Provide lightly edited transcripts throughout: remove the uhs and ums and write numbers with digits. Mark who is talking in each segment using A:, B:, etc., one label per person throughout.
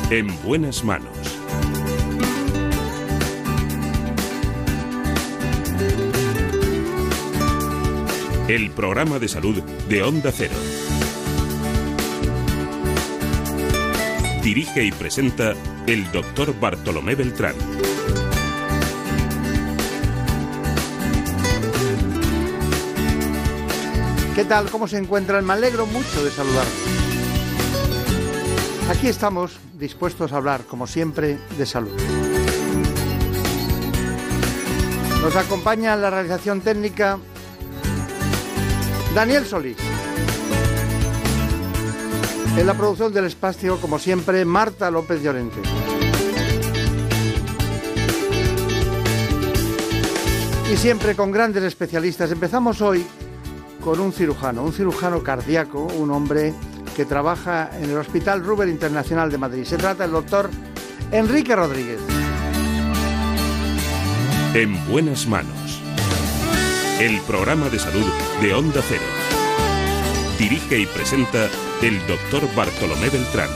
A: En buenas manos. El programa de salud de Onda Cero. Dirige y presenta el doctor Bartolomé Beltrán.
B: ¿Qué tal? ¿Cómo se encuentran? Me alegro mucho de saludarlos. Aquí estamos dispuestos a hablar, como siempre, de salud. Nos acompaña en la realización técnica Daniel Solís. En la producción del espacio, como siempre, Marta López Llorente. Y siempre con grandes especialistas. Empezamos hoy con un cirujano cardíaco, un hombre que trabaja en el Hospital Ruber Internacional de Madrid. Se trata del doctor Enrique Rodríguez.
A: En buenas manos. El programa de salud de Onda Cero. Dirige y presenta el doctor Bartolomé Beltrán.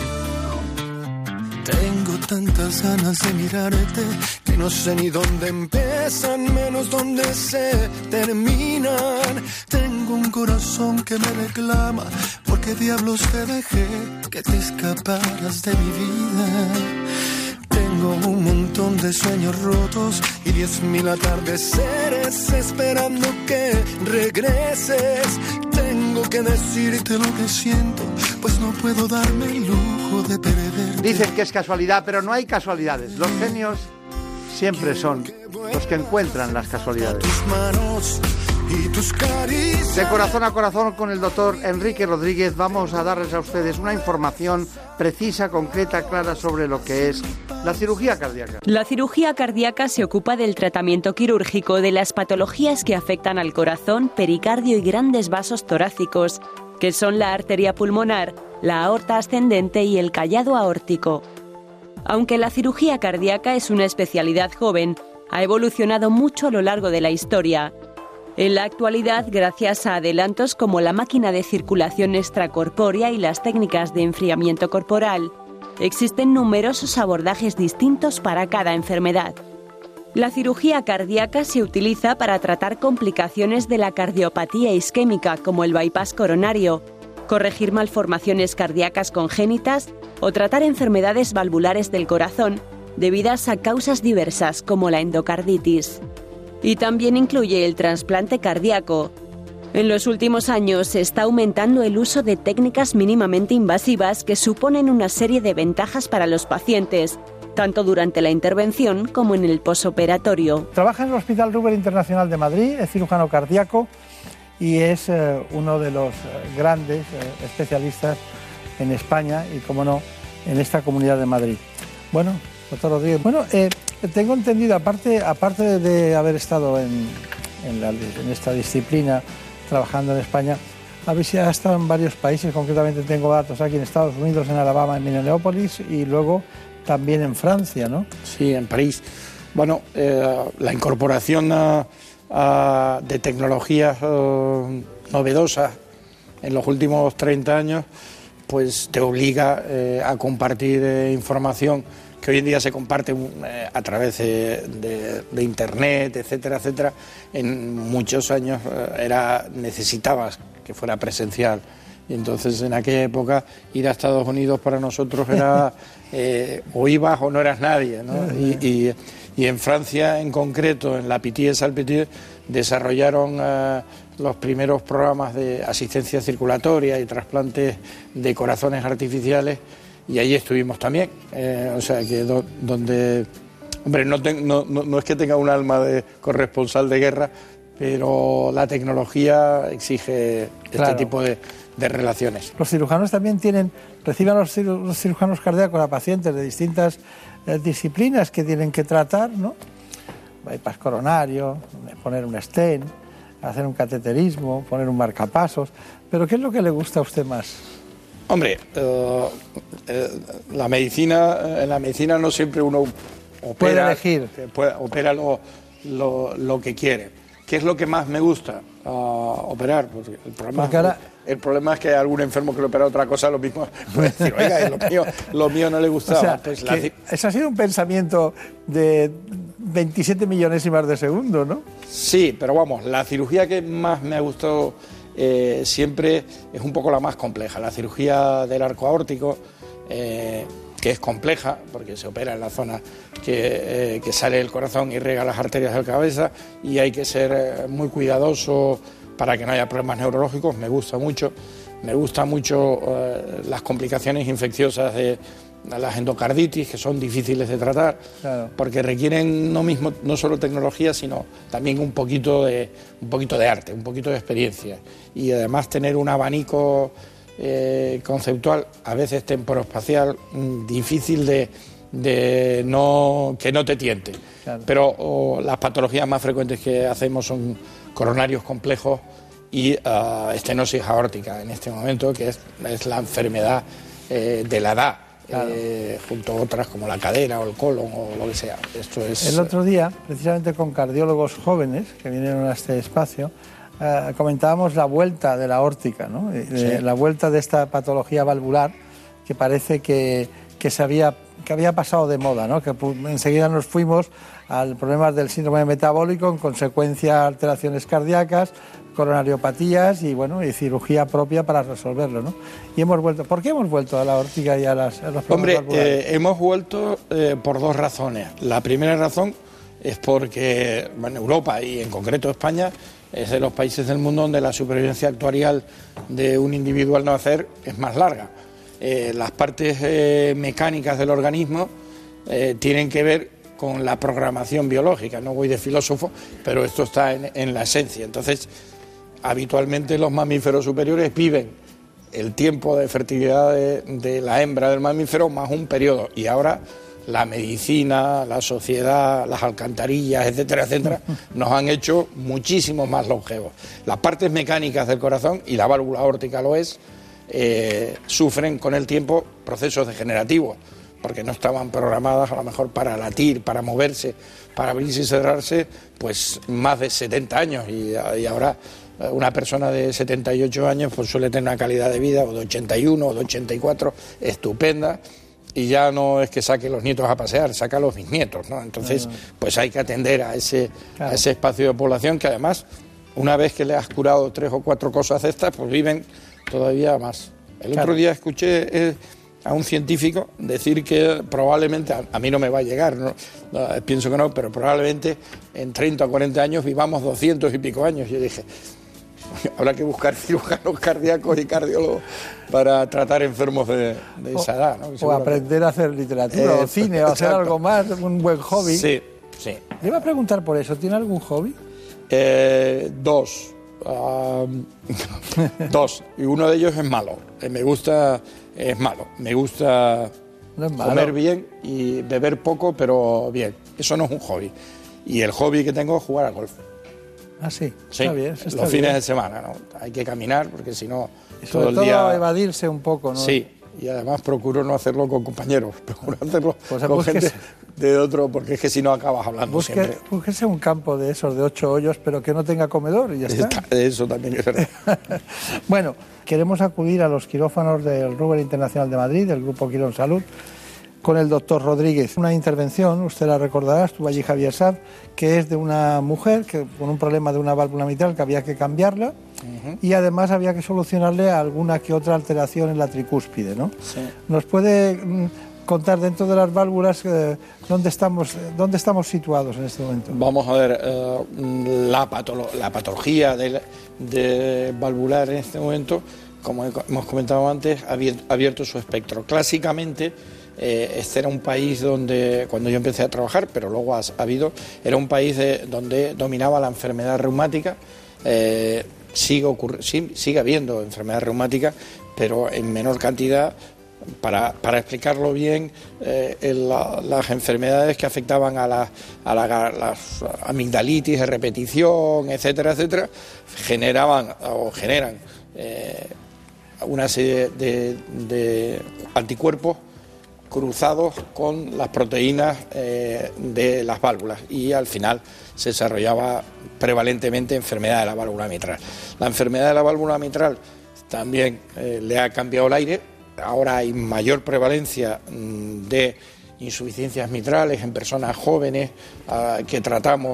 C: Tengo tantas ganas de mirarte que no sé ni dónde empiezan, menos dónde se terminan. Tengo un corazón que me reclama, porque diablos te dejé que te escaparas de mi vida. Tengo un montón de sueños rotos y 10.000 atardeceres esperando que regreses. Tengo que decirte lo que siento, pues no puedo darme el lujo de perderte.
B: Dicen que es casualidad, pero no hay casualidades. Los genios siempre son los que encuentran las casualidades. De corazón a corazón con el doctor Enrique Rodríguez vamos a darles a ustedes una información precisa, concreta, clara sobre lo que es la cirugía cardíaca.
D: La cirugía cardíaca se ocupa del tratamiento quirúrgico de las patologías que afectan al corazón, pericardio y grandes vasos torácicos, que son la arteria pulmonar, la aorta ascendente y el callado aórtico. Aunque la cirugía cardíaca es una especialidad joven, ha evolucionado mucho a lo largo de la historia. En la actualidad, gracias a adelantos como la máquina de circulación extracorpórea y las técnicas de enfriamiento corporal, existen numerosos abordajes distintos para cada enfermedad. La cirugía cardíaca se utiliza para tratar complicaciones de la cardiopatía isquémica como el bypass coronario, corregir malformaciones cardíacas congénitas o tratar enfermedades valvulares del corazón debidas a causas diversas como la endocarditis. Y también incluye el trasplante cardíaco. En los últimos años se está aumentando el uso de técnicas mínimamente invasivas que suponen una serie de ventajas para los pacientes, tanto durante la intervención como en el posoperatorio.
B: Trabaja en el Hospital Ruber Internacional de Madrid, es cirujano cardíaco y es uno de los grandes especialistas en España y, como no, en esta Comunidad de Madrid. Bueno, doctor Rodríguez, tengo entendido, aparte de haber estado en esta disciplina trabajando en España, habéis estado en varios países, concretamente tengo datos aquí en Estados Unidos, en Alabama, en Minneapolis y luego también en Francia, ¿no?
E: Sí, en París. Bueno, la incorporación de tecnologías novedosas en los últimos 30 años pues te obliga a compartir información que hoy en día se comparte a través de Internet, etcétera, etcétera. En muchos años necesitabas que fuera presencial. Y entonces en aquella época ir a Estados Unidos para nosotros era o ibas o no eras nadie, ¿no? Y en Francia en concreto, en la Pitié-Salpêtrière, desarrollaron los primeros programas de asistencia circulatoria y trasplantes de corazones artificiales. Y ahí estuvimos también, o sea que donde, hombre, no es que tenga un alma de corresponsal de guerra, pero la tecnología exige este tipo de relaciones.
B: Los cirujanos también reciben los cirujanos cardíacos a pacientes de distintas disciplinas que tienen que tratar, ¿no? Bypass coronario, poner un stent, hacer un cateterismo, poner un marcapasos, pero ¿qué es lo que le gusta a usted más?
E: Hombre, en la medicina no siempre uno opera,
B: puede elegir.
E: Opera lo que quiere. ¿qué es lo que más me gusta operar? Porque el problema es que algún enfermo que le opera otra cosa, lo mismo puede decir, oiga, lo mío no le gustaba.
B: O sea,
E: pues
B: eso ha sido un pensamiento de 27 millonésimas de segundo, ¿no?
E: Sí, pero vamos, la cirugía que más me ha gustado siempre es un poco la más compleja. La cirugía del arco aórtico, que es compleja, porque se opera en la zona que sale el corazón y riega las arterias de la cabeza, y hay que ser muy cuidadoso para que no haya problemas neurológicos. Me gusta mucho las complicaciones infecciosas de las endocarditis, que son difíciles de tratar, claro, porque requieren no solo tecnología, sino también un poquito de arte, un poquito de experiencia, y además tener un abanico conceptual, a veces temporoespacial, difícil que no te tiente. Claro. Pero las patologías más frecuentes que hacemos son coronarios complejos y estenosis aórtica en este momento, que es la enfermedad de la edad. Claro. Junto a otras como la cadera o el colon o lo que sea. Esto es...
B: El otro día, precisamente con cardiólogos jóvenes que vinieron a este espacio, comentábamos la vuelta de la aórtica, ¿no? Sí. La vuelta de esta patología valvular que parece que había pasado de moda, ¿no? Que enseguida nos fuimos al problema del síndrome metabólico, en consecuencia alteraciones cardíacas, coronariopatías y cirugía propia para resolverlo, ¿no? Y hemos vuelto. ¿Por qué hemos vuelto a la aórtica y a los problemas valvulares?
E: Hemos vuelto por dos razones. La primera razón es porque Europa y en concreto España es de los países del mundo donde la supervivencia actuarial de un individuo al nacer es más larga. Las partes mecánicas del organismo tienen que ver con la programación biológica. No voy de filósofo, pero esto está en la esencia. Entonces, habitualmente los mamíferos superiores viven el tiempo de fertilidad de la hembra del mamífero más un periodo, y ahora la medicina, la sociedad, las alcantarillas, etcétera, etcétera, nos han hecho muchísimo más longevos. Las partes mecánicas del corazón, y la válvula aórtica lo es, sufren con el tiempo procesos degenerativos, porque no estaban programadas a lo mejor para latir, para moverse, para abrirse y cerrarse, pues más de 70 años, y ahora una persona de 78 años pues suele tener una calidad de vida, o de 81 o de 84, estupenda, y ya no es que saque los nietos a pasear, saca a los bisnietos, ¿no? Entonces, pues hay que atender a ese espacio de población que además, una vez que le has curado 3 o 4 cosas de estas, pues viven todavía más. El otro día escuché a un científico decir que probablemente, a mí no me va a llegar, no, pienso que no, pero probablemente en 30 o 40 años vivamos 200 y pico años. Yo dije, habrá que buscar cirujanos cardíacos y cardiólogos para tratar enfermos de esa edad, ¿no?
B: O aprender a hacer literatura o cine, o hacer algo más, un buen hobby.
E: Sí.
B: Le iba a preguntar por eso, ¿tiene algún hobby?
E: Dos, y uno de ellos es malo. Me gusta comer bien y beber poco, pero bien. Eso no es un hobby. Y el hobby que tengo es jugar al golf.
B: Ah, sí,
E: sí,
B: está bien.
E: Los fines de semana, ¿no? Hay que caminar porque si no
B: todo el día evadirse un poco, ¿no?
E: Sí, y además procuro no hacerlo con compañeros, procuro hacerlo con gente de otro, porque es que si no acabas hablando siempre.
B: Búsquese un campo de esos de 8 hoyos, pero que no tenga comedor y ya está.
E: Eso también es verdad.
B: Bueno, queremos acudir a los quirófanos del Ruber Internacional de Madrid, del Grupo Quirón Salud, con el doctor Rodríguez. Una intervención, usted la recordará, estuvo allí Javier Sad, que es de una mujer que con un problema de una válvula mitral que había que cambiarla, y además había que solucionarle alguna que otra alteración en la tricúspide, ¿no? Sí. ¿Nos puede contar dentro de las válvulas dónde estamos situados en este momento?
E: Vamos a ver, la patología de valvular en este momento, como hemos comentado antes, ha abierto su espectro. Clásicamente, este era un país donde, cuando yo empecé a trabajar, pero luego era un país donde dominaba la enfermedad reumática. Sigue habiendo enfermedad reumática, pero en menor cantidad. Para explicarlo bien, las enfermedades que afectaban a las amigdalitis de repetición, etcétera, etcétera, generan una serie de anticuerpos cruzados con las proteínas de las válvulas, y al final se desarrollaba prevalentemente enfermedad de la válvula mitral. La enfermedad de la válvula mitral también le ha cambiado el aire. Ahora hay mayor prevalencia de insuficiencias mitrales en personas jóvenes que tratamos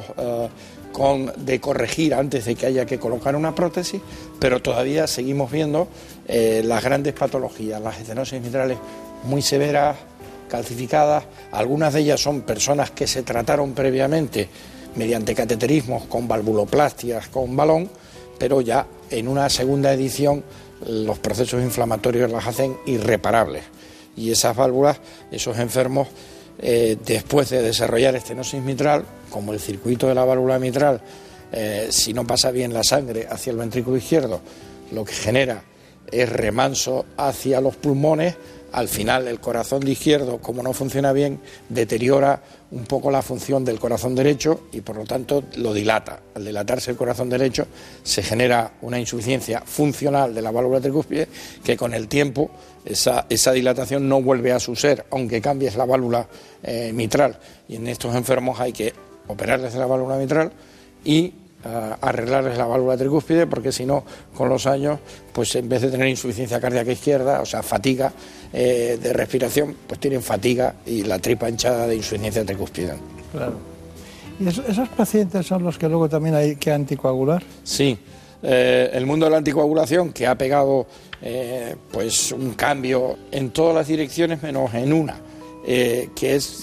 E: de corregir antes de que haya que colocar una prótesis, pero todavía seguimos viendo las grandes patologías, las estenosis mitrales muy severas, calcificadas. Algunas de ellas son personas que se trataron previamente mediante cateterismos con valvuloplastias con balón, pero ya en una segunda edición los procesos inflamatorios las hacen irreparables, y esas válvulas, esos enfermos, después de desarrollar estenosis mitral, como el circuito de la válvula mitral, si no pasa bien la sangre hacia el ventrículo izquierdo, lo que genera es remanso hacia los pulmones. Al final el corazón de izquierdo, como no funciona bien, deteriora un poco la función del corazón derecho y por lo tanto lo dilata. Al dilatarse el corazón derecho se genera una insuficiencia funcional de la válvula tricúspide, que con el tiempo esa dilatación no vuelve a su ser, aunque cambies la válvula mitral. Y en estos enfermos hay que operarles de la válvula mitral y arreglarles la válvula tricúspide, porque si no, con los años, pues en vez de tener insuficiencia cardíaca izquierda, o sea, fatiga de respiración, pues tienen fatiga y la tripa hinchada de insuficiencia tricúspide.
B: Claro. ¿Y esos pacientes son los que luego también hay que anticoagular?
E: Sí, el mundo de la anticoagulación, que ha pegado pues un cambio en todas las direcciones menos en una, que es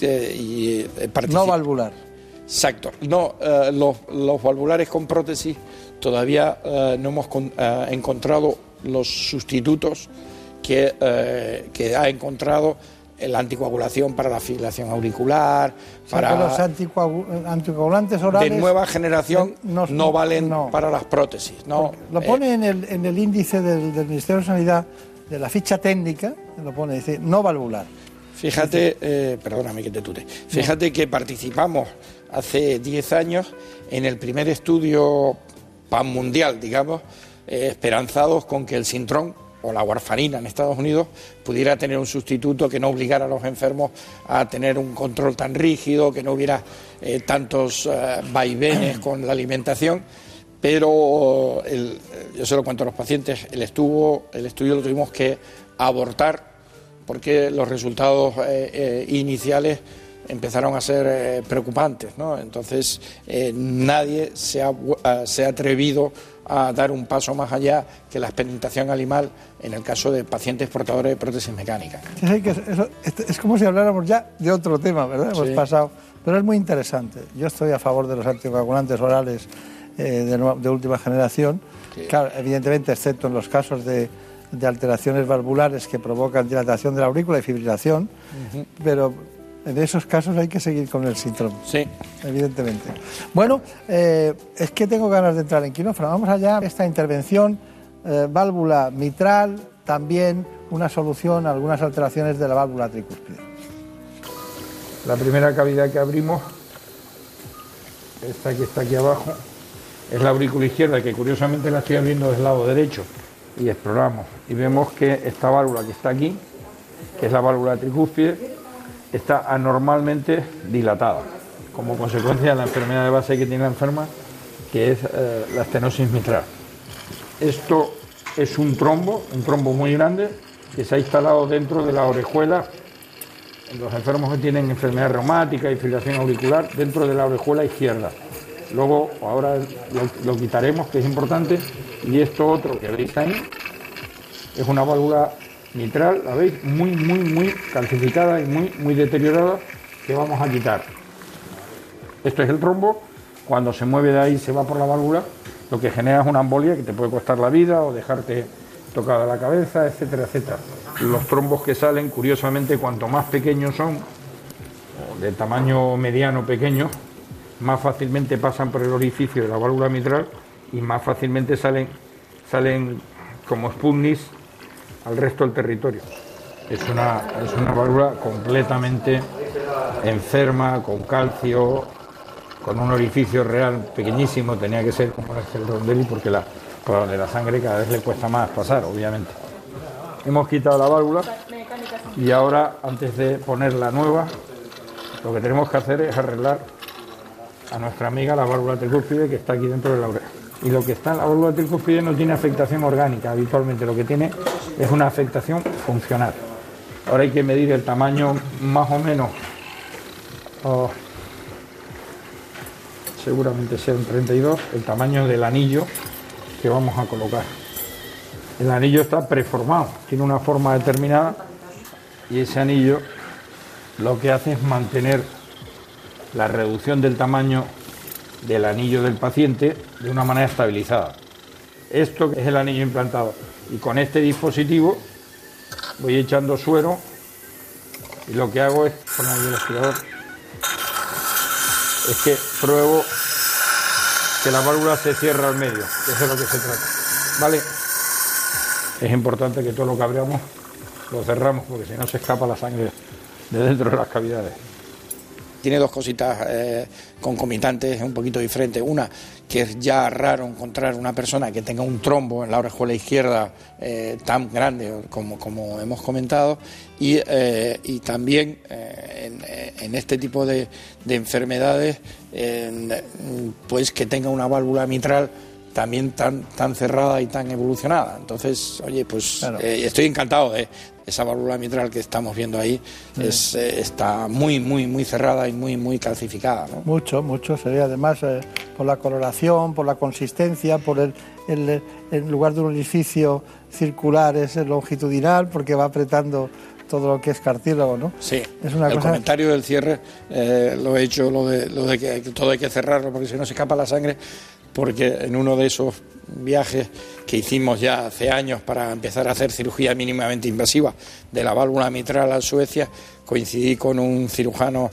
B: no valvular.
E: Exacto. No, los valvulares con prótesis todavía no hemos encontrado los sustitutos que ha encontrado la anticoagulación para la fibrilación auricular, para
B: los anticoagulantes orales
E: de nueva generación no valen para las prótesis. No,
B: lo pone en el índice del Ministerio de Sanidad, de la ficha técnica, lo pone, dice no valvular.
E: Fíjate, perdóname que te tute, fíjate que participamos hace 10 años en el primer estudio panmundial, digamos, esperanzados con que el Sintrón o la warfarina en Estados Unidos pudiera tener un sustituto que no obligara a los enfermos a tener un control tan rígido, que no hubiera tantos vaivenes con la alimentación. Pero yo se lo cuento a los pacientes, el estudio lo tuvimos que abortar porque los resultados iniciales empezaron a ser preocupantes, ¿no? Entonces nadie se ha atrevido a dar un paso más allá que la experimentación animal en el caso de pacientes portadores de prótesis mecánicas.
B: Es como si habláramos ya de otro tema, ¿verdad? Hemos pasado, pero es muy interesante. Yo estoy a favor de los anticoagulantes orales de última generación, sí. Claro, evidentemente, excepto en los casos de alteraciones valvulares que provocan dilatación de la aurícula y fibrilación, pero en esos casos hay que seguir con el Sintrón.
E: Sí.
B: Evidentemente. Bueno, es que tengo ganas de entrar en quirófano. Vamos allá. Esta intervención, válvula mitral, también una solución a algunas alteraciones de la válvula tricúspide.
F: La primera cavidad que abrimos, esta que está aquí abajo, es la aurícula izquierda, que curiosamente la estoy abriendo del lado derecho, y exploramos. Y vemos que esta válvula que está aquí, que es la válvula tricúspide, está anormalmente dilatada, como consecuencia de la enfermedad de base que tiene la enferma, que es la estenosis mitral. Esto es un trombo muy grande, que se ha instalado dentro de la orejuela, en los enfermos que tienen enfermedad reumática y fibrilación auricular, dentro de la orejuela izquierda. Luego, ahora lo quitaremos, que es importante, y esto otro que veis ahí, es una válvula mitral, la veis, muy calcificada y muy deteriorada, que vamos a quitar. Esto es el trombo. Cuando se mueve de ahí, se va por la válvula, lo que genera es una embolia que te puede costar la vida o dejarte tocada la cabeza, etcétera, etcétera. Los trombos que salen, curiosamente, cuanto más pequeños son, o de tamaño mediano pequeño, más fácilmente pasan por el orificio de la válvula mitral y más fácilmente salen como Sputniks al resto del territorio. Es una válvula completamente enferma, con calcio, con un orificio real pequeñísimo. Tenía que ser como el Rondelli, porque por donde la sangre cada vez le cuesta más pasar, obviamente. Hemos quitado la válvula. Y ahora, antes de poner la nueva, lo que tenemos que hacer es arreglar a nuestra amiga la válvula tricúspide que está aquí dentro de la oreja. Y lo que está en la válvula tricúspide no tiene afectación orgánica habitualmente, lo que tiene es una afectación funcional. Ahora hay que medir el tamaño más o menos, seguramente sea un 32, el tamaño del anillo que vamos a colocar. El anillo está preformado, tiene una forma determinada y ese anillo lo que hace es mantener la reducción del tamaño del anillo del paciente de una manera estabilizada. Esto es el anillo implantado y con este dispositivo voy echando suero y lo que hago es poner ahí el aspirador, es que pruebo que la válvula se cierra al medio, que es de lo que se trata, ¿vale? Es importante que todo lo que abramos lo cerramos porque si no se escapa la sangre de dentro de las cavidades.
E: Tiene dos cositas concomitantes un poquito diferentes. Una, que es ya raro encontrar una persona que tenga un trombo en la orejuela izquierda tan grande como hemos comentado, y también en este tipo de enfermedades, pues que tenga una válvula mitral también tan cerrada y tan evolucionada. Entonces, oye, pues claro, estoy encantado de esa válvula mitral que estamos viendo ahí. Está muy cerrada y muy calcificada, ¿no? Mucho, se ve además por la coloración, por la consistencia, por en lugar de un orificio circular es longitudinal porque va apretando todo lo que es cartílago, ¿no? Sí, es una cosa... comentario del cierre lo he hecho, lo de que todo hay que cerrarlo porque si no se escapa la sangre, porque en uno de esos viajes que hicimos ya hace años para empezar a hacer cirugía mínimamente invasiva de la válvula mitral a Suecia, coincidí con un cirujano,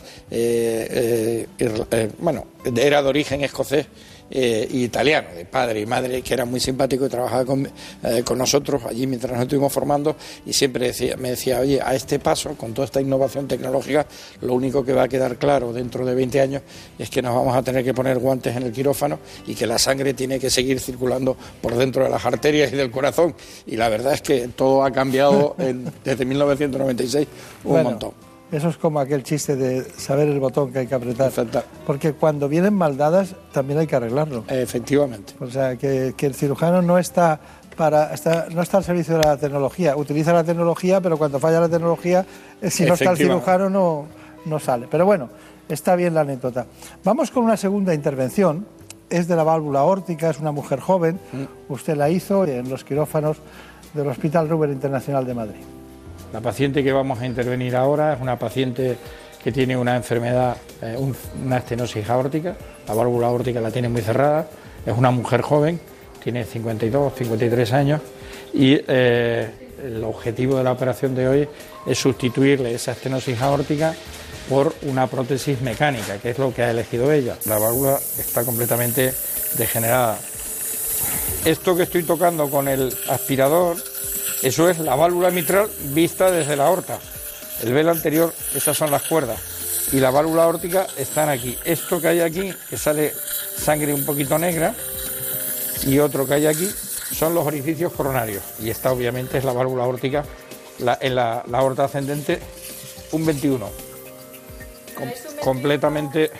E: era de origen escocés, italiano, de padre y madre, que era muy simpático y trabajaba con nosotros allí mientras nos estuvimos formando, y siempre me decía, oye, a este paso, con toda esta innovación tecnológica, lo único que va a quedar claro dentro de 20 años es que nos vamos a tener que poner guantes en el quirófano y que la sangre tiene que seguir circulando por dentro de las arterias y del corazón, y la verdad es que todo ha cambiado desde 1996 un montón. Eso es como aquel chiste de saber el botón que hay que apretar. Exacto. Porque cuando vienen mal dadas también hay que arreglarlo. Efectivamente. O sea, que el cirujano no está al servicio de la tecnología. Utiliza la tecnología, pero cuando falla la tecnología, si no está el cirujano no sale. Pero bueno, está bien la anécdota. Vamos con una segunda intervención. Es de la válvula aórtica, es una mujer joven. Usted la hizo en los quirófanos del Hospital Ruber Internacional de Madrid. La paciente que vamos a intervenir ahora es una paciente que tiene una enfermedad, una estenosis aórtica, la válvula aórtica la tiene muy cerrada, es una mujer joven, tiene 52, 53 años y el objetivo de la operación de hoy es sustituirle esa estenosis aórtica por una prótesis mecánica, que es lo que ha elegido ella. La válvula está completamente degenerada. Esto que estoy tocando con el aspirador, eso es la válvula mitral vista desde la aorta. El velo anterior, esas son las cuerdas. Y la válvula aórtica están aquí. Esto que hay aquí, que sale sangre un poquito negra, y otro que hay aquí, son los orificios coronarios. Y esta obviamente es la válvula aórtica, en la aorta ascendente, un 21. Completamente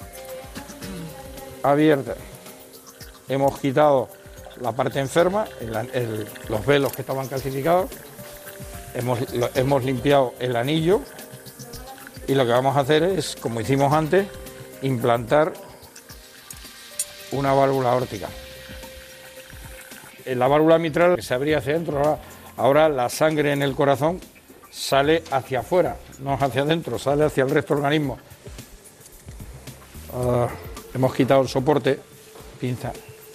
E: abierta. Hemos quitado la parte enferma, los velos que estaban calcificados, hemos limpiado el anillo y lo que vamos a hacer es, como hicimos antes, implantar una válvula aórtica. La válvula mitral se abría hacia adentro, ahora la sangre en el corazón sale hacia afuera, no hacia adentro, sale hacia el resto del organismo. Hemos quitado el soporte, pinza.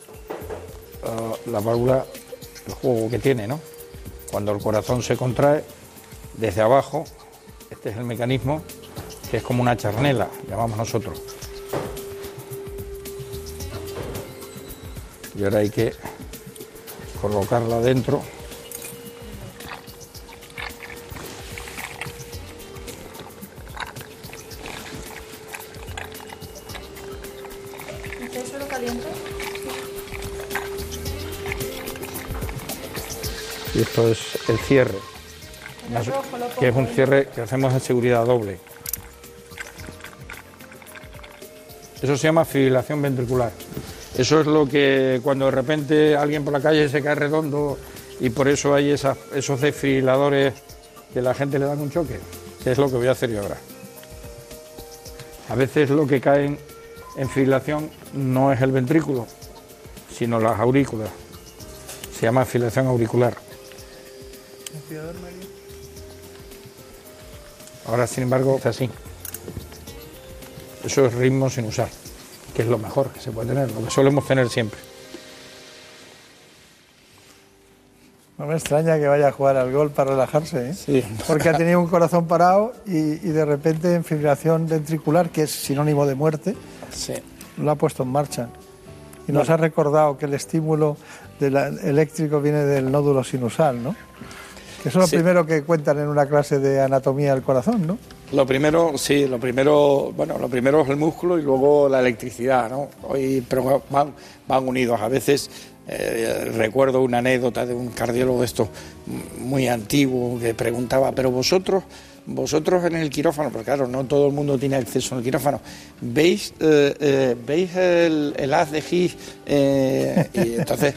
E: La válvula, el juego que tiene, ¿no? Cuando el corazón se contrae desde abajo, este es el mecanismo, que es como una charnela, llamamos nosotros. Y ahora hay que colocarla dentro.
G: ¿Eso lo calienta?
F: Y esto es el cierre. que es un cierre que hacemos de seguridad doble. Eso se llama fibrilación ventricular. Eso es lo que cuando de repente alguien por la calle se cae redondo y por eso hay esos desfibriladores que la gente le dan un choque. Es lo que voy a hacer yo ahora. A veces lo que cae en fibrilación no es el ventrículo, sino las aurículas. Se llama fibrilación auricular. Ahora, sin embargo, es así. Eso es ritmo sinusal, que es lo mejor que se puede tener, lo que solemos tener siempre.
B: No me extraña que vaya a jugar al golf para relajarse, ¿eh?
F: Sí.
B: Porque ha tenido un corazón parado y de repente en fibrilación ventricular, que es sinónimo de muerte,
F: Sí.
B: lo ha puesto en marcha. Y nos ha recordado que el estímulo eléctrico viene del nódulo sinusal, ¿no? Que eso es lo primero que cuentan en una clase de anatomía del corazón, ¿no?
E: Lo primero es el músculo y luego la electricidad, ¿no? Pero van unidos. A veces recuerdo una anécdota de un cardiólogo de estos muy antiguo que preguntaba, pero vosotros en el quirófano, porque claro, no todo el mundo tiene acceso al quirófano, ¿veis el haz de Higgs? Y entonces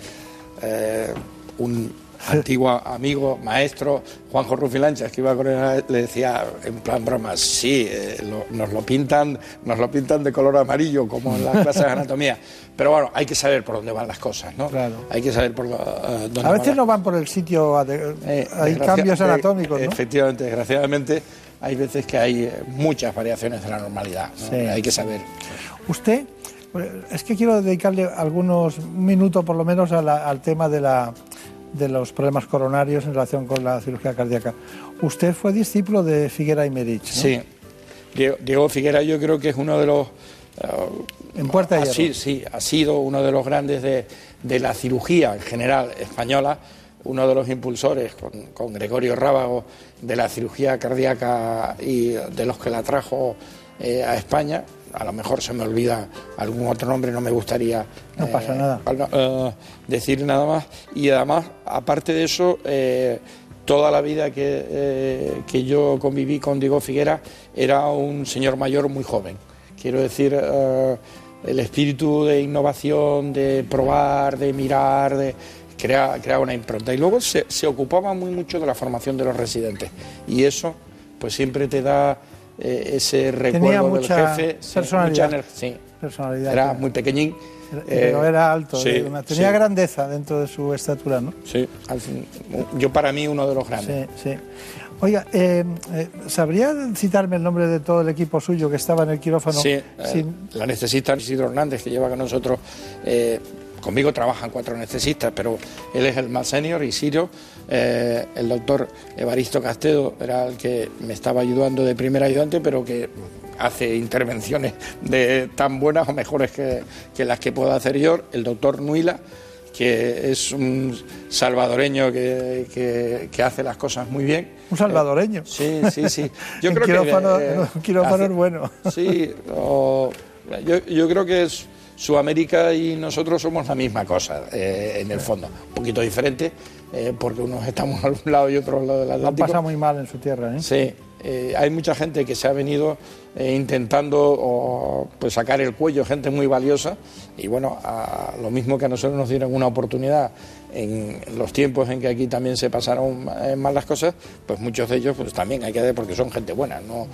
E: un antiguo amigo, maestro, Juanjo Rufilanchas, que iba con él, le decía en plan broma, sí, nos lo pintan de color amarillo, como en las clases de anatomía. Pero bueno, hay que saber por dónde van las cosas, ¿no?
B: Claro.
E: Hay que saber por dónde
B: A veces no van por el sitio, hay cambios anatómicos, ¿no?
E: Efectivamente, desgraciadamente, hay veces que hay muchas variaciones de la normalidad, ¿no?
B: Sí.
E: Hay que saber.
B: Usted, es que quiero dedicarle un minuto por lo menos al tema de los problemas coronarios en relación con la cirugía cardíaca. Usted fue discípulo de Figuera Aymerich, ¿no?
E: Sí, Diego Figuera yo creo que es uno de los...
B: en Puerta de Hierro.
E: Sí, ha sido uno de los grandes de la cirugía en general española, uno de los impulsores con Gregorio Rábago de la cirugía cardíaca y de los que la trajo a España. A lo mejor se me olvida algún otro nombre, no me gustaría
B: no pasa nada.
E: Decir nada más. Y además, aparte de eso, toda la vida que yo conviví con Diego Figuera era un señor mayor muy joven. Quiero decir, el espíritu de innovación, de probar, de mirar, crea una impronta. Y luego se ocupaba mucho de la formación de los residentes. Y eso, pues siempre te da... ese recuerdo del jefe,
B: personalidad.
E: Sí,
B: personalidad.
E: Era muy pequeñín.
B: Pero era alto,
E: sí,
B: tenía grandeza dentro de su estatura, ¿no?
E: Sí, yo para mí uno de los grandes.
B: Sí. Oiga, ¿sabría citarme el nombre de todo el equipo suyo que estaba en el quirófano?
E: Sí, la anestesista Isidro Hernández, que lleva con nosotros... conmigo trabajan 4 anestesistas, pero él es el más senior, Isidro. El doctor Evaristo Castedo era el que me estaba ayudando de primer ayudante, pero que hace intervenciones tan buenas o mejores que las que puedo hacer yo. El doctor Nuila, que es un salvadoreño que hace las cosas muy bien.
B: ¿Un salvadoreño?
E: Sí.
B: Yo creo que quirófano es bueno.
E: Sí, yo creo que es... Sudamérica y nosotros somos la misma cosa, en el fondo. Un poquito diferente, porque unos estamos a un lado y otros al lado del Atlántico.
B: Lo han pasado muy mal en su tierra, ¿eh?
E: Sí, hay mucha gente que se ha venido intentando pues sacar el cuello, gente muy valiosa, y bueno, lo mismo que a nosotros nos dieron una oportunidad en los tiempos en que aquí también se pasaron mal las cosas, pues muchos de ellos pues también hay que ver, porque son gente buena. ¿No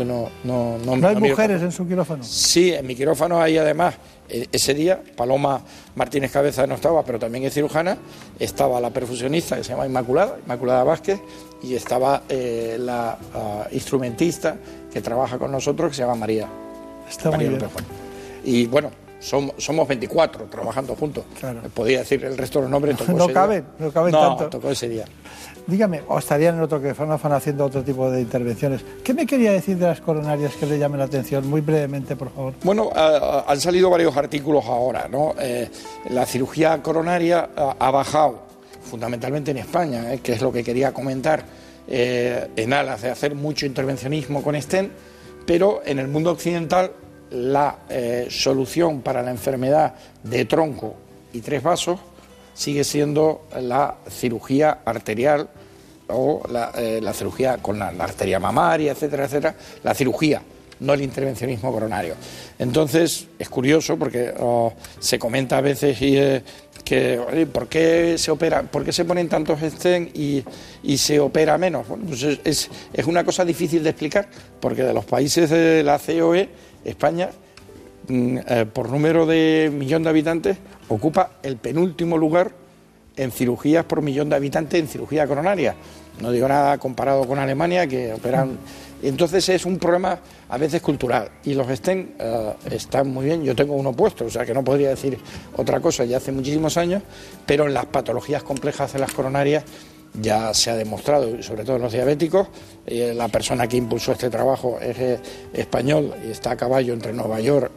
B: hay mujeres en su quirófano? Sí,
E: en mi quirófano hay además, ese día, Paloma Martínez Cabeza no estaba, pero también es cirujana, estaba la perfusionista que se llama Inmaculada Vázquez, y estaba la instrumentista que trabaja con nosotros, que se llama María.
B: Está muy bien.
E: Y bueno, somos 24 trabajando juntos.
B: Claro.
E: Podía decir el resto de los nombres.
B: No caben tanto.
E: Tocó ese día.
B: Dígame, o estarían en otro quirófano haciendo otro tipo de intervenciones. ¿Qué me quería decir de las coronarias que le llamen la atención? Muy brevemente, por favor.
E: Bueno, han salido varios artículos ahora, ¿no? La cirugía coronaria ha bajado, fundamentalmente en España, que es lo que quería comentar, en alas de hacer mucho intervencionismo con stent, pero en el mundo occidental la solución para la enfermedad de tronco y 3 vasos sigue siendo la cirugía arterial o la cirugía con la arteria mamaria, etcétera, etcétera, la cirugía, no el intervencionismo coronario. Entonces, es curioso porque se comenta a veces que ¿por qué se opera? ¿Por qué se ponen tantos stents y se opera menos? Bueno, pues es una cosa difícil de explicar, porque de los países de la COE, España, por número de millón de habitantes, ocupa el penúltimo lugar en cirugías por millón de habitantes en cirugía coronaria. No digo nada comparado con Alemania, que operan. Entonces es un problema a veces cultural, y los stents están muy bien. Yo tengo uno puesto, o sea que no podría decir otra cosa ya hace muchísimos años, pero en las patologías complejas de las coronarias ya se ha demostrado, sobre todo en los diabéticos. La persona que impulsó este trabajo es español y está a caballo entre Nueva York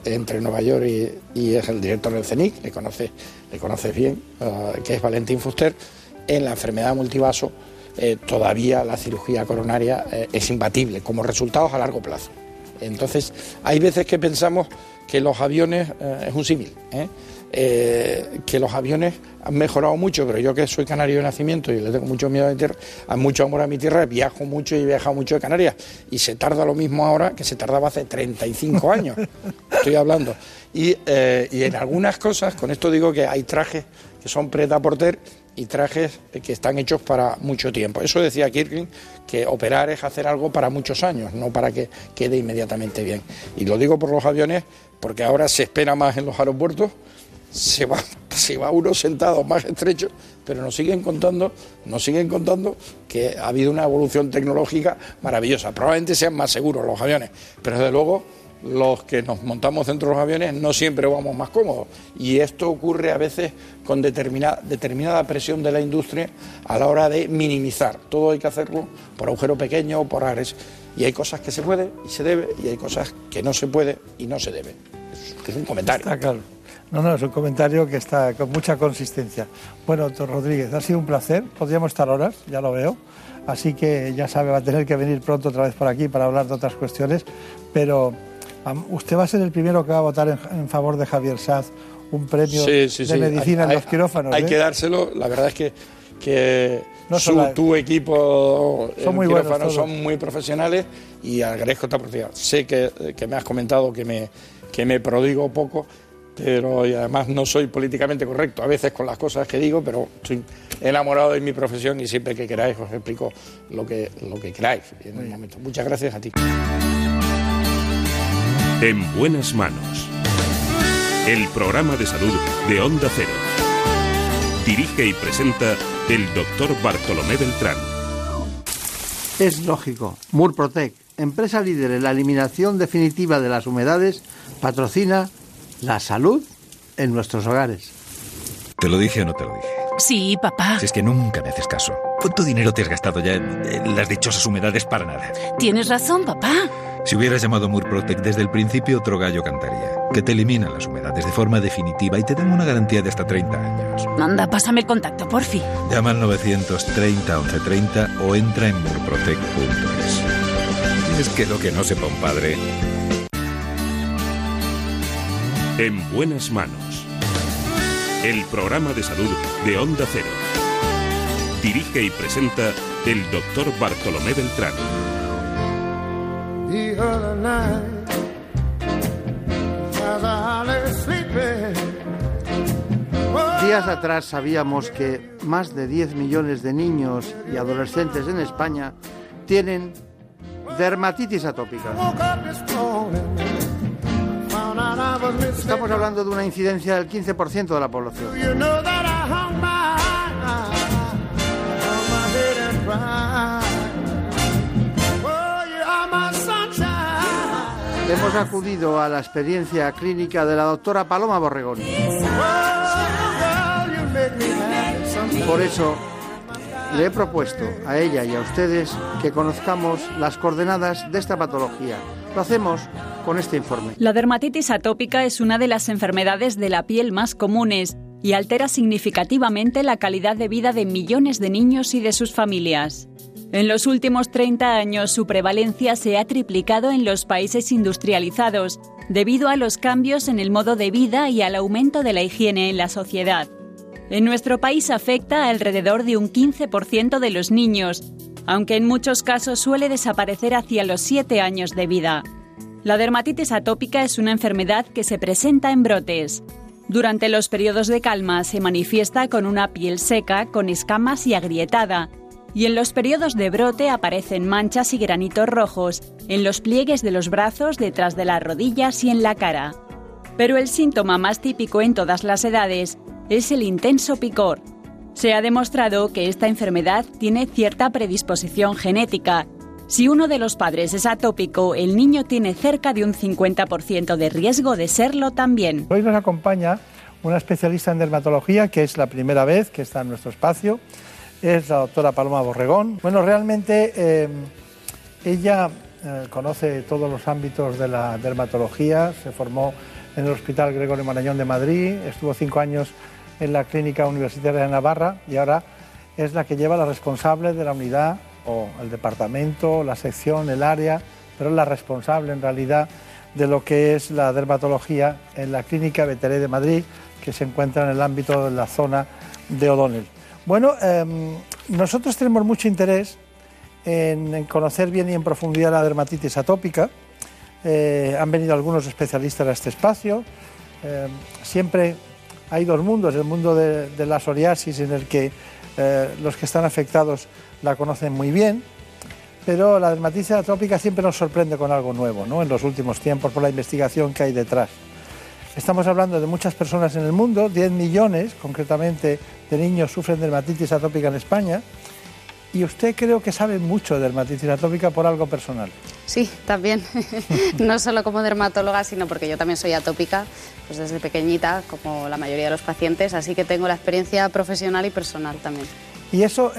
E: y es el director del CENIC, le conoces bien, que es Valentín Fuster. En la enfermedad multivaso todavía la cirugía coronaria es imbatible como resultados a largo plazo. Entonces hay veces que pensamos que los aviones, es un símil, que los aviones han mejorado mucho, pero yo, que soy canario de nacimiento y le tengo mucho miedo a mi tierra, mucho amor a mi tierra, viajo mucho y he viajado mucho de Canarias, y se tarda lo mismo ahora que se tardaba hace 35 años, estoy hablando. Y en algunas cosas, con esto digo que hay trajes que son prêt-à-porter y trajes que están hechos para mucho tiempo. Eso decía Kirkland, que operar es hacer algo para muchos años, no para que quede inmediatamente bien. Y lo digo por los aviones, porque ahora se espera más en los aeropuertos, se va uno sentado más estrecho, pero nos siguen contando que ha habido una evolución tecnológica maravillosa. Probablemente sean más seguros los aviones, pero desde luego los que nos montamos dentro de los aviones no siempre vamos más cómodos, y esto ocurre a veces con determinada presión de la industria a la hora de minimizar. Todo hay que hacerlo por agujero pequeño, por áreas, y hay cosas que se puede y se debe, y hay cosas que no se puede y no se debe. Es un comentario.
B: Está claro. No, es un comentario que está con mucha consistencia. Bueno, doctor Rodríguez, ha sido un placer. Podríamos estar horas, ya lo veo. Así que ya sabe, va a tener que venir pronto otra vez por aquí para hablar de otras cuestiones. Pero usted va a ser el primero que va a votar en favor de Javier Saz un premio de medicina en los quirófanos.
E: Hay que dárselo. La verdad es que tu equipo en quirófanos son muy profesionales, y agradezco esta oportunidad. Sé que me has comentado que me prodigo poco, pero y además no soy políticamente correcto a veces con las cosas que digo, pero estoy enamorado de mi profesión y siempre que queráis os explico lo que queráis en el momento. Muchas gracias a ti.
A: En buenas manos. El programa de salud de Onda Cero. Dirige y presenta el doctor Bartolomé Beltrán.
B: Es lógico. Murprotec, empresa líder en la eliminación definitiva de las humedades, patrocina la salud en nuestros hogares.
G: ¿Te lo dije o no te lo dije?
H: Sí, papá.
G: Si es que nunca me haces caso. ¿Cuánto dinero te has gastado ya en las dichosas humedades para nada?
H: Tienes razón, papá.
G: Si hubieras llamado Murprotec desde el principio, otro gallo cantaría. Que te eliminan las humedades de forma definitiva y te dan una garantía de hasta 30 años.
H: Anda, pásame el contacto, porfi.
G: Llama al 930 1130 o entra en murprotec.es. Es que lo que no sepa un padre.
A: En buenas manos. El programa de salud de Onda Cero. Dirige y presenta el doctor Bartolomé Beltrán.
B: Días atrás sabíamos que más de 10 millones de niños y adolescentes en España tienen dermatitis atópica. Estamos hablando de una incidencia del 15% de la población. Hemos acudido a la experiencia clínica de la doctora Paloma Borregón. Por eso le he propuesto a ella y a ustedes que conozcamos las coordenadas de esta patología. Lo hacemos con este informe.
D: La dermatitis atópica es una de las enfermedades de la piel más comunes y altera significativamente la calidad de vida de millones de niños y de sus familias. En los últimos 30 años su prevalencia se ha triplicado en los países industrializados debido a los cambios en el modo de vida y al aumento de la higiene en la sociedad. En nuestro país afecta a alrededor de un 15% de los niños, aunque en muchos casos suele desaparecer hacia los 7 años de vida. La dermatitis atópica es una enfermedad que se presenta en brotes. Durante los periodos de calma se manifiesta con una piel seca, con escamas y agrietada, y en los periodos de brote aparecen manchas y granitos rojos en los pliegues de los brazos, detrás de las rodillas y en la cara. Pero el síntoma más típico en todas las edades es el intenso picor. Se ha demostrado que esta enfermedad tiene cierta predisposición genética. Si uno de los padres es atópico, el niño tiene cerca de un 50% de riesgo de serlo también.
B: Hoy nos acompaña una especialista en dermatología, que es la primera vez que está en nuestro espacio, es la doctora Paloma Borregón. Bueno, realmente ella conoce todos los ámbitos de la dermatología, se formó en el Hospital Gregorio Marañón de Madrid, estuvo 5 años en la Clínica Universitaria de Navarra y ahora es la que lleva la responsable de la unidad o el departamento, la sección, el área, pero es la responsable en realidad de lo que es la dermatología en la Clínica Veteré de Madrid, que se encuentra en el ámbito de la zona de O'Donnell. Bueno, nosotros tenemos mucho interés en conocer bien y en profundidad la dermatitis atópica. Han venido algunos especialistas a este espacio. Siempre hay dos mundos, el mundo de la psoriasis, en el que los que están afectados la conocen muy bien, pero la dermatitis atópica siempre nos sorprende con algo nuevo, ¿no? En los últimos tiempos, por la investigación que hay detrás. Estamos hablando de muchas personas en el mundo, 10 millones concretamente de niños sufren dermatitis atópica en España, y usted creo que sabe mucho de dermatitis atópica por algo personal.
I: Sí, también. No solo como dermatóloga, sino porque yo también soy atópica, pues desde pequeñita, como la mayoría de los pacientes, así que tengo la experiencia profesional y personal también.
B: Y eso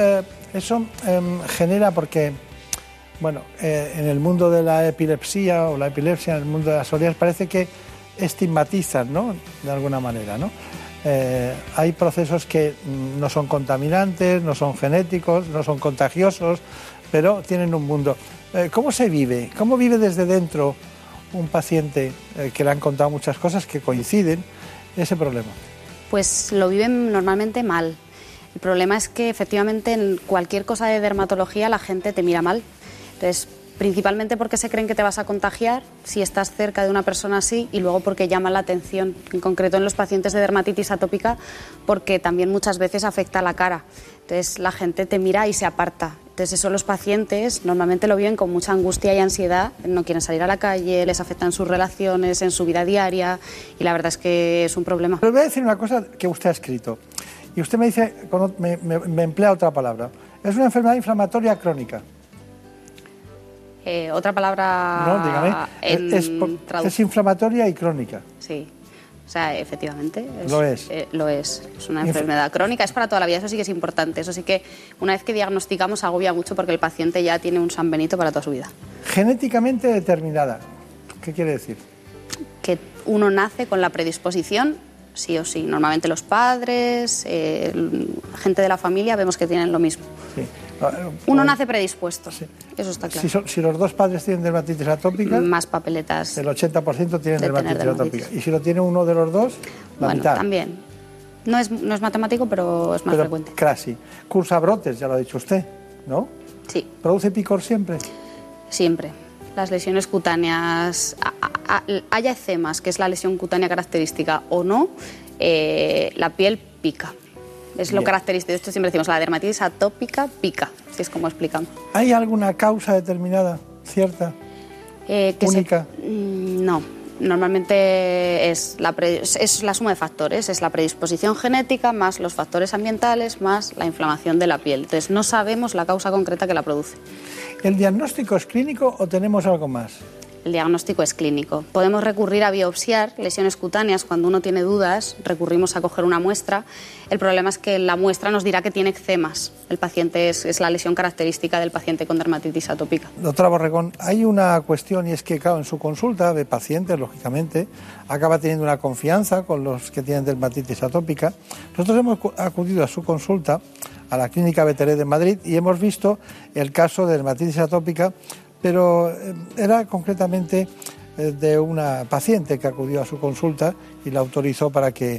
B: genera, porque, bueno, en el mundo de la epilepsia o la epilepsia, en el mundo de la psoriasis, parece que estigmatizan, ¿no?, de alguna manera, ¿no? Hay procesos que no son contaminantes, no son genéticos, no son contagiosos, pero tienen un mundo. ¿Cómo se vive? ¿Cómo vive desde dentro un paciente que le han contado muchas cosas que coinciden ese problema?
I: Pues lo viven normalmente mal. El problema es que efectivamente en cualquier cosa de dermatología la gente te mira mal. Entonces, principalmente porque se creen que te vas a contagiar si estás cerca de una persona así, y luego porque llama la atención, en concreto en los pacientes de dermatitis atópica, porque también muchas veces afecta a la cara. Entonces la gente te mira y se aparta. Entonces eso los pacientes normalmente lo viven con mucha angustia y ansiedad, no quieren salir a la calle, les afectan sus relaciones, en su vida diaria, y la verdad es que es un problema.
B: Pero voy a decir una cosa que usted ha escrito, y usted me dice, me emplea otra palabra. Es una enfermedad inflamatoria crónica.
I: Otra palabra...
B: No, dígame. Es inflamatoria y crónica.
I: Sí. O sea, efectivamente.
B: Lo es.
I: Lo es. Es una enfermedad crónica, es para toda la vida, eso sí que es importante. Eso sí que una vez que diagnosticamos agobia mucho porque el paciente ya tiene un San Benito para toda su vida.
B: Genéticamente determinada. ¿Qué quiere decir?
I: Que uno nace con la predisposición, sí o sí. Normalmente los padres, gente de la familia, vemos que tienen lo mismo. Sí. Uno nace predispuesto, sí. Eso está claro.
B: Si los dos padres tienen dermatitis atópica,
I: más papeletas.
B: El 80% tienen dermatitis atópica. Y si lo tiene uno de los dos, la mitad.
I: También. No es matemático, pero es más frecuente.
B: Casi. Cursa brotes, ya lo ha dicho usted, ¿no?
I: Sí.
B: ¿Produce picor siempre?
I: Siempre. Las lesiones cutáneas, haya eczemas, que es la lesión cutánea característica, o no, la piel pica. Es lo característico. De esto siempre decimos, la dermatitis atópica pica, así es como explicamos.
B: ¿Hay alguna causa determinada, cierta, única?
I: No, normalmente es la suma de factores, es la predisposición genética más los factores ambientales más la inflamación de la piel. Entonces no sabemos la causa concreta que la produce.
B: ¿El diagnóstico es clínico o tenemos algo más?
I: El diagnóstico es clínico. Podemos recurrir a biopsiar lesiones cutáneas cuando uno tiene dudas, recurrimos a coger una muestra. El problema es que la muestra nos dirá que tiene eczemas. El paciente es la lesión característica del paciente con dermatitis atópica.
B: Doctora Borregón, hay una cuestión, y es que, claro, en su consulta de pacientes, lógicamente, acaba teniendo una confianza con los que tienen dermatitis atópica. Nosotros hemos acudido a su consulta a la Clínica Veteré de Madrid y hemos visto el caso de dermatitis atópica, pero era concretamente de una paciente que acudió a su consulta y la autorizó para que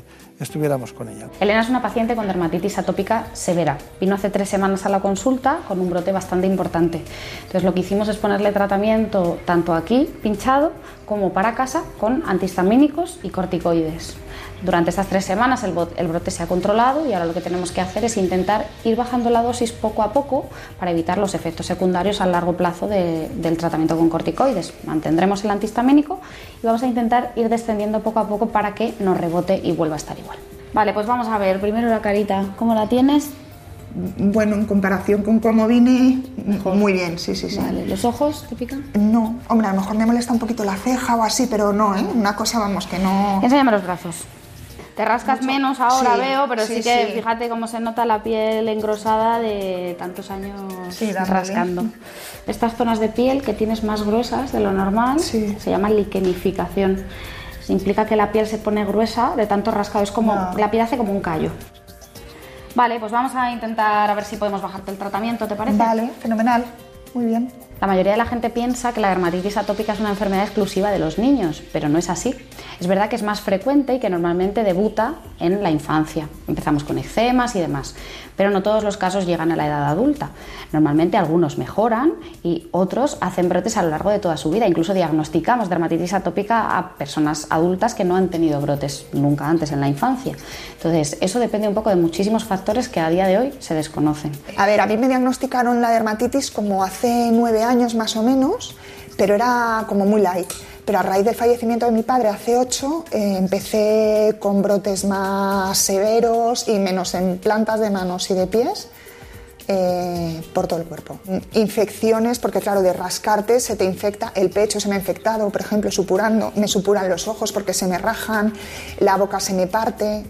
B: estuviéramos con ella.
I: Elena es una paciente con dermatitis atópica severa. Vino hace 3 semanas a la consulta con un brote bastante importante. Entonces lo que hicimos es ponerle tratamiento tanto aquí, pinchado, como para casa con antihistamínicos y corticoides. Durante estas 3 semanas el brote se ha controlado y ahora lo que tenemos que hacer es intentar ir bajando la dosis poco a poco para evitar los efectos secundarios a largo plazo del tratamiento con corticoides. Mantendremos el antihistamínico y vamos a intentar ir descendiendo poco a poco para que nos rebote y vuelva a estar igual. Vale, pues vamos a ver primero la carita. ¿Cómo la tienes?
J: Bueno, en comparación con cómo vine, mejor. Muy bien, sí.
I: Vale, ¿los ojos te pican?
J: No, hombre, a lo mejor me molesta un poquito la ceja o así, pero no, una cosa, vamos, que no...
I: Enséñame los brazos. Te rascas
J: mucho
I: menos ahora,
J: sí,
I: veo, pero sí que
J: sí.
I: Fíjate cómo se nota la piel engrosada de tantos años rascando. Estas zonas de piel que tienes más gruesas de lo normal se llama liquenificación. Implica que la piel se pone gruesa de tanto rascado, es como la piel hace como un callo. Vale, pues vamos a intentar a ver si podemos bajarte el tratamiento, ¿te parece?
J: Vale, fenomenal, muy bien.
I: La mayoría de la gente piensa que la dermatitis atópica es una enfermedad exclusiva de los niños, pero no es así. Es verdad que es más frecuente y que normalmente debuta en la infancia. Empezamos con eczemas y demás, pero no todos los casos llegan a la edad adulta. Normalmente algunos mejoran y otros hacen brotes a lo largo de toda su vida. Incluso diagnosticamos dermatitis atópica a personas adultas que no han tenido brotes nunca antes en la infancia. Entonces, eso depende un poco de muchísimos factores que a día de hoy se desconocen.
J: A ver, a mí me diagnosticaron la dermatitis como hace 9 años más o menos, pero era como muy light. Pero a raíz del fallecimiento de mi padre hace 8 empecé con brotes más severos y menos en plantas de manos y de pies por todo el cuerpo. Infecciones, porque claro, de rascarte se te infecta el pecho, se me ha infectado, por ejemplo, me supuran los ojos porque se me rajan, la boca se me parte.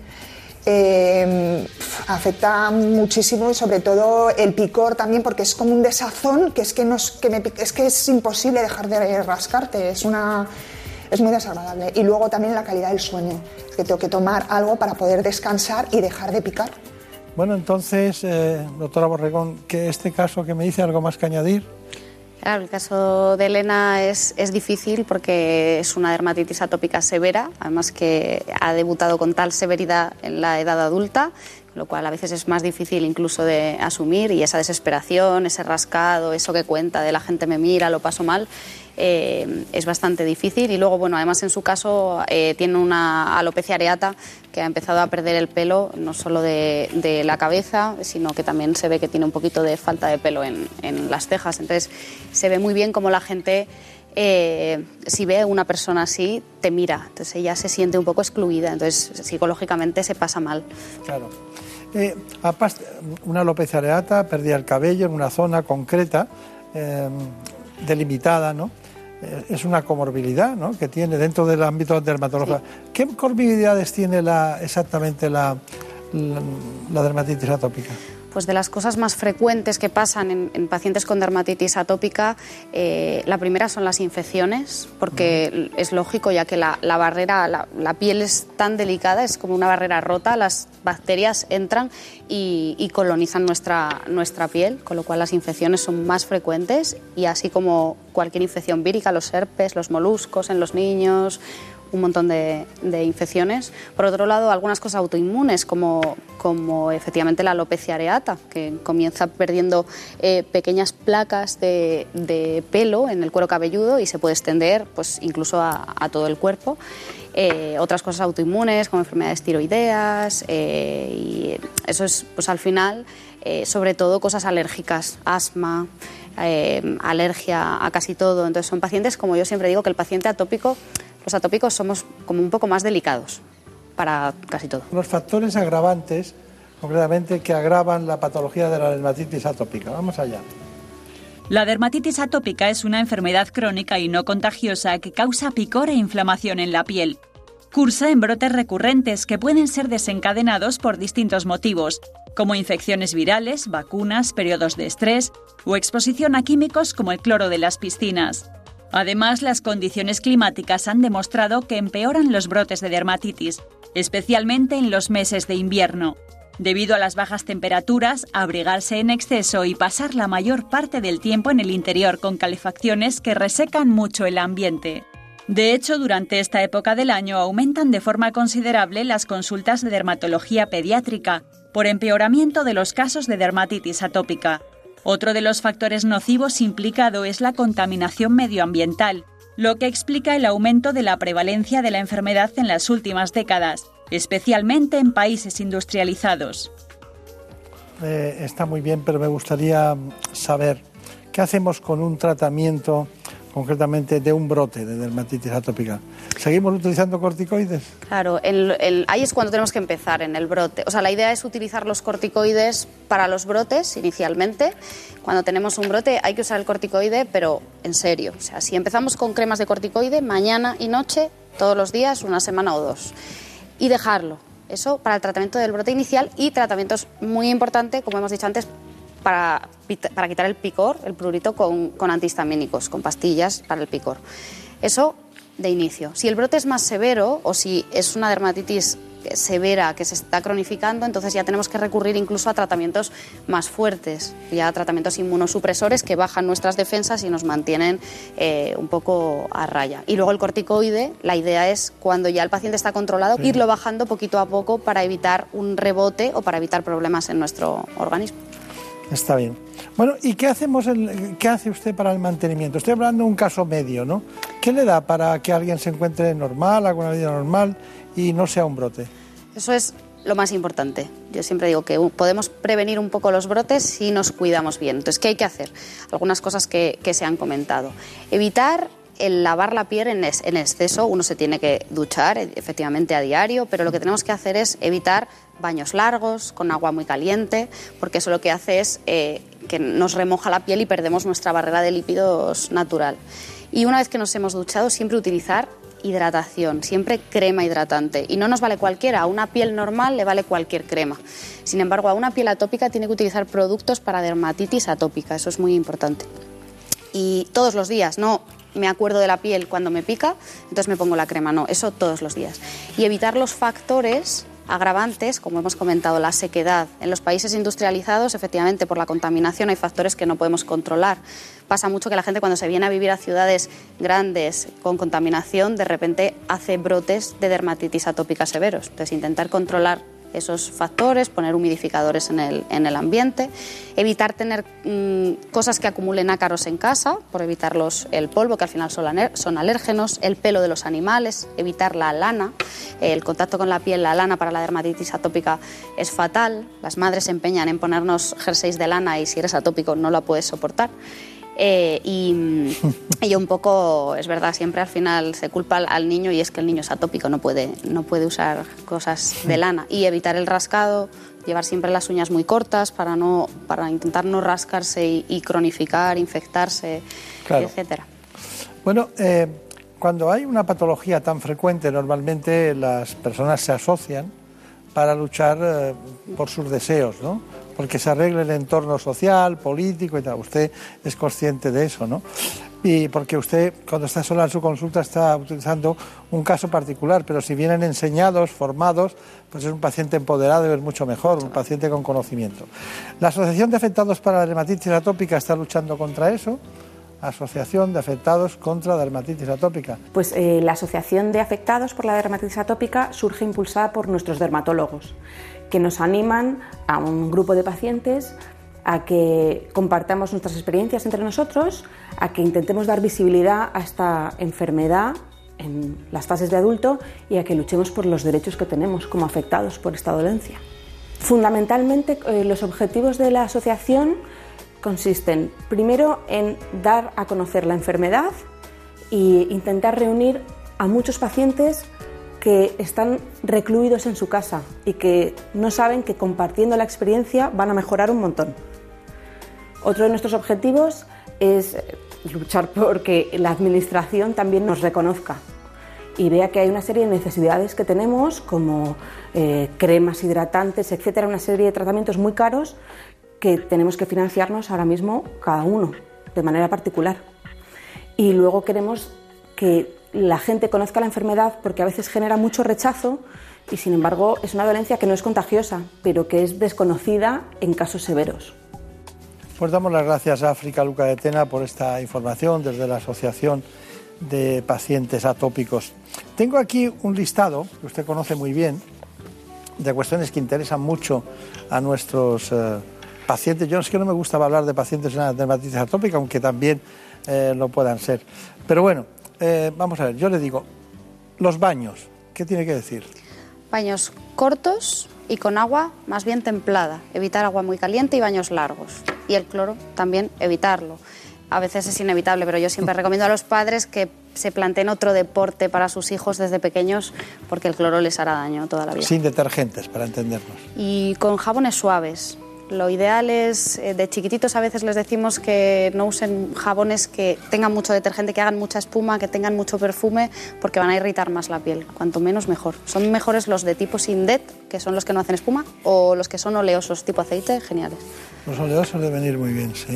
J: Afecta muchísimo y sobre todo el picor también, porque es como un desazón que es que es imposible dejar de rascarte, es muy desagradable. Y luego también la calidad del sueño, es que tengo que tomar algo para poder descansar y dejar de picar.
B: Bueno, entonces, doctora Borregón, ¿que este caso que me dice algo más que añadir?
I: Claro, el caso de Elena es difícil porque es una dermatitis atópica severa, además que ha debutado con tal severidad en la edad adulta, lo cual a veces es más difícil incluso de asumir, y esa desesperación, ese rascado, eso que cuenta de la gente me mira, lo paso mal, es bastante difícil. Y luego, bueno, además en su caso tiene una alopecia areata que ha empezado a perder el pelo, no solo de la cabeza, sino que también se ve que tiene un poquito de falta de pelo en las cejas. Entonces se ve muy bien cómo la gente, si ve a una persona así, te mira. Entonces ella se siente un poco excluida, entonces psicológicamente se pasa mal.
B: Claro. Una alopecia areata, pérdida del cabello en una zona concreta, delimitada, ¿no? Es una comorbilidad, ¿no?, que tiene dentro del ámbito dermatológico. Sí. ¿Qué comorbilidades tiene exactamente la dermatitis atópica?
I: Pues de las cosas más frecuentes que pasan en pacientes con dermatitis atópica, la primera son las infecciones, porque es lógico, ya que la barrera, la piel es tan delicada, es como una barrera rota, las bacterias entran y colonizan nuestra piel, con lo cual las infecciones son más frecuentes, y así como cualquier infección vírica, los herpes, los moluscos en los niños, un montón de infecciones. Por otro lado, algunas cosas autoinmunes, como efectivamente la alopecia areata, que comienza perdiendo pequeñas placas de pelo en el cuero cabelludo y se puede extender pues incluso a todo el cuerpo. Otras cosas autoinmunes, como enfermedades tiroideas, y eso es, pues al final, sobre todo cosas alérgicas, asma, alergia a casi todo. Entonces son pacientes, como yo siempre digo, que el paciente atópico, los atópicos somos como un poco más delicados para casi todo.
B: Los factores agravantes, concretamente, que agravan la patología de la dermatitis atópica. Vamos allá.
K: La dermatitis atópica es una enfermedad crónica y no contagiosa que causa picor e inflamación en la piel. Cursa en brotes recurrentes que pueden ser desencadenados por distintos motivos, como infecciones virales, vacunas, periodos de estrés o exposición a químicos como el cloro de las piscinas. Además, las condiciones climáticas han demostrado que empeoran los brotes de dermatitis, especialmente en los meses de invierno. Debido a las bajas temperaturas, abrigarse en exceso y pasar la mayor parte del tiempo en el interior con calefacciones que resecan mucho el ambiente. De hecho, durante esta época del año aumentan de forma considerable las consultas de dermatología pediátrica por empeoramiento de los casos de dermatitis atópica. Otro de los factores nocivos implicado es la contaminación medioambiental, lo que explica el aumento de la prevalencia de la enfermedad en las últimas décadas, especialmente en países industrializados.
B: Está muy bien, pero me gustaría saber qué hacemos con un tratamiento concretamente de un brote de dermatitis atópica. ¿Seguimos utilizando corticoides?
I: Claro, ahí es cuando tenemos que empezar, en el brote. O sea, la idea es utilizar los corticoides para los brotes inicialmente. Cuando tenemos un brote hay que usar el corticoide, pero en serio. O sea, si empezamos con cremas de corticoide mañana y noche, todos los días, una semana o dos. Y dejarlo. Eso para el tratamiento del brote inicial y tratamientos muy importantes, como hemos dicho antes, para quitar el picor, el prurito, con antihistamínicos, con pastillas para el picor. Eso de inicio. Si el brote es más severo o si es una dermatitis severa que se está cronificando, entonces ya tenemos que recurrir incluso a tratamientos más fuertes, ya a tratamientos inmunosupresores que bajan nuestras defensas y nos mantienen un poco a raya. Y luego el corticoide, la idea es, cuando ya el paciente está controlado, irlo bajando poquito a poco para evitar un rebote o para evitar problemas en nuestro organismo.
B: Está bien. Bueno, ¿y qué hace usted para el mantenimiento? Estoy hablando de un caso medio, ¿no? ¿Qué le da para que alguien se encuentre normal, haga una vida normal y no sea un brote?
I: Eso es lo más importante. Yo siempre digo que podemos prevenir un poco los brotes si nos cuidamos bien. Entonces, ¿qué hay que hacer? Algunas cosas que se han comentado. Evitar el lavar la piel en exceso. Uno se tiene que duchar, efectivamente, a diario, pero lo que tenemos que hacer es evitar baños largos, con agua muy caliente, porque eso lo que hace es que nos remoja la piel y perdemos nuestra barrera de lípidos natural. Y una vez que nos hemos duchado, siempre utilizar hidratación, siempre crema hidratante. Y no nos vale cualquiera, a una piel normal le vale cualquier crema. Sin embargo, a una piel atópica tiene que utilizar productos para dermatitis atópica, eso es muy importante. Y todos los días, no me acuerdo de la piel cuando me pica, entonces me pongo la crema, no, eso todos los días. Y evitar los factores agravantes, como hemos comentado, la sequedad. En los países industrializados, efectivamente, por la contaminación hay factores que no podemos controlar. Pasa mucho que la gente, cuando se viene a vivir a ciudades grandes con contaminación, de repente hace brotes de dermatitis atópica severos. Entonces, intentar controlar esos factores, poner humidificadores en el ambiente, evitar tener cosas que acumulen ácaros en casa, por evitar el polvo, que al final son alérgenos, el pelo de los animales, evitar la lana, el contacto con la piel, la lana para la dermatitis atópica es fatal. Las madres se empeñan en ponernos jerseys de lana y si eres atópico no la puedes soportar. Y un poco, es verdad, siempre al final se culpa al niño, y es que el niño es atópico, no puede usar cosas de lana. Y evitar el rascado, llevar siempre las uñas muy cortas para intentar no rascarse y cronificar, infectarse, claro, etcétera.
B: Bueno, cuando hay una patología tan frecuente, normalmente las personas se asocian para luchar por sus deseos, ¿no? Porque se arregle el entorno social, político y tal. Usted es consciente de eso, ¿no? Y porque usted, cuando está sola en su consulta, está utilizando un caso particular, pero si vienen enseñados, formados, pues es un paciente empoderado y es mucho mejor, un paciente con conocimiento. La Asociación de Afectados para la Dermatitis Atópica está luchando contra eso. Asociación de Afectados contra la Dermatitis Atópica.
L: Pues la Asociación de Afectados por la Dermatitis Atópica surge impulsada por nuestros dermatólogos, que nos animan a un grupo de pacientes a que compartamos nuestras experiencias entre nosotros, a que intentemos dar visibilidad a esta enfermedad en las fases de adulto y a que luchemos por los derechos que tenemos como afectados por esta dolencia. Fundamentalmente, los objetivos de la asociación consisten, primero, en dar a conocer la enfermedad e intentar reunir a muchos pacientes que están recluidos en su casa y que no saben que compartiendo la experiencia van a mejorar un montón. Otro de nuestros objetivos es luchar por que la administración también nos reconozca y vea que hay una serie de necesidades que tenemos, como cremas hidratantes, etcétera, una serie de tratamientos muy caros que tenemos que financiarnos ahora mismo cada uno de manera particular. Y luego queremos que la gente conozca la enfermedad, porque a veces genera mucho rechazo y, sin embargo, es una dolencia que no es contagiosa, pero que es desconocida en casos severos.
B: Pues damos las gracias a África Luca de Tena por esta información desde la Asociación de pacientes atópicos. Tengo aquí un listado, que usted conoce muy bien, de cuestiones que interesan mucho a nuestros pacientes. Yo es que no me gusta hablar de pacientes en dermatitis atópica, aunque también lo puedan ser. Pero bueno, vamos a ver, yo le digo, los baños, ¿qué tiene que decir?
I: Baños cortos y con agua más bien templada. Evitar agua muy caliente y baños largos. Y el cloro también evitarlo. A veces es inevitable, pero yo siempre recomiendo a los padres que se planteen otro deporte para sus hijos desde pequeños, porque el cloro les hará daño toda la vida.
B: Sin detergentes, para entendernos.
I: Y con jabones suaves. Lo ideal es, de chiquititos a veces les decimos que no usen jabones que tengan mucho detergente, que hagan mucha espuma, que tengan mucho perfume, porque van a irritar más la piel. Cuanto menos, mejor. Son mejores los de tipo Sindet, que son los que no hacen espuma, o los que son oleosos, tipo aceite, geniales.
B: Los oleosos deben ir muy bien, sí.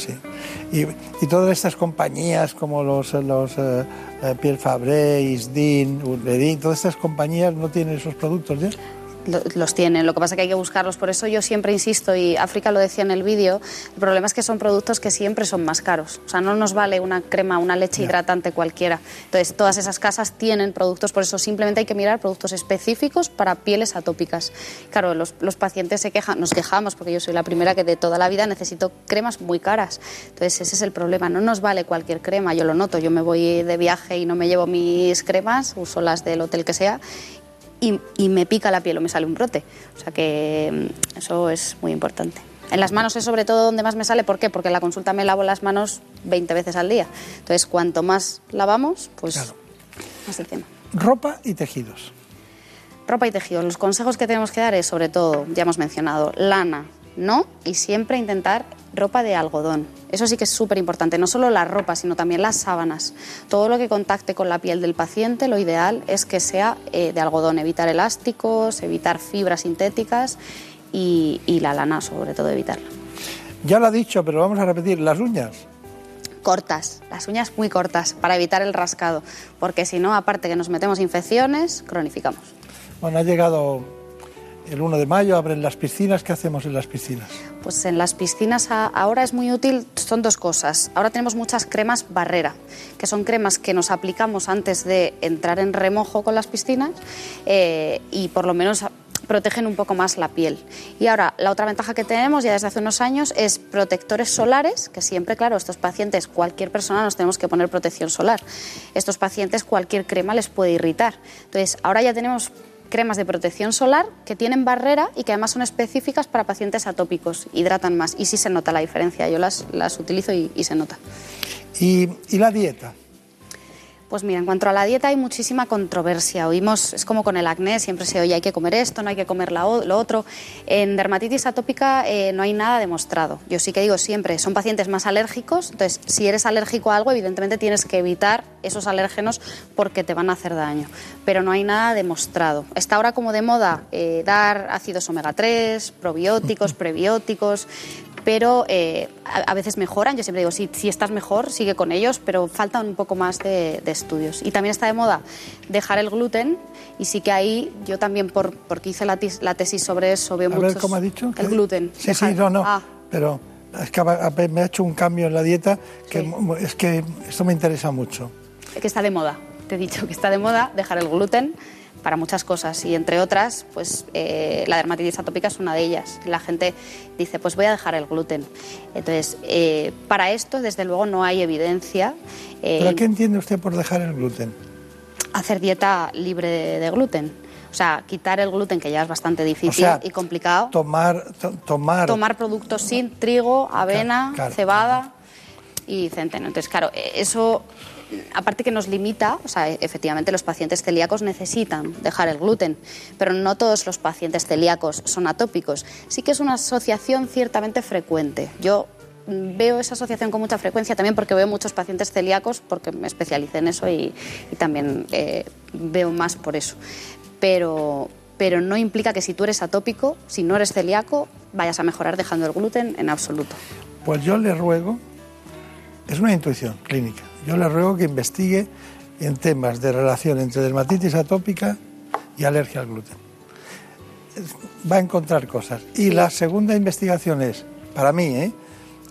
B: Y todas estas compañías como los Pierre Fabre, Isdin, Urbedin, todas estas compañías no tienen esos productos ya.
I: Los tienen, lo que pasa es que hay que buscarlos. Por eso yo siempre insisto, y África lo decía en el vídeo, el problema es que son productos que siempre son más caros. O sea, no nos vale una crema, una leche hidratante cualquiera. Entonces, todas esas casas tienen productos, por eso simplemente hay que mirar productos específicos para pieles atópicas. Claro, los pacientes se quejan, nos quejamos, porque yo soy la primera que de toda la vida necesito cremas muy caras. Entonces, ese es el problema. No nos vale cualquier crema, yo lo noto. Yo me voy de viaje y no me llevo mis cremas, uso las del hotel que sea, y me pica la piel o me sale un brote. O sea que eso es muy importante. En las manos es sobre todo donde más me sale. ¿Por qué? Porque en la consulta me lavo las manos 20 veces al día. Entonces, cuanto más lavamos, pues claro, más el tema.
B: Ropa y tejidos.
I: Ropa y tejidos. Los consejos que tenemos que dar es, sobre todo, ya hemos mencionado, lana, no, y siempre intentar ropa de algodón. Eso sí que es súper importante, no solo la ropa, sino también las sábanas. Todo lo que contacte con la piel del paciente, lo ideal es que sea de algodón, evitar elásticos, evitar fibras sintéticas y la lana, sobre todo, evitarla.
B: Ya lo ha dicho, pero vamos a repetir, las uñas.
I: Cortas, las uñas muy cortas, para evitar el rascado, porque si no, aparte que nos metemos infecciones, cronificamos.
B: Bueno, ha llegado el 1 de mayo, abren las piscinas. ¿Qué hacemos en las piscinas?
I: Pues en las piscinas ahora es muy útil, son dos cosas. Ahora tenemos muchas cremas barrera, que son cremas que nos aplicamos antes de entrar en remojo con las piscinas y por lo menos protegen un poco más la piel. Y ahora, la otra ventaja que tenemos ya desde hace unos años es protectores solares, que siempre, claro, estos pacientes, cualquier persona nos tenemos que poner protección solar. Estos pacientes cualquier crema les puede irritar. Entonces, ahora ya tenemos cremas de protección solar que tienen barrera y que además son específicas para pacientes atópicos, hidratan más y sí se nota la diferencia. Yo las utilizo y se nota.
B: ¿Y la dieta?
I: Pues mira, en cuanto a la dieta hay muchísima controversia. Oímos, es como con el acné, siempre se oye hay que comer esto, no hay que comer lo otro. En dermatitis atópica no hay nada demostrado. Yo sí que digo siempre, son pacientes más alérgicos, entonces si eres alérgico a algo, evidentemente tienes que evitar esos alérgenos porque te van a hacer daño. Pero no hay nada demostrado. Está ahora como de moda dar ácidos omega 3, probióticos, prebióticos, pero a veces mejoran. Yo siempre digo, si estás mejor, sigue con ellos, pero faltan un poco más de estudios. Y también está de moda dejar el gluten, y sí que ahí yo también, porque hice la tesis sobre eso, veo muchos...
B: A ver, ¿cómo ha dicho?
I: El gluten.
B: Sí, pero es que me ha hecho un cambio en la dieta, que sí. Es que esto me interesa mucho.
I: Que está de moda, te he dicho que está de moda dejar el gluten para muchas cosas, y entre otras, pues la dermatitis atópica es una de ellas. La gente dice, pues voy a dejar el gluten. Entonces, para esto, desde luego, no hay evidencia.
B: ¿Pero qué entiende usted por dejar el gluten?
I: Hacer dieta libre de gluten. O sea, quitar el gluten, que ya es bastante difícil y complicado. Tomar productos sin trigo, avena, cebada y centeno. Entonces, claro, eso... Aparte que nos limita, o sea, efectivamente los pacientes celíacos necesitan dejar el gluten, pero no todos los pacientes celíacos son atópicos. Sí que es una asociación ciertamente frecuente. Yo veo esa asociación con mucha frecuencia también porque veo muchos pacientes celíacos, porque me especialicé en eso y también veo más por eso. Pero no implica que si tú eres atópico, si no eres celíaco, vayas a mejorar dejando el gluten en absoluto.
B: Pues yo le ruego, es una intuición clínica, yo le ruego que investigue en temas de relación entre dermatitis atópica y alergia al gluten. Va a encontrar cosas. Y la segunda investigación es, para mí,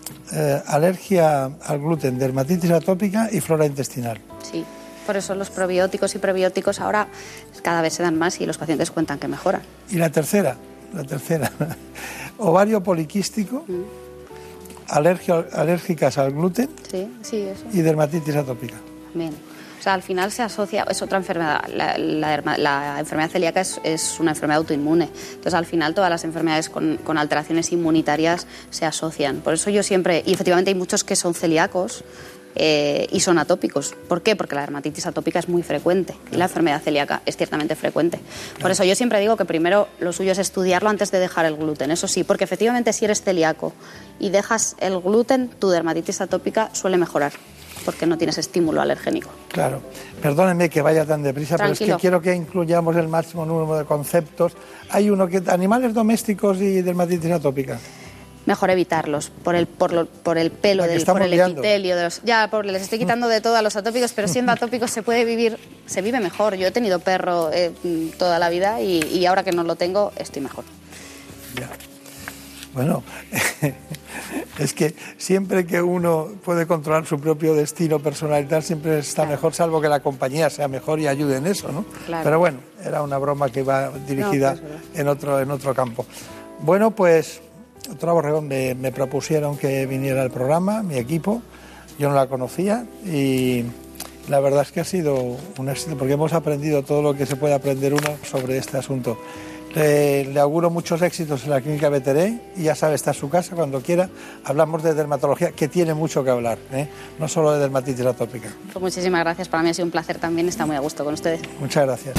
B: alergia al gluten, dermatitis atópica y flora intestinal.
I: Sí, por eso los probióticos y prebióticos ahora cada vez se dan más y los pacientes cuentan que mejoran.
B: Y la tercera, ovario poliquístico, alérgicas al gluten,
I: sí, eso.
B: Y dermatitis atópica.
I: Bien. O sea, al final se asocia, es otra enfermedad. La enfermedad celíaca es una enfermedad autoinmune. Entonces, al final, todas las enfermedades con alteraciones inmunitarias se asocian. Por eso yo siempre, y efectivamente hay muchos que son celíacos y son atópicos. ¿Por qué? Porque la dermatitis atópica es muy frecuente y la enfermedad celíaca es ciertamente frecuente. Por eso yo siempre digo que primero lo suyo es estudiarlo antes de dejar el gluten. Eso sí, porque efectivamente si eres celíaco y dejas el gluten, tu dermatitis atópica suele mejorar, porque no tienes estímulo alergénico.
B: Claro. Perdónenme que vaya tan deprisa,
I: Tranquilo.
B: Pero es que quiero que incluyamos el máximo número de conceptos. Hay uno que animales domésticos y dermatitis atópica.
I: Mejor evitarlos por el pelo, por el epitelio de los... Ya, les estoy quitando de todo a los atópicos, pero siendo atópicos se vive mejor. Yo he tenido perro toda la vida y ahora que no lo tengo estoy mejor.
B: Ya. Bueno, es que siempre que uno puede controlar su propio destino personal y tal, siempre está mejor, salvo que la compañía sea mejor y ayude en eso, ¿no?
I: Claro.
B: Pero bueno, era una broma que iba dirigida en otro campo. Bueno, pues Doctora Borregón, me propusieron que viniera al programa, mi equipo, yo no la conocía y la verdad es que ha sido un éxito porque hemos aprendido todo lo que se puede aprender uno sobre este asunto. Le auguro muchos éxitos en la clínica Veteré y ya sabe, está en su casa cuando quiera. Hablamos de dermatología, que tiene mucho que hablar, no solo de dermatitis atópica.
I: Pues muchísimas gracias, para mí ha sido un placer también, está muy a gusto con ustedes.
B: Muchas gracias.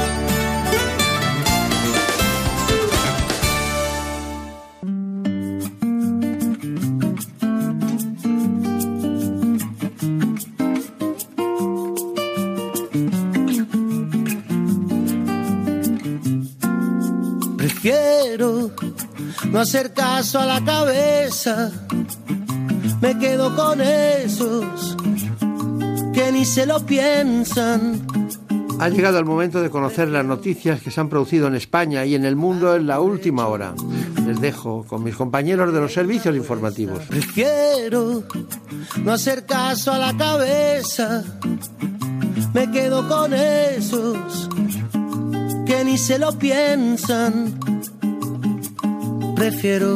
M: Prefiero no hacer caso a la cabeza, me quedo con esos que ni se lo piensan.
N: Ha llegado el momento de conocer las noticias que se han producido en España y en el mundo en la última hora. Les dejo con mis compañeros de los servicios informativos.
M: Prefiero no hacer caso a la cabeza, me quedo con esos que ni se lo piensan. Prefiero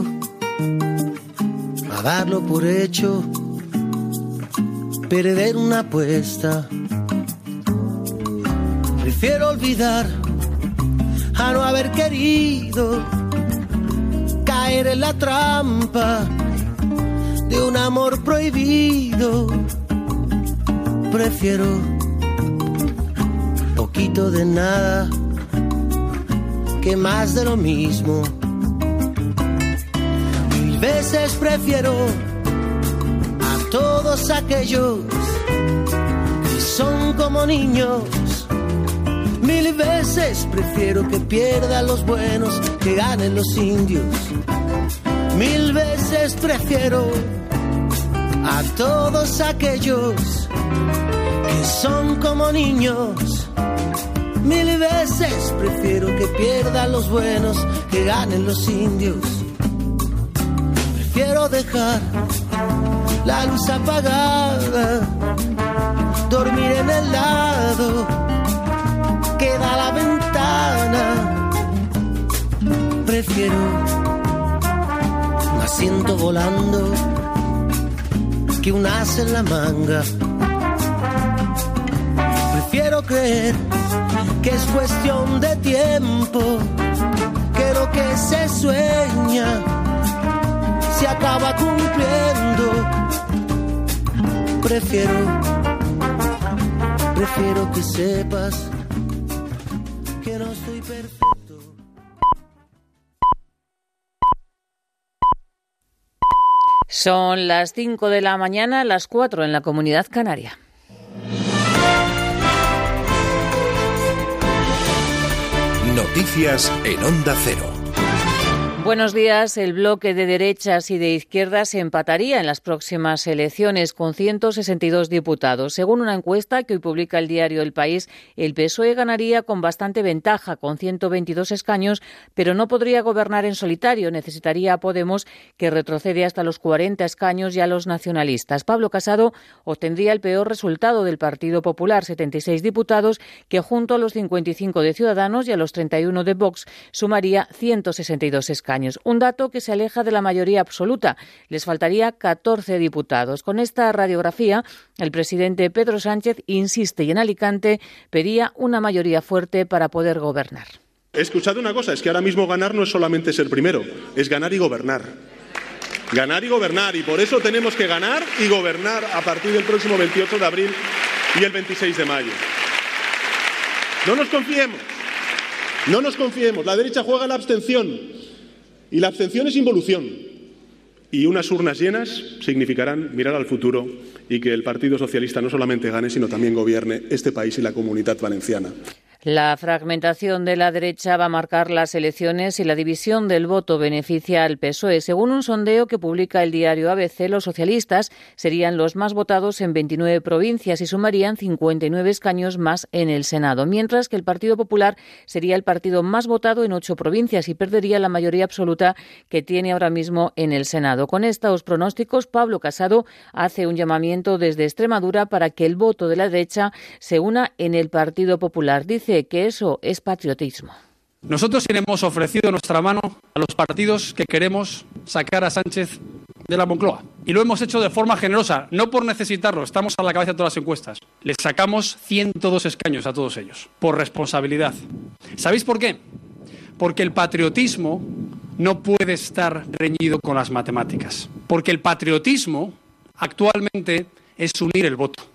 M: a darlo por hecho, perder una apuesta. Prefiero olvidar a no haber querido caer en la trampa de un amor prohibido. Prefiero poquito de nada que más de lo mismo. Mil veces prefiero a todos aquellos que son como niños. Mil veces prefiero que pierdan los buenos, que ganen los indios. Mil veces prefiero a todos aquellos que son como niños. Mil veces prefiero que pierdan los buenos, que ganen los indios. Prefiero dejar la luz apagada, dormir en el lado que da la ventana. Prefiero un asiento volando que un as en la manga. Prefiero creer que es cuestión de tiempo, que lo que se sueña se acaba cumpliendo. Prefiero que sepas que no estoy perfecto.
O: Son las 5 de la mañana, las 4 en la Comunidad Canaria.
A: Noticias en Onda Cero.
O: Buenos días. El bloque de derechas y de izquierdas se empataría en las próximas elecciones con 162 diputados. Según una encuesta que hoy publica el diario El País, el PSOE ganaría con bastante ventaja, con 122 escaños, pero no podría gobernar en solitario. Necesitaría a Podemos, que retrocede hasta los 40 escaños, y a los nacionalistas. Pablo Casado obtendría el peor resultado del Partido Popular, 76 diputados, que junto a los 55 de Ciudadanos y a los 31 de Vox sumaría 162 escaños. Un dato que se aleja de la mayoría absoluta. Les faltaría 14 diputados. Con esta radiografía, el presidente Pedro Sánchez insiste y en Alicante pedía una mayoría fuerte para poder gobernar.
P: He escuchado una cosa, es que ahora mismo ganar no es solamente ser primero, es ganar y gobernar. Ganar y gobernar, y por eso tenemos que ganar y gobernar a partir del próximo 28 de abril y el 26 de mayo. No nos confiemos, no nos confiemos. La derecha juega la abstención. Y la abstención es involución. Y unas urnas llenas significarán mirar al futuro y que el Partido Socialista no solamente gane, sino también gobierne este país y la Comunitat Valenciana.
O: La fragmentación de la derecha va a marcar las elecciones y la división del voto beneficia al PSOE. Según un sondeo que publica el diario ABC, los socialistas serían los más votados en 29 provincias y sumarían 59 escaños más en el Senado, mientras que el Partido Popular sería el partido más votado en 8 provincias y perdería la mayoría absoluta que tiene ahora mismo en el Senado. Con estos pronósticos, Pablo Casado hace un llamamiento desde Extremadura para que el voto de la derecha se una en el Partido Popular. Dice que eso es patriotismo.
Q: Nosotros hemos ofrecido nuestra mano a los partidos que queremos sacar a Sánchez de la Moncloa. Y lo hemos hecho de forma generosa, no por necesitarlo, estamos a la cabeza de todas las encuestas. Les sacamos 102 escaños a todos ellos, por responsabilidad. ¿Sabéis por qué? Porque el patriotismo no puede estar reñido con las matemáticas. Porque el patriotismo actualmente es unir el voto.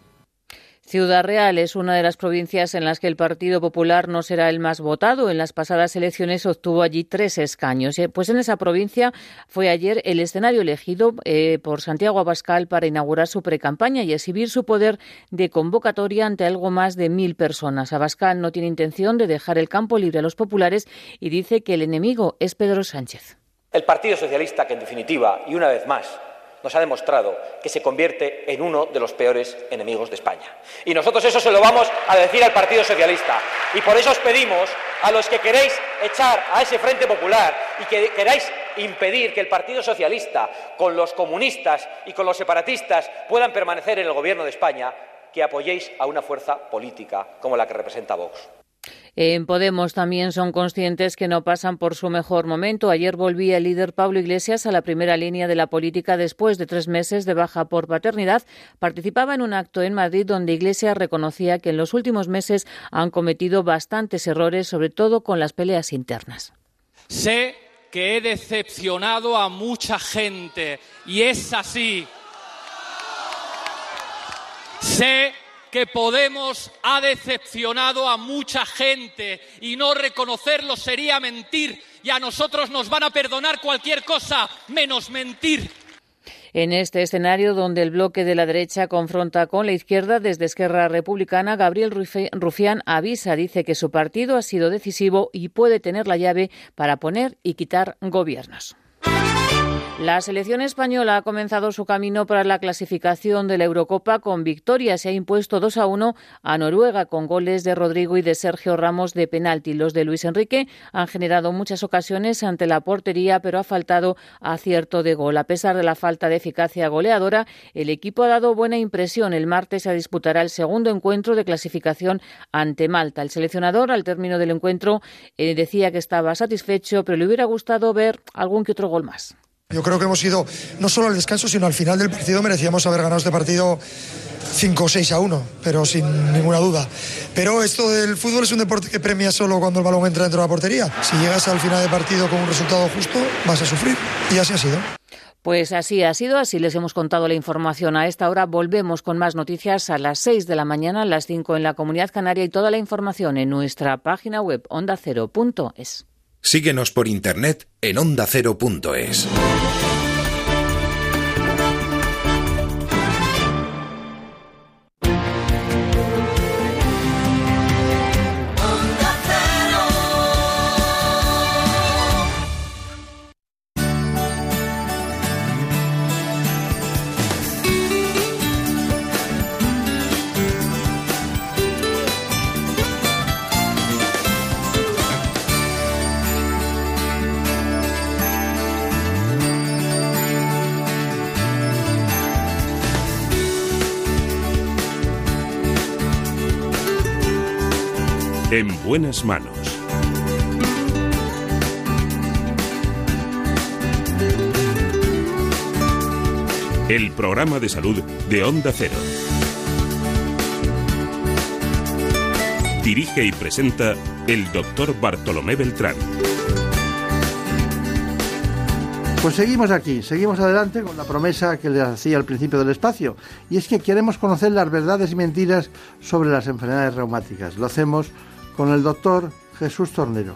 O: Ciudad Real es una de las provincias en las que el Partido Popular no será el más votado. En las pasadas elecciones obtuvo allí 3 escaños. Pues en esa provincia fue ayer el escenario elegido por Santiago Abascal para inaugurar su precampaña y exhibir su poder de convocatoria ante algo más de 1.000 personas. Abascal no tiene intención de dejar el campo libre a los populares y dice que el enemigo es Pedro Sánchez.
R: El Partido Socialista, que en definitiva, y una vez más, nos ha demostrado que se convierte en uno de los peores enemigos de España. Y nosotros eso se lo vamos a decir al Partido Socialista. Y por eso os pedimos a los que queréis echar a ese Frente Popular y que queráis impedir que el Partido Socialista, con los comunistas y con los separatistas, puedan permanecer en el Gobierno de España, que apoyéis a una fuerza política como la que representa Vox.
O: En Podemos también son conscientes que no pasan por su mejor momento. Ayer volvía el líder Pablo Iglesias a la primera línea de la política después de 3 meses de baja por paternidad. Participaba en un acto en Madrid donde Iglesias reconocía que en los últimos meses han cometido bastantes errores, sobre todo con las peleas internas.
S: Sé que he decepcionado a mucha gente y es así. Sé que Podemos ha decepcionado a mucha gente y no reconocerlo sería mentir, y a nosotros nos van a perdonar cualquier cosa menos mentir.
O: En este escenario, donde el bloque de la derecha confronta con la izquierda, desde Esquerra Republicana, Gabriel Rufián avisa, dice que su partido ha sido decisivo y puede tener la llave para poner y quitar gobiernos. La selección española ha comenzado su camino para la clasificación de la Eurocopa con victoria. Se ha impuesto 2-1 a Noruega con goles de Rodrigo y de Sergio Ramos de penalti. Los de Luis Enrique han generado muchas ocasiones ante la portería, pero ha faltado acierto de gol. A pesar de la falta de eficacia goleadora, el equipo ha dado buena impresión. El martes se disputará el segundo encuentro de clasificación ante Malta. El seleccionador, al término del encuentro, decía que estaba satisfecho, pero le hubiera gustado ver algún que otro gol más.
T: Yo creo que hemos ido, no solo al descanso, sino al final del partido merecíamos haber ganado este partido 5-6-1, pero sin ninguna duda. Pero esto del fútbol es un deporte que premia solo cuando el balón entra dentro de la portería. Si llegas al final del partido con un resultado justo, vas a sufrir. Y así ha sido.
O: Pues así ha sido, así les hemos contado la información a esta hora. Volvemos con más noticias a las 6 de la mañana, a las 5 en la Comunidad Canaria, y toda la información en nuestra página web ondacero.es.
U: Síguenos por internet en ondacero.es.
A: En buenas manos. El programa de salud de Onda Cero. Dirige y presenta el doctor Bartolomé Beltrán.
N: Pues seguimos aquí, seguimos adelante con la promesa que les hacía al principio del espacio, y es que queremos conocer las verdades y mentiras sobre las enfermedades reumáticas. Lo hacemos con el doctor Jesús Tornero.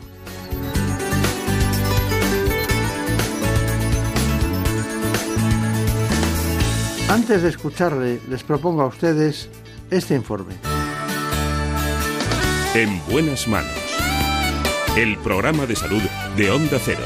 N: Antes de escucharle, les propongo a ustedes este informe.
A: En buenas manos. El programa de salud de Onda Cero.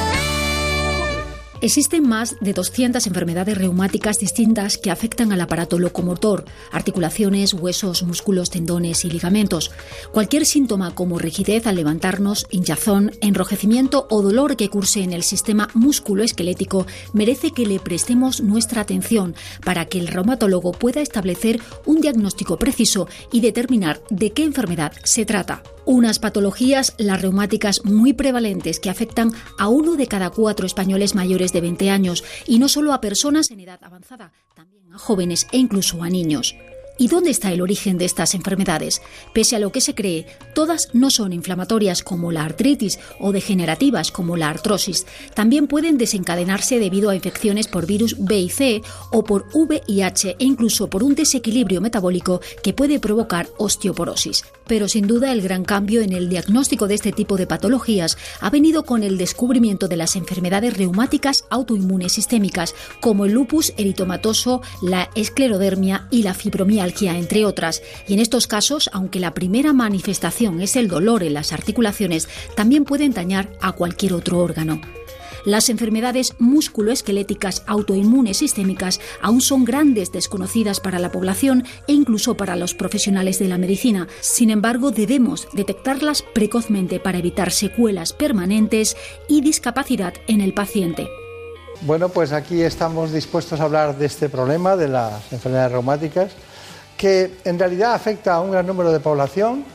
C: Existen más de 200 enfermedades reumáticas distintas que afectan al aparato locomotor, articulaciones, huesos, músculos, tendones y ligamentos. Cualquier síntoma como rigidez al levantarnos, hinchazón, enrojecimiento o dolor que curse en el sistema músculo-esquelético merece que le prestemos nuestra atención para que el reumatólogo pueda establecer un diagnóstico preciso y determinar de qué enfermedad se trata. Unas patologías, las reumáticas, muy prevalentes que afectan a 1 de cada 4 españoles mayores de 20 años y no solo a personas en edad avanzada, también a jóvenes e incluso a niños. ¿Y dónde está el origen de estas enfermedades? Pese a lo que se cree, todas no son inflamatorias como la artritis o degenerativas como la artrosis. También pueden desencadenarse debido a infecciones por virus B y C o por VIH e incluso por un desequilibrio metabólico que puede provocar osteoporosis. Pero sin duda el gran cambio en el diagnóstico de este tipo de patologías ha venido con el descubrimiento de las enfermedades reumáticas autoinmunes sistémicas como el lupus eritomatoso, la esclerodermia y la fibromialgia, entre otras. Y en estos casos, aunque la primera manifestación es el dolor en las articulaciones, también pueden dañar a cualquier otro órgano. Las enfermedades musculoesqueléticas autoinmunes sistémicas aún son grandes desconocidas para la población e incluso para los profesionales de la medicina. Sin embargo, debemos detectarlas precozmente para evitar secuelas permanentes y discapacidad en el paciente.
B: Bueno, pues aquí estamos dispuestos a hablar de este problema de las enfermedades reumáticas, que en realidad afecta a un gran número de población,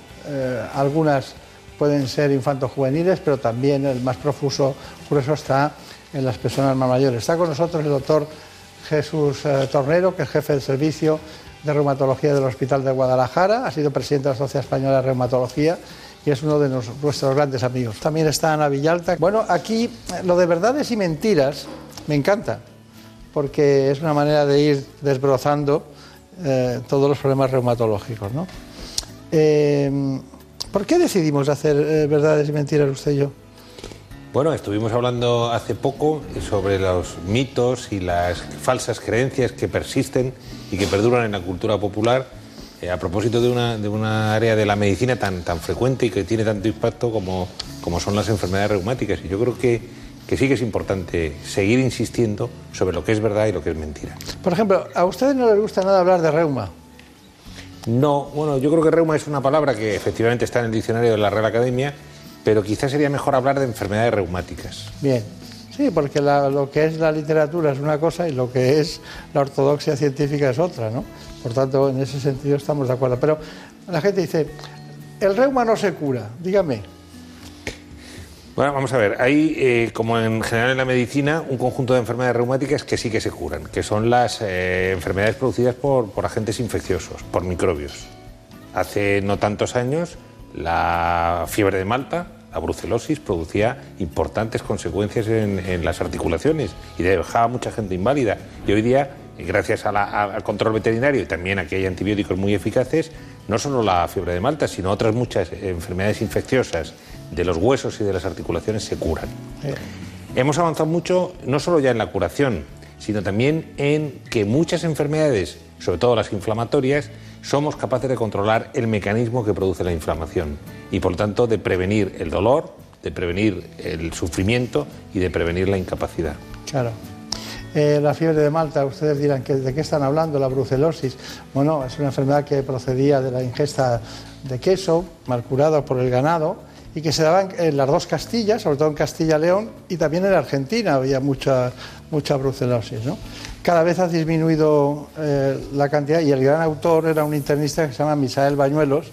B: algunas pueden ser infantojuveniles, pero también el más profuso grueso está en las personas más mayores. Está con nosotros el doctor Jesús Tornero, que es jefe del servicio de reumatología del Hospital de Guadalajara, ha sido presidente de la Sociedad Española de Reumatología y es uno de nuestros grandes amigos. También está Ana Villalta. Bueno, aquí lo de verdades y mentiras me encanta, porque es una manera de ir desbrozando todos los problemas reumatológicos, ¿no? ¿Por qué decidimos hacer verdades y mentiras usted y yo?
V: Bueno, estuvimos hablando hace poco sobre los mitos y las falsas creencias que persisten y que perduran en la cultura popular a propósito de una área de la medicina tan frecuente y que tiene tanto impacto como son las enfermedades reumáticas. Y yo creo que sí que es importante seguir insistiendo sobre lo que es verdad y lo que es mentira.
B: Por ejemplo, ¿a ustedes no les gusta nada hablar de reuma?
V: No, bueno, yo creo que reuma es una palabra que efectivamente está en el diccionario de la Real Academia, pero quizás sería mejor hablar de enfermedades reumáticas.
B: Bien, sí, porque lo que es la literatura es una cosa y lo que es la ortodoxia científica es otra, ¿no? Por tanto, en ese sentido estamos de acuerdo. Pero la gente dice, el reuma no se cura, dígame.
V: Bueno, vamos a ver, hay, como en general en la medicina, un conjunto de enfermedades reumáticas que sí que se curan, que son las enfermedades producidas por agentes infecciosos, por microbios. Hace no tantos años, la fiebre de Malta, la brucelosis, producía importantes consecuencias en las articulaciones y dejaba a mucha gente inválida. Y hoy día, gracias al control veterinario y también a que hay antibióticos muy eficaces, no solo la fiebre de Malta, sino otras muchas enfermedades infecciosas de los huesos y de las articulaciones se curan. Hemos avanzado mucho, no solo ya en la curación, sino también en que muchas enfermedades, sobre todo las inflamatorias, somos capaces de controlar el mecanismo que produce la inflamación y, por tanto, de prevenir el dolor, de prevenir el sufrimiento y de prevenir la incapacidad.
B: Claro. La fiebre de Malta, ustedes dirán, ¿de qué están hablando? La brucelosis. Bueno, es una enfermedad que procedía de la ingesta de queso, mal curado por el ganado, y que se daban en las dos Castillas, sobre todo en Castilla-León, y también en Argentina había mucha brucelosis, ¿no? Cada vez ha disminuido la cantidad, y el gran autor era un internista que se llama Misael Bañuelos,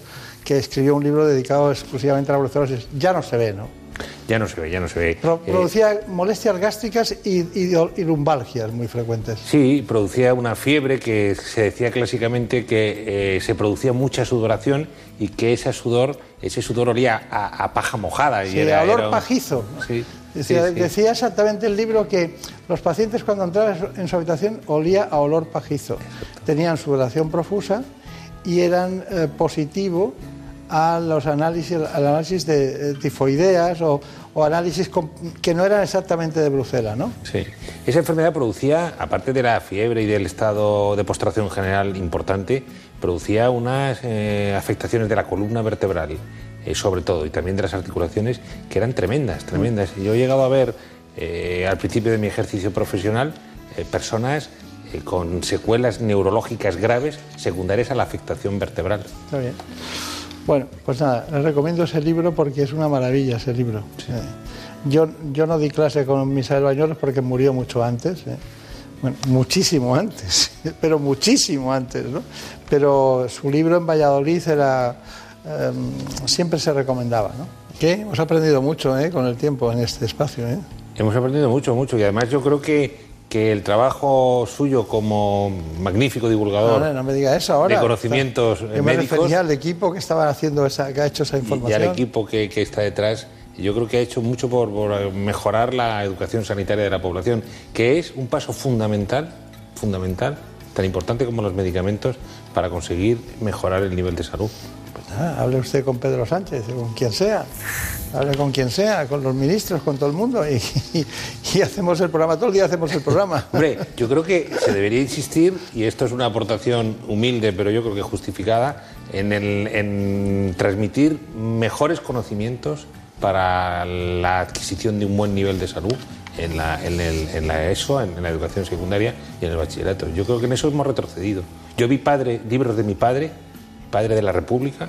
B: que escribió un libro dedicado exclusivamente a la brucelosis. Ya no se ve, ¿no?
V: Ya no se ve.
B: Producía molestias gástricas y lumbalgias muy frecuentes.
V: Sí, producía una fiebre que se decía clásicamente que se producía mucha sudoración y que ese sudor olía a paja mojada.
B: Sí, a olor pajizo.
V: Sí,
B: decía exactamente el libro que los pacientes cuando entraban en su habitación olía a olor pajizo.
V: Exacto.
B: Tenían sudoración profusa y eran positivo al análisis de tifoideas o análisis que no eran exactamente de brucela, ¿no?
V: Sí. Esa enfermedad producía, aparte de la fiebre y del estado de postración general importante, producía unas afectaciones de la columna vertebral, sobre todo, y también de las articulaciones, que eran tremendas. Yo he llegado a ver, al principio de mi ejercicio profesional, personas con secuelas neurológicas graves secundarias a la afectación vertebral.
B: Está bien. Bueno, pues nada, les recomiendo ese libro porque es una maravilla ese libro. Sí. Yo no di clase con Misael Bañuelos porque murió mucho antes, bueno, muchísimo antes, pero muchísimo antes, ¿no? Pero su libro en Valladolid era siempre se recomendaba, ¿no? Que hemos aprendido mucho con el tiempo en este espacio, ¿eh?
V: Hemos aprendido mucho, y además yo creo que el trabajo suyo como magnífico divulgador
B: no me diga eso ahora,
V: de conocimientos
B: yo me
V: médicos,
B: refería al equipo que estaba haciendo que ha hecho esa información.
V: Y al equipo que está detrás, yo creo que ha hecho mucho por mejorar la educación sanitaria de la población, que es un paso fundamental, tan importante como los medicamentos, para conseguir mejorar el nivel de salud.
B: Hable usted con Pedro Sánchez, con quien sea, hable con quien sea, con los ministros, con todo el mundo y hacemos el programa, todo el día hacemos el programa.
V: Hombre, yo creo que se debería insistir, y esto es una aportación humilde, pero yo creo que justificada, en transmitir mejores conocimientos para la adquisición de un buen nivel de salud en la ESO, en la educación secundaria y en el bachillerato. Yo creo que en eso hemos retrocedido. Yo vi libros de mi padre de la República,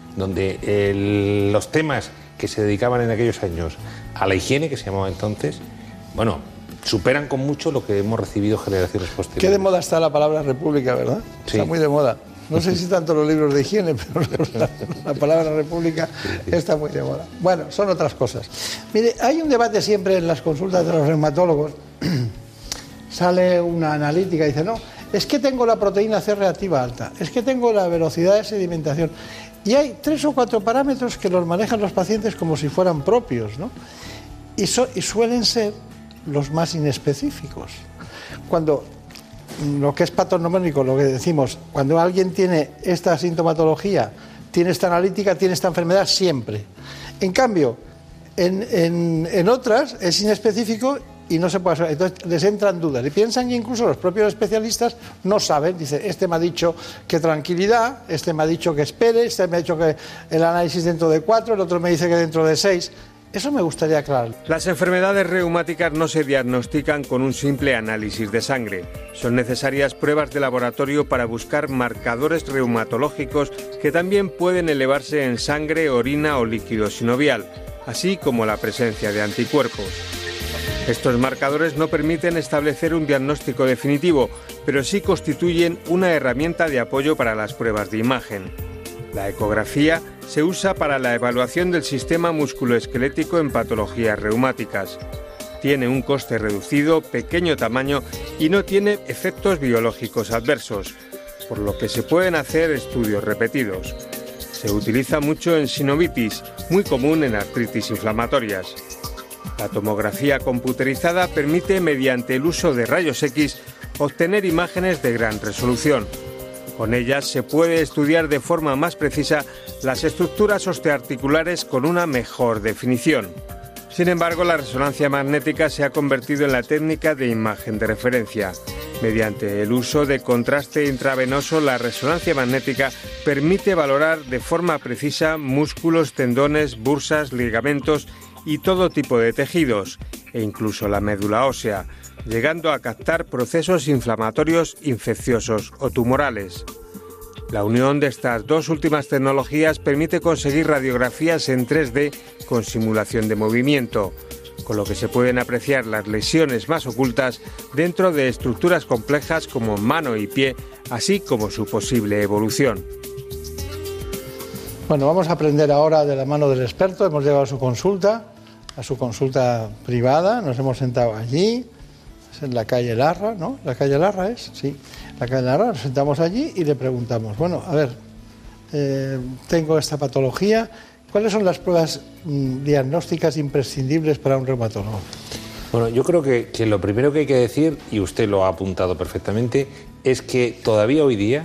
V: donde los temas que se dedicaban en aquellos años a la higiene, que se llamaba entonces, bueno, superan con mucho lo que hemos recibido generaciones posteriores.
B: Qué de moda está la palabra república, ¿verdad?
V: Sí.
B: Está muy de moda. No sé si tanto los libros de higiene, pero la palabra república está muy de moda. Bueno, son otras cosas. Mire, hay un debate siempre en las consultas de los reumatólogos. Sale una analítica y dice, no, es que tengo la proteína C reactiva alta, es que tengo la velocidad de sedimentación. Y hay 3 o 4 parámetros que los manejan los pacientes como si fueran propios, ¿no? Y suelen ser los más inespecíficos. Cuando lo que es patognomónico, lo que decimos, cuando alguien tiene esta sintomatología, tiene esta analítica, tiene esta enfermedad, siempre. En cambio, en otras es inespecífico y no se puede hacer. Entonces les entran dudas y piensan que incluso los propios especialistas no saben. Dice, este me ha dicho que tranquilidad, este me ha dicho que espere, este me ha dicho que el análisis dentro de 4, el otro me dice que dentro de 6. Eso me gustaría aclarar.
E: Las enfermedades reumáticas no se diagnostican con un simple análisis de sangre. Son necesarias pruebas de laboratorio para buscar marcadores reumatológicos que también pueden elevarse en sangre, orina o líquido sinovial, así como la presencia de anticuerpos. Estos marcadores no permiten establecer un diagnóstico definitivo, pero sí constituyen una herramienta de apoyo para las pruebas de imagen. La ecografía se usa para la evaluación del sistema musculoesquelético en patologías reumáticas. Tiene un coste reducido, pequeño tamaño y no tiene efectos biológicos adversos, por lo que se pueden hacer estudios repetidos. Se utiliza mucho en sinovitis, muy común en artritis inflamatorias. La tomografía computerizada permite, mediante el uso de rayos X, obtener imágenes de gran resolución. Con ellas se puede estudiar de forma más precisa las estructuras osteoarticulares con una mejor definición. Sin embargo, la resonancia magnética se ha convertido en la técnica de imagen de referencia. Mediante el uso de contraste intravenoso, la resonancia magnética permite valorar de forma precisa músculos, tendones, bursas, ligamentos y todo tipo de tejidos, e incluso la médula ósea, llegando a captar procesos inflamatorios, infecciosos o tumorales. La unión de estas dos últimas tecnologías permite conseguir radiografías en 3D con simulación de movimiento, con lo que se pueden apreciar las lesiones más ocultas dentro de estructuras complejas como mano y pie, así como su posible evolución.
B: Bueno, vamos a aprender ahora de la mano del experto. Hemos llegado a su consulta privada, nos hemos sentado allí, es en la calle Larra, ¿no? ¿La calle Larra es? Sí, la calle Larra, nos sentamos allí y le preguntamos, bueno, a ver, tengo esta patología, ¿cuáles son las pruebas diagnósticas imprescindibles para un reumatólogo?
V: Bueno, yo creo que lo primero que hay que decir, y usted lo ha apuntado perfectamente, es que todavía hoy día,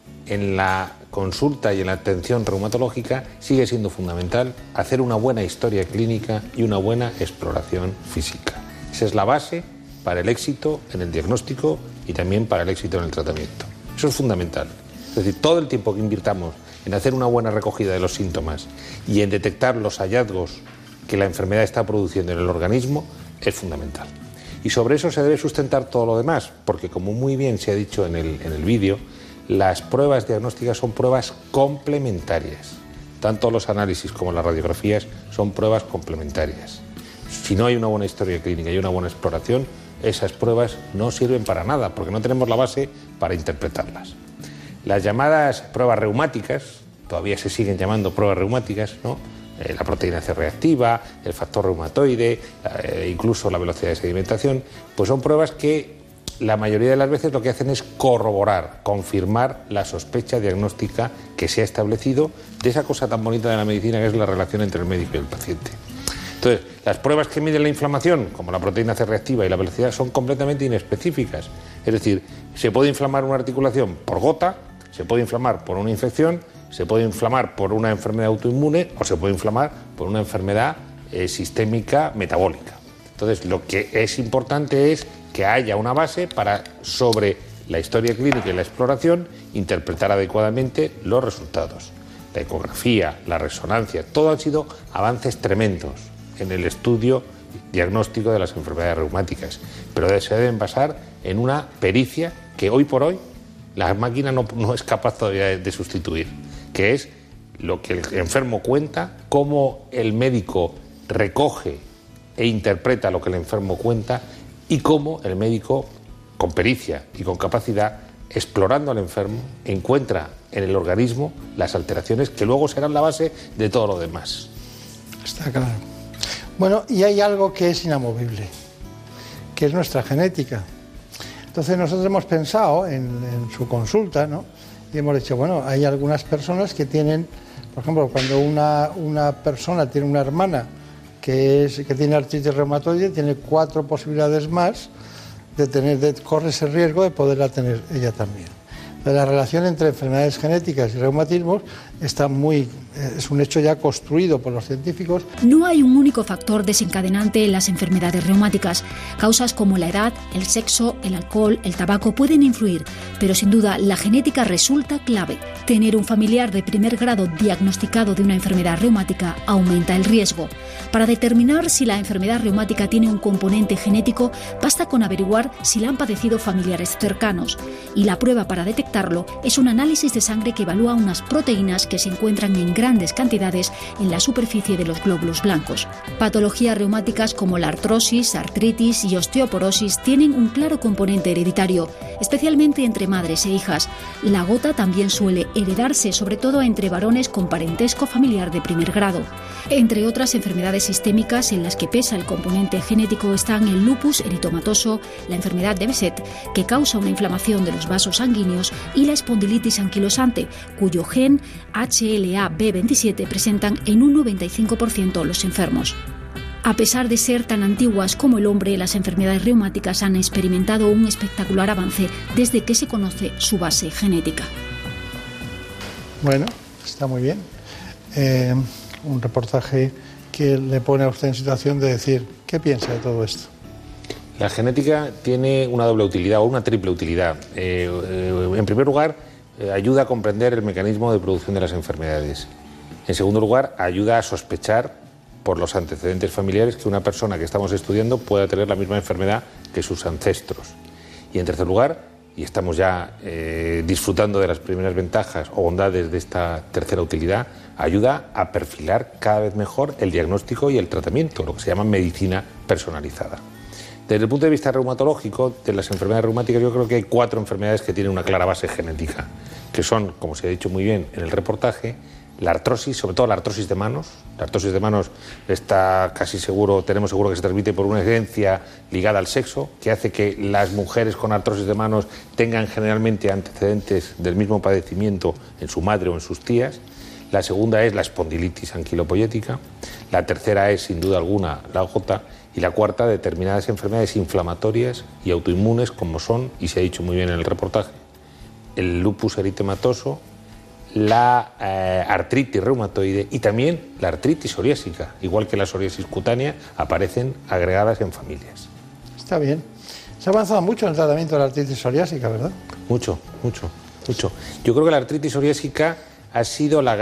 V: en la consulta y en la atención reumatológica, sigue siendo fundamental hacer una buena historia clínica y una buena exploración física. Esa es la base para el éxito en el diagnóstico y también para el éxito en el tratamiento. Eso es fundamental. Es decir, todo el tiempo que invirtamos en hacer una buena recogida de los síntomas y en detectar los hallazgos que la enfermedad está produciendo en el organismo es fundamental. Y sobre eso se debe sustentar todo lo demás, porque como muy bien se ha dicho en el vídeo, las pruebas diagnósticas son pruebas complementarias. Tanto los análisis como las radiografías son pruebas complementarias. Si no hay una buena historia clínica y una buena exploración, esas pruebas no sirven para nada, porque no tenemos la base para interpretarlas. Las llamadas pruebas reumáticas, todavía se siguen llamando pruebas reumáticas, ¿no? La proteína C reactiva, el factor reumatoide, incluso la velocidad de sedimentación, pues son pruebas que la mayoría de las veces lo que hacen es corroborar, confirmar la sospecha diagnóstica que se ha establecido de esa cosa tan bonita de la medicina que es la relación entre el médico y el paciente. Entonces, las pruebas que miden la inflamación, como la proteína C reactiva y la velocidad, son completamente inespecíficas. Es decir, se puede inflamar una articulación por gota, se puede inflamar por una infección, se puede inflamar por una enfermedad autoinmune o se puede inflamar por una enfermedad sistémica metabólica. Entonces, lo que es importante es que haya una base para, sobre la historia clínica y la exploración, interpretar adecuadamente los resultados. La ecografía, la resonancia, todo han sido avances tremendos en el estudio diagnóstico de las enfermedades reumáticas, pero se deben basar en una pericia que hoy por hoy la máquina no es capaz todavía de sustituir, que es lo que el enfermo cuenta, cómo el médico recoge e interpreta lo que el enfermo cuenta y cómo el médico, con pericia y con capacidad, explorando al enfermo, encuentra en el organismo las alteraciones que luego serán la base de todo lo demás.
B: Está claro. Bueno, y hay algo que es inamovible, que es nuestra genética. Entonces nosotros hemos pensado en su consulta, ¿no? Y hemos dicho, bueno, hay algunas personas que tienen, por ejemplo, cuando una persona tiene una hermana que tiene artritis reumatoide, tiene 4 posibilidades más corre ese riesgo de poderla tener ella también. Pero la relación entre enfermedades genéticas y reumatismos es un hecho ya construido por los científicos.
C: No hay un único factor desencadenante en las enfermedades reumáticas. Causas como la edad, el sexo, el alcohol, el tabaco pueden influir, pero sin duda la genética resulta clave. Tener un familiar de primer grado diagnosticado de una enfermedad reumática aumenta el riesgo. Para determinar si la enfermedad reumática tiene un componente genético, basta con averiguar si la han padecido familiares cercanos. Y la prueba para detectarlo es un análisis de sangre que evalúa unas proteínas que se encuentran en grandes cantidades en la superficie de los glóbulos blancos. Patologías reumáticas como la artrosis, artritis y osteoporosis tienen un claro componente hereditario, especialmente entre madres e hijas. La gota también suele heredarse, sobre todo entre varones con parentesco familiar de primer grado. Entre otras enfermedades sistémicas en las que pesa el componente genético están el lupus eritomatoso, la enfermedad de Behçet, que causa una inflamación de los vasos sanguíneos, y la espondilitis anquilosante, cuyo gen HLA-B27 presentan en un 95% los enfermos. A pesar de ser tan antiguas como el hombre, las enfermedades reumáticas han experimentado un espectacular avance desde que se conoce su base genética.
B: Bueno, está muy bien. Un reportaje que le pone a usted en situación de decir, ¿qué piensa de todo esto?
V: La genética tiene una doble utilidad o una triple utilidad. En primer lugar, ayuda a comprender el mecanismo de producción de las enfermedades. En segundo lugar, ayuda a sospechar por los antecedentes familiares que una persona que estamos estudiando pueda tener la misma enfermedad que sus ancestros. Y en tercer lugar, y estamos ya disfrutando de las primeras ventajas o bondades de esta tercera utilidad, ayuda a perfilar cada vez mejor el diagnóstico y el tratamiento, lo que se llama medicina personalizada. Desde el punto de vista reumatológico, de las enfermedades reumáticas, yo creo que hay 4 enfermedades que tienen una clara base genética, que son, como se ha dicho muy bien en el reportaje, la artrosis, sobre todo la artrosis de manos. La artrosis de manos está casi seguro, tenemos seguro que se transmite por una herencia ligada al sexo, que hace que las mujeres con artrosis de manos tengan generalmente antecedentes del mismo padecimiento en su madre o en sus tías. La segunda es la espondilitis anquilopoyética. La tercera es, sin duda alguna, la gota. Y la cuarta, determinadas enfermedades inflamatorias y autoinmunes, como son, y se ha dicho muy bien en el reportaje, el lupus eritematoso, la artritis reumatoide y también la artritis psoriásica. Igual que la psoriasis cutánea, aparecen agregadas en familias.
B: Está bien. Se ha avanzado mucho en el tratamiento de la artritis psoriásica, ¿verdad?
V: Mucho. Yo creo que la artritis psoriásica ha sido la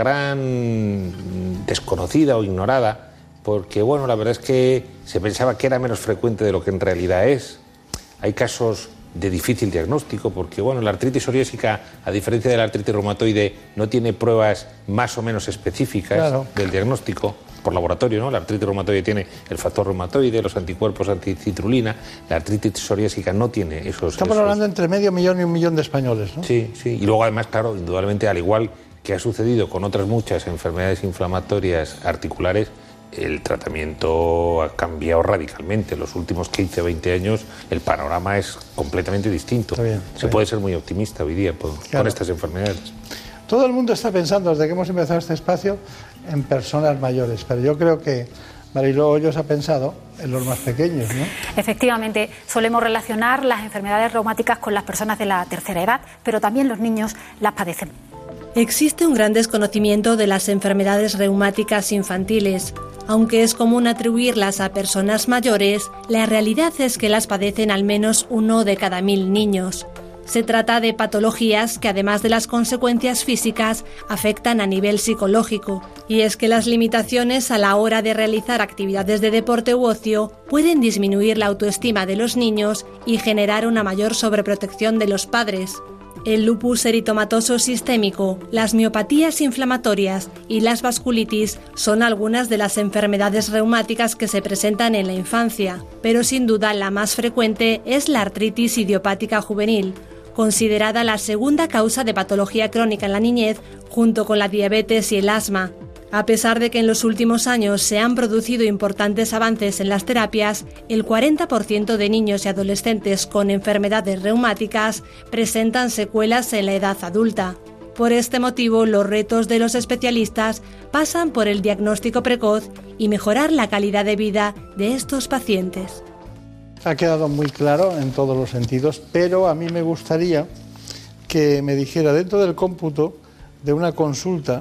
V: gran desconocida o ignorada, porque bueno, la verdad es que se pensaba que era menos frecuente de lo que en realidad es. Hay casos de difícil diagnóstico, porque bueno, la artritis psoriásica, a diferencia de la artritis reumatoide, no tiene pruebas más o menos específicas del diagnóstico por laboratorio, ¿no? La artritis reumatoide tiene el factor reumatoide, los anticuerpos anticitrulina. La artritis psoriásica no tiene esos...
B: Estamos hablando entre 500.000 y 1 millón de españoles, ¿no?
V: Sí. Y luego además, claro, indudablemente, al igual que ha sucedido con otras muchas enfermedades inflamatorias articulares, el tratamiento ha cambiado radicalmente. En los últimos 15 o 20 años el panorama es completamente distinto. Se puede ser muy optimista hoy día con estas enfermedades.
B: Todo el mundo está pensando, desde que hemos empezado este espacio, en personas mayores, pero yo creo que Mariló Hoyos ha pensado en los más pequeños, ¿no?
F: Efectivamente, solemos relacionar las enfermedades reumáticas con las personas de la tercera edad, pero también los niños las padecen.
H: Existe un gran desconocimiento de las enfermedades reumáticas infantiles. Aunque es común atribuirlas a personas mayores, la realidad es que las padecen al menos 1 de cada 1000 niños. Se trata de patologías que, además de las consecuencias físicas, afectan a nivel psicológico. Y es que las limitaciones a la hora de realizar actividades de deporte u ocio pueden disminuir la autoestima de los niños y generar una mayor sobreprotección de los padres. El lupus eritematoso sistémico, las miopatías inflamatorias y las vasculitis son algunas de las enfermedades reumáticas que se presentan en la infancia, pero sin duda la más frecuente es la artritis idiopática juvenil, considerada la segunda causa de patología crónica en la niñez, junto con la diabetes y el asma. A pesar de que en los últimos años se han producido importantes avances en las terapias, el 40% de niños y adolescentes con enfermedades reumáticas presentan secuelas en la edad adulta. Por este motivo, los retos de los especialistas pasan por el diagnóstico precoz y mejorar la calidad de vida de estos pacientes.
B: Ha quedado muy claro en todos los sentidos, pero a mí me gustaría que me dijera, dentro del cómputo de una consulta,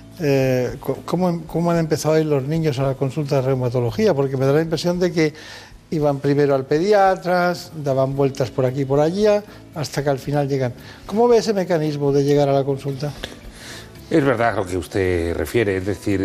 B: ¿cómo han empezado a ir los niños a la consulta de reumatología? Porque me da la impresión de que iban primero al pediatra, daban vueltas por aquí y por allá, hasta que al final llegan. ¿Cómo ve ese mecanismo de llegar a la consulta?
V: Es verdad lo que usted refiere, es decir,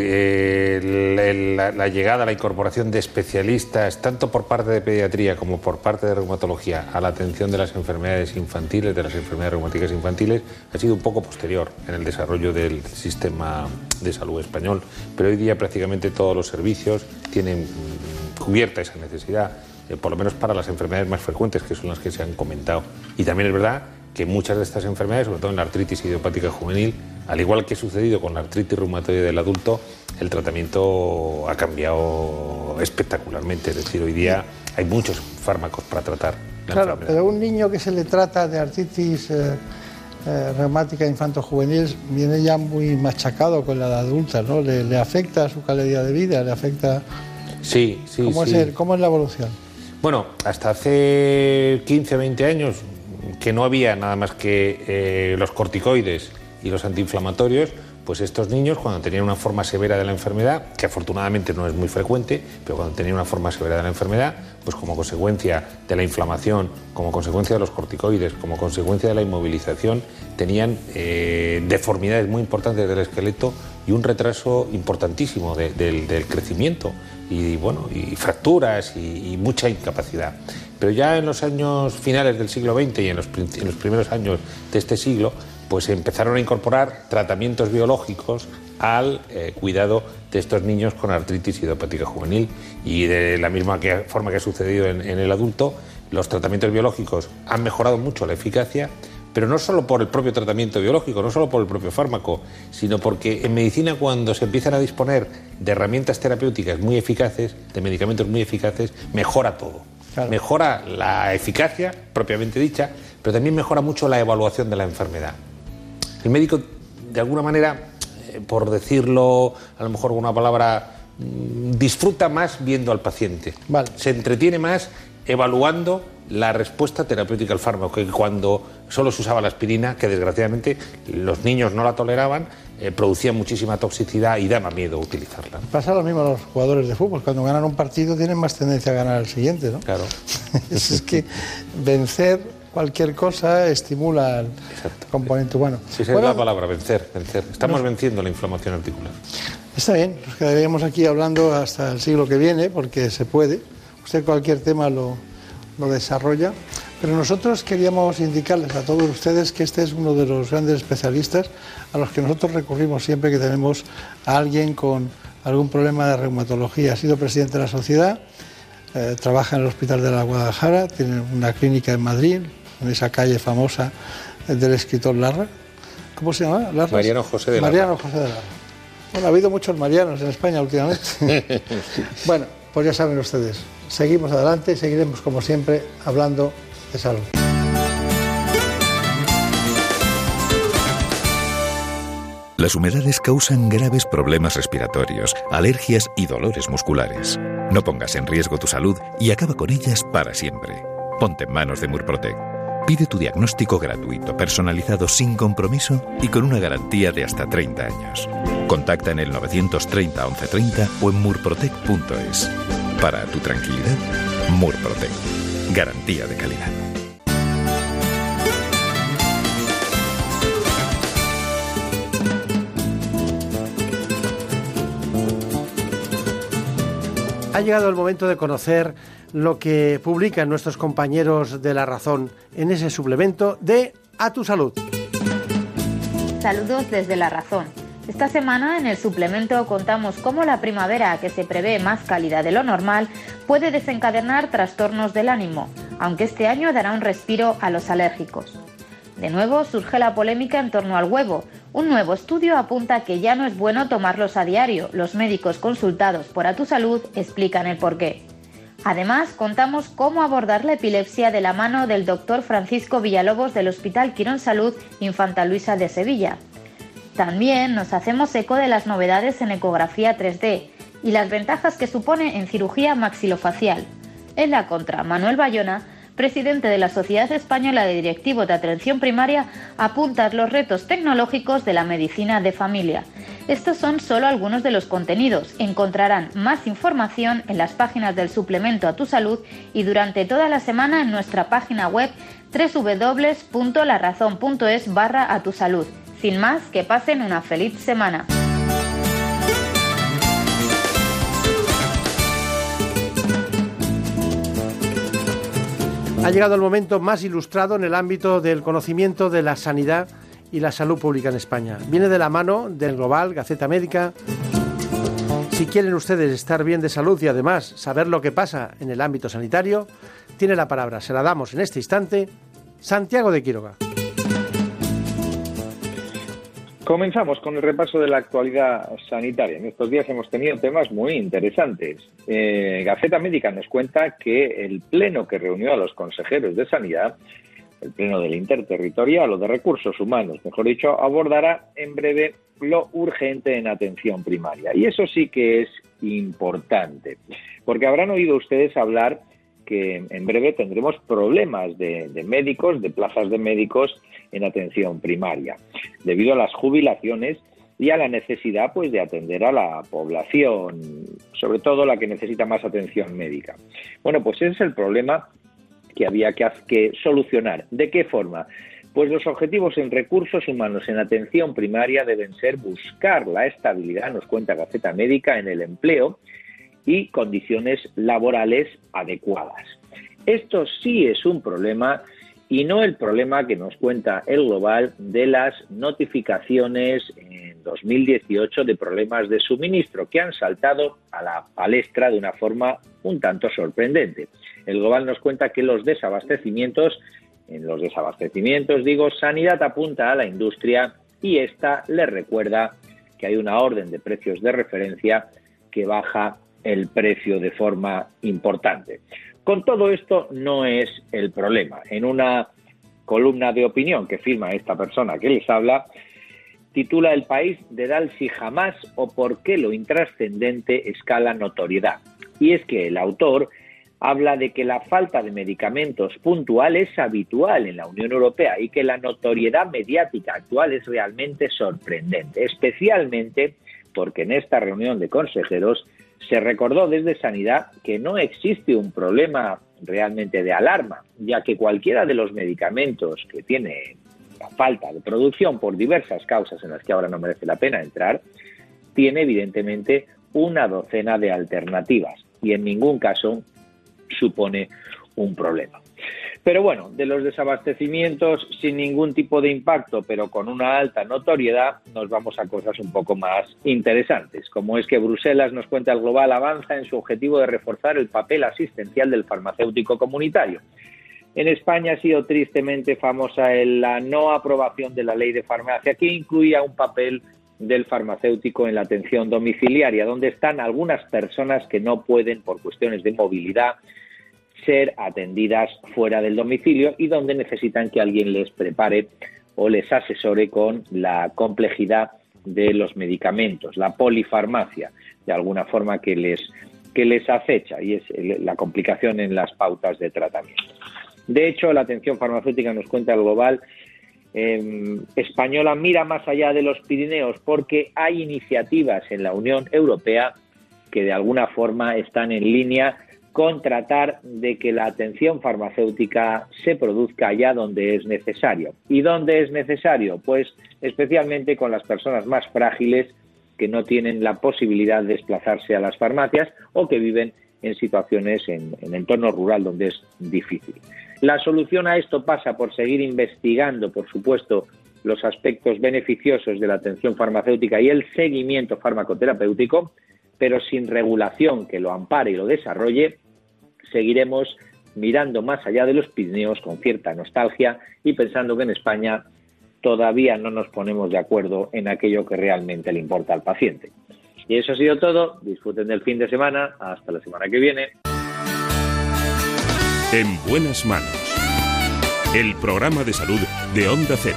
V: la llegada, la incorporación de especialistas, tanto por parte de pediatría como por parte de reumatología, a la atención de las enfermedades infantiles, de las enfermedades reumáticas infantiles, ha sido un poco posterior en el desarrollo del sistema de salud español, pero hoy día prácticamente todos los servicios tienen cubierta esa necesidad, por lo menos para las enfermedades más frecuentes, que son las que se han comentado. Y también es verdad que muchas de estas enfermedades, sobre todo en la artritis idiopática juvenil, al igual que ha sucedido con la artritis reumatoide del adulto, el tratamiento ha cambiado espectacularmente. Es decir, hoy día hay muchos fármacos para tratar la enfermedad.
B: Pero un niño que se le trata de artritis reumática infanto-juvenil viene ya muy machacado con la edad adulta, ¿no? Le afecta a su calidad de vida, le afecta...
V: Sí.
B: ¿Cómo es la evolución?
V: Bueno, hasta hace 15 o 20 años, que no había nada más que los corticoides y los antiinflamatorios, pues estos niños, cuando tenían una forma severa de la enfermedad, que afortunadamente no es muy frecuente, pero cuando tenían una forma severa de la enfermedad, pues como consecuencia de la inflamación, como consecuencia de los corticoides, como consecuencia de la inmovilización, tenían deformidades muy importantes del esqueleto y un retraso importantísimo del crecimiento, y bueno, y fracturas y mucha incapacidad. Pero ya en los años finales del siglo XX y en los primeros años de este siglo, pues empezaron a incorporar tratamientos biológicos al cuidado de estos niños con artritis idiopática juvenil, y de la misma forma que ha sucedido en el adulto, los tratamientos biológicos han mejorado mucho la eficacia, pero no solo por el propio tratamiento biológico, no solo por el propio fármaco, sino porque en medicina, cuando se empiezan a disponer de herramientas terapéuticas muy eficaces, de medicamentos muy eficaces, mejora todo. Claro. Mejora la eficacia propiamente dicha, pero también mejora mucho la evaluación de la enfermedad. El médico, de alguna manera, por decirlo a lo mejor con una palabra, disfruta más viendo al paciente. Vale. Se entretiene más evaluando la respuesta terapéutica al fármaco, que cuando solo se usaba la aspirina, que desgraciadamente los niños no la toleraban, producía muchísima toxicidad y daba miedo utilizarla.
B: Pasa lo mismo a los jugadores de fútbol, cuando ganan un partido tienen más tendencia a ganar el siguiente, ¿no?
V: Claro.
B: Es que vencer cualquier cosa estimula el componente humano.
V: Sí, esa es la palabra, vencer. Estamos venciendo la inflamación articular.
B: Está bien, nos quedaríamos aquí hablando hasta el siglo que viene, porque se puede. Usted cualquier tema lo desarrolla, pero nosotros queríamos indicarles a todos ustedes que este es uno de los grandes especialistas a los que nosotros recurrimos siempre que tenemos a alguien con algún problema de reumatología. Ha sido presidente de la sociedad, trabaja en el Hospital de la Guadalajara, tiene una clínica en Madrid, en esa calle famosa del escritor Larra. ¿Cómo se llama? ¿Larra?
V: Mariano José de Larra.
B: Mariano José de Larra. Bueno, ha habido muchos Marianos en España últimamente. Bueno, pues ya saben ustedes, seguimos adelante y seguiremos como siempre hablando de salud.
D: Las humedades causan graves problemas respiratorios, alergias y dolores musculares. No pongas en riesgo tu salud y acaba con ellas para siempre. Ponte en manos de Murprotec. Pide tu diagnóstico gratuito, personalizado, sin compromiso y con una garantía de hasta 30 años. Contacta en el 930 1130 o en murprotec.es. Para tu tranquilidad, Murprotec. Garantía de calidad.
B: Ha llegado el momento de conocer lo que publican nuestros compañeros de La Razón en ese suplemento de A tu Salud.
G: Saludos desde La Razón. Esta semana en el suplemento contamos cómo la primavera, que se prevé más cálida de lo normal, puede desencadenar trastornos del ánimo, aunque este año dará un respiro a los alérgicos. De nuevo surge la polémica en torno al huevo. Un nuevo estudio apunta que ya no es bueno tomarlos a diario. Los médicos consultados por A tu Salud explican el porqué. Además, contamos cómo abordar la epilepsia de la mano del doctor Francisco Villalobos del Hospital Quirón Salud Infanta Luisa de Sevilla. También nos hacemos eco de las novedades en ecografía 3D y las ventajas que supone en cirugía maxilofacial. En la contra, Manuel Bayona, presidente de la Sociedad Española de Directivos de Atención Primaria, apunta los retos tecnológicos de la medicina de familia. Estos son solo algunos de los contenidos. Encontrarán más información en las páginas del suplemento A tu Salud y durante toda la semana en nuestra página web www.larazón.es/A tu Salud. Sin más, que pasen una feliz semana.
B: Ha llegado el momento más ilustrado en el ámbito del conocimiento de la sanidad y la salud pública en España. Viene de la mano del Global, Gaceta Médica. Si quieren ustedes estar bien de salud y además saber lo que pasa en el ámbito sanitario, tiene la palabra, se la damos en este instante, Santiago de Quiroga.
W: Comenzamos con el repaso de la actualidad sanitaria. En estos días hemos tenido temas muy interesantes. Gaceta Médica nos cuenta que el pleno que reunió a los consejeros de Sanidad, el pleno del Interterritorial o de Recursos Humanos, mejor dicho, abordará en breve lo urgente en atención primaria. Y eso sí que es importante, porque habrán oído ustedes hablar que en breve tendremos problemas de médicos, de plazas de médicos en atención primaria, debido a las jubilaciones y a la necesidad pues de atender a la población, sobre todo la que necesita más atención médica. Bueno, pues ese es el problema que había que solucionar. ¿De qué forma? Pues los objetivos en recursos humanos en atención primaria deben ser buscar la estabilidad, nos cuenta Gaceta Médica, en el empleo y condiciones laborales adecuadas. Esto sí es un problema y no el problema que nos cuenta el Global de las notificaciones en 2018 de problemas de suministro que han saltado a la palestra de una forma un tanto sorprendente. El Global nos cuenta que los desabastecimientos en los desabastecimientos, Sanidad apunta a la industria y esta le recuerda que hay una orden de precios de referencia que baja el precio de forma importante. Con todo esto no es el problema. En una columna de opinión que firma esta persona que les habla, titula El país de Dal si jamás o por qué lo intrascendente escala notoriedad. Y es que el autor habla de que la falta de medicamentos puntual es habitual en la Unión Europea y que la notoriedad mediática actual es realmente sorprendente, especialmente porque en esta reunión de consejeros se recordó desde Sanidad que no existe un problema realmente de alarma, ya que cualquiera de los medicamentos que tiene la falta de producción por diversas causas en las que ahora no merece la pena entrar, tiene evidentemente una docena de alternativas y en ningún caso supone un problema. Pero bueno, de los desabastecimientos sin ningún tipo de impacto, pero con una alta notoriedad, nos vamos a cosas un poco más interesantes, como es que Bruselas, nos cuenta el Global, avanza en su objetivo de reforzar el papel asistencial del farmacéutico comunitario. En España ha sido tristemente famosa la no aprobación de la ley de farmacia, que incluía un papel del farmacéutico en la atención domiciliaria, donde están algunas personas que no pueden, por cuestiones de movilidad, ser atendidas fuera del domicilio y donde necesitan que alguien les prepare o les asesore con la complejidad de los medicamentos, la polifarmacia, de alguna forma que les acecha, y es la complicación en las pautas de tratamiento. De hecho, la atención farmacéutica, nos cuenta el Global, española mira más allá de los Pirineos porque hay iniciativas en la Unión Europea que de alguna forma están en línea con tratar de que la atención farmacéutica se produzca allá donde es necesario. ¿Y dónde es necesario? Pues especialmente con las personas más frágiles que no tienen la posibilidad de desplazarse a las farmacias o que viven en situaciones en entorno rural donde es difícil. La solución a esto pasa por seguir investigando, por supuesto, los aspectos beneficiosos de la atención farmacéutica y el seguimiento farmacoterapéutico, pero sin regulación que lo ampare y lo desarrolle, seguiremos mirando más allá de los Pirineos con cierta nostalgia y pensando que en España todavía no nos ponemos de acuerdo en aquello que realmente le importa al paciente. Y eso ha sido todo. Disfruten del fin de semana. Hasta la semana que viene.
A: En buenas manos. El programa de salud de Onda Cero.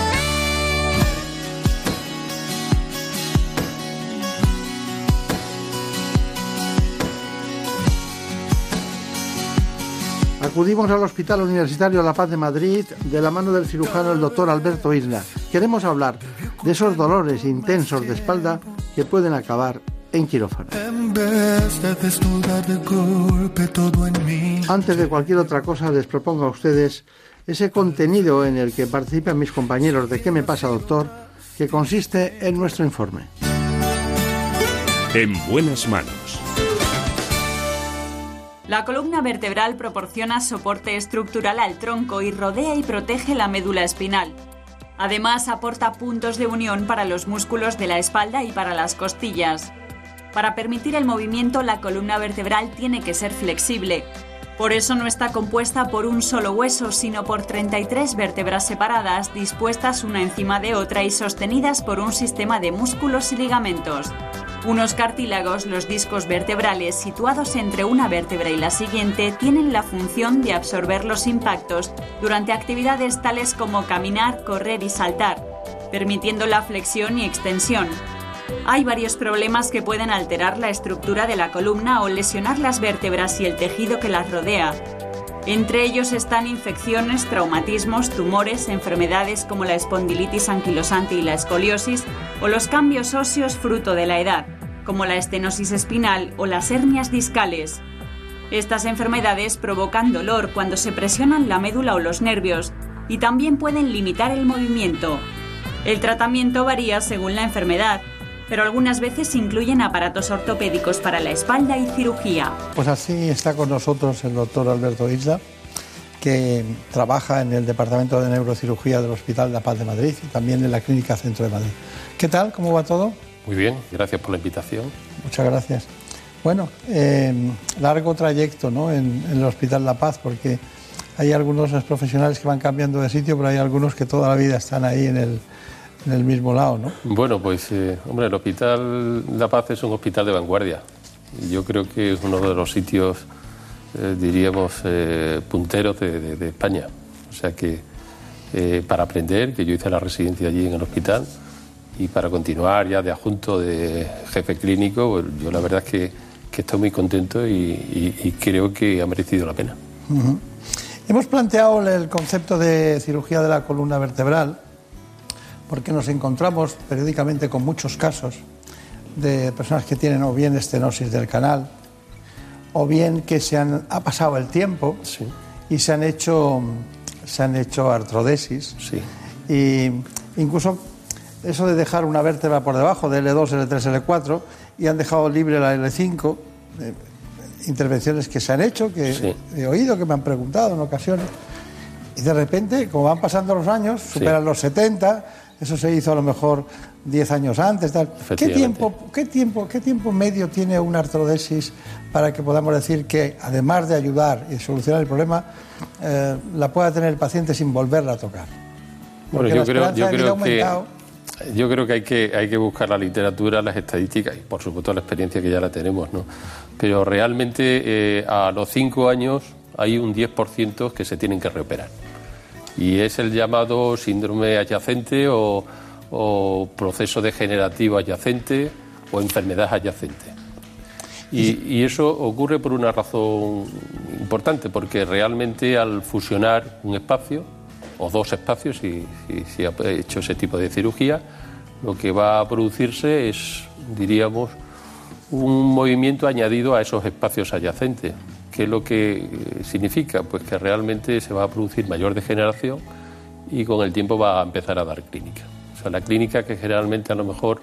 N: Acudimos al Hospital Universitario La Paz de Madrid de la mano del cirujano el doctor Alberto Isla. Queremos hablar de esos dolores intensos de espalda que pueden acabar en quirófano. Antes de cualquier otra cosa, les propongo a ustedes ese contenido en el que participan mis compañeros de ¿Qué me pasa, doctor?, que consiste en nuestro informe.
A: En buenas manos.
J: La columna vertebral proporciona soporte estructural al tronco y rodea y protege la médula espinal. Además, aporta puntos de unión para los músculos de la espalda y para las costillas. Para permitir el movimiento, la columna vertebral tiene que ser flexible. Por eso no está compuesta por un solo hueso, sino por 33 vértebras separadas, dispuestas una encima de otra y sostenidas por un sistema de músculos y ligamentos. Unos cartílagos, los discos vertebrales, situados entre una vértebra y la siguiente, tienen la función de absorber los impactos durante actividades tales como caminar, correr y saltar, permitiendo la flexión y extensión. Hay varios problemas que pueden alterar la estructura de la columna o lesionar las vértebras y el tejido que las rodea. Entre ellos están infecciones, traumatismos, tumores, enfermedades como la espondilitis anquilosante y la escoliosis, o los cambios óseos fruto de la edad, como la estenosis espinal o las hernias discales. Estas enfermedades provocan dolor cuando se presionan la médula o los nervios y también pueden limitar el movimiento. El tratamiento varía según la enfermedad, pero algunas veces incluyen aparatos ortopédicos para la espalda y cirugía.
B: Pues así está con nosotros el doctor Alberto Isla, que trabaja en el Departamento de Neurocirugía del Hospital La Paz de Madrid y también en la Clínica Centro de Madrid. ¿Qué tal? ¿Cómo va todo?
K: Muy bien, gracias por la invitación.
B: Muchas gracias. Bueno, largo trayecto, ¿no?, en el Hospital La Paz, porque hay algunos profesionales que van cambiando de sitio, pero hay algunos que toda la vida están ahí en el mismo lado, ¿no?
K: Bueno, pues, hombre, el Hospital La Paz es un hospital de vanguardia. Y yo creo que es uno de los sitios, diríamos, punteros de España. O sea que para aprender, que yo hice la residencia allí en el hospital, y para continuar ya de adjunto de jefe clínico, pues yo la verdad es que estoy muy contento y creo que ha merecido la pena.
B: Uh-huh. Hemos planteado el concepto de cirugía de la columna vertebral porque nos encontramos periódicamente con muchos casos de personas que tienen o bien estenosis del canal o bien que ha pasado el tiempo, sí, y se han hecho artrodesis,
K: sí,
B: y incluso eso de dejar una vértebra por debajo de L2, L3, L4 y han dejado libre la L5, intervenciones que se han hecho, que sí, he oído, que me han preguntado en ocasiones, y de repente, como van pasando los años, superan sí, los 70, eso se hizo a lo mejor 10 años antes, tal. ¿Qué tiempo medio tiene una artrodesis para que podamos decir que, además de ayudar y solucionar el problema, la pueda tener el paciente sin volverla a tocar? Porque
K: bueno, yo creo que hay que buscar la literatura, las estadísticas y, por supuesto, la experiencia que ya la tenemos, ¿no? Pero realmente a los 5 años hay un 10% que se tienen que reoperar. Y es el llamado síndrome adyacente o proceso degenerativo adyacente o enfermedad adyacente. Y eso ocurre por una razón importante, porque realmente al fusionar un espacio o dos espacios, si ha hecho ese tipo de cirugía, lo que va a producirse es, diríamos, un movimiento añadido a esos espacios adyacentes. ¿Qué es lo que significa? Pues que realmente se va a producir mayor degeneración y con el tiempo va a empezar a dar clínica. O sea, la clínica que generalmente a lo mejor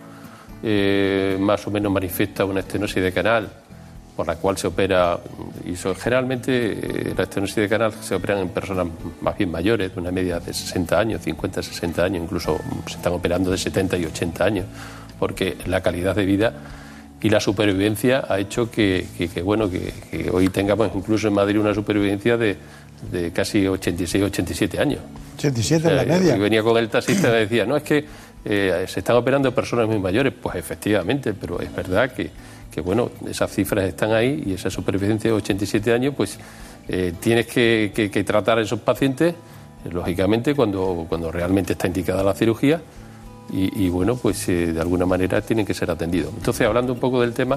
K: más o menos manifiesta una estenosis de canal, por la cual se opera, y generalmente la estenosis de canal se operan en personas más bien mayores, de una media de 60 años, 50, 60 años, incluso se están operando de 70 y 80 años, porque la calidad de vida y la supervivencia ha hecho que hoy tengamos incluso en Madrid una supervivencia de casi 86, 87 años.
B: 87 en la media.
K: Yo venía con el taxista y me decía, no, es que se están operando personas muy mayores. Pues efectivamente, pero es verdad que esas cifras están ahí y esa supervivencia de 87 años, pues tienes que tratar a esos pacientes, lógicamente, cuando realmente está indicada la cirugía. Y de alguna manera tienen que ser atendidos. Entonces, hablando un poco del tema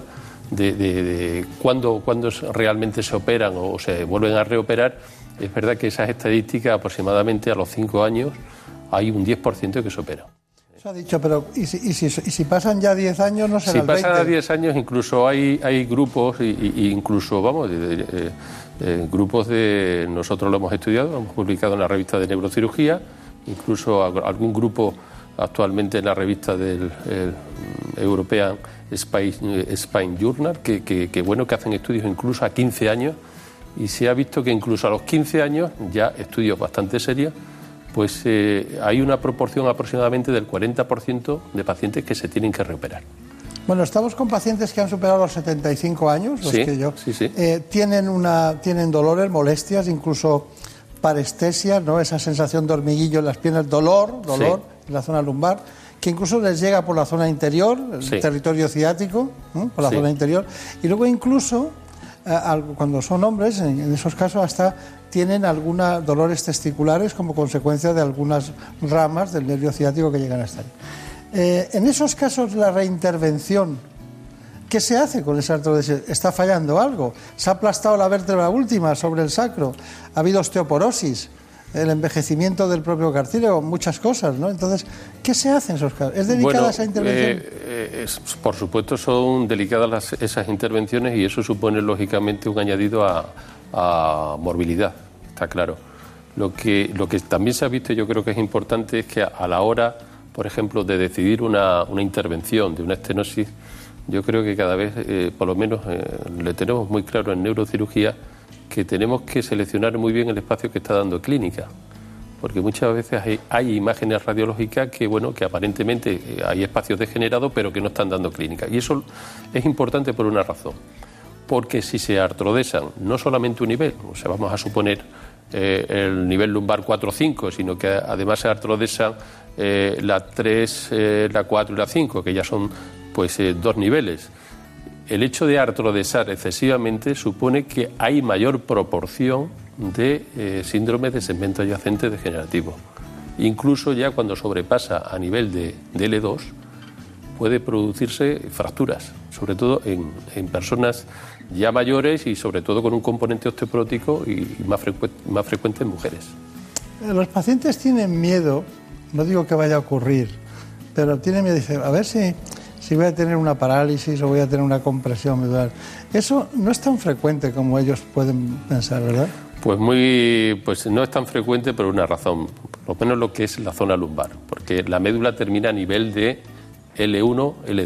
K: de cuándo realmente se operan o se vuelven a reoperar, es verdad que esas estadísticas aproximadamente a los 5 años hay un 10% que se opera.
B: Eso ha dicho, pero ¿y si pasan ya 10 años no será el 20?
K: Si pasan a 10 años incluso hay grupos incluso, grupos de... Nosotros lo hemos estudiado, lo hemos publicado en la revista de neurocirugía, incluso algún grupo actualmente en la revista del European Spine Journal, que hacen estudios incluso a 15 años, y se ha visto que incluso a los 15 años, ya estudios bastante serios, pues hay una proporción aproximadamente del 40% de pacientes que se tienen que reoperar.
B: Bueno, estamos con pacientes que han superado los 75 años, los
K: sí,
B: que yo...
K: Sí.
B: Tienen dolores, molestias, incluso parestesia, ¿no? Esa sensación de hormiguillo en las piernas, dolor
K: sí,
B: en la zona lumbar, que incluso les llega por la zona interior, el territorio ciático, ¿no? Por la zona interior, y luego incluso cuando son hombres, en esos casos hasta tienen algunos dolores testiculares como consecuencia de algunas ramas del nervio ciático que llegan hasta ahí. En esos casos la reintervención, ¿qué se hace con esa artrodesis? ¿Está fallando algo? ¿Se ha aplastado la vértebra última sobre el sacro? ¿Ha habido osteoporosis? El envejecimiento del propio cartílago, muchas cosas, ¿no? Entonces, ¿qué se hace en esos casos? ¿Es delicada esa intervención?
K: Por supuesto son delicadas esas intervenciones y eso supone lógicamente un añadido a morbilidad, está claro. Lo que también se ha visto, yo creo que es importante, es que a la hora, por ejemplo, de decidir una intervención de una estenosis, yo creo que cada vez, por lo menos, le tenemos muy claro en neurocirugía que tenemos que seleccionar muy bien el espacio que está dando clínica, porque muchas veces hay imágenes radiológicas que aparentemente hay espacios degenerados pero que no están dando clínica, y eso es importante por una razón, porque si se artrodesan no solamente un nivel, o sea, vamos a suponer el nivel lumbar 4 o 5, sino que además se artrodesan la 3, la 4 y la 5, que ya son pues 2 niveles. El hecho de artrodesar excesivamente supone que hay mayor proporción de síndrome de segmento adyacente degenerativo. Incluso ya cuando sobrepasa a nivel de L2 puede producirse fracturas, sobre todo en personas ya mayores y sobre todo con un componente osteoporótico y más frecuente en mujeres.
B: Los pacientes tienen miedo, no digo que vaya a ocurrir, pero tienen miedo, dicen, a ver si voy a tener una parálisis o voy a tener una compresión medular. Eso no es tan frecuente como ellos pueden pensar, ¿verdad? Pues
K: no es tan frecuente por una razón, por lo menos lo que es la zona lumbar, porque la médula termina a nivel de L1, L2.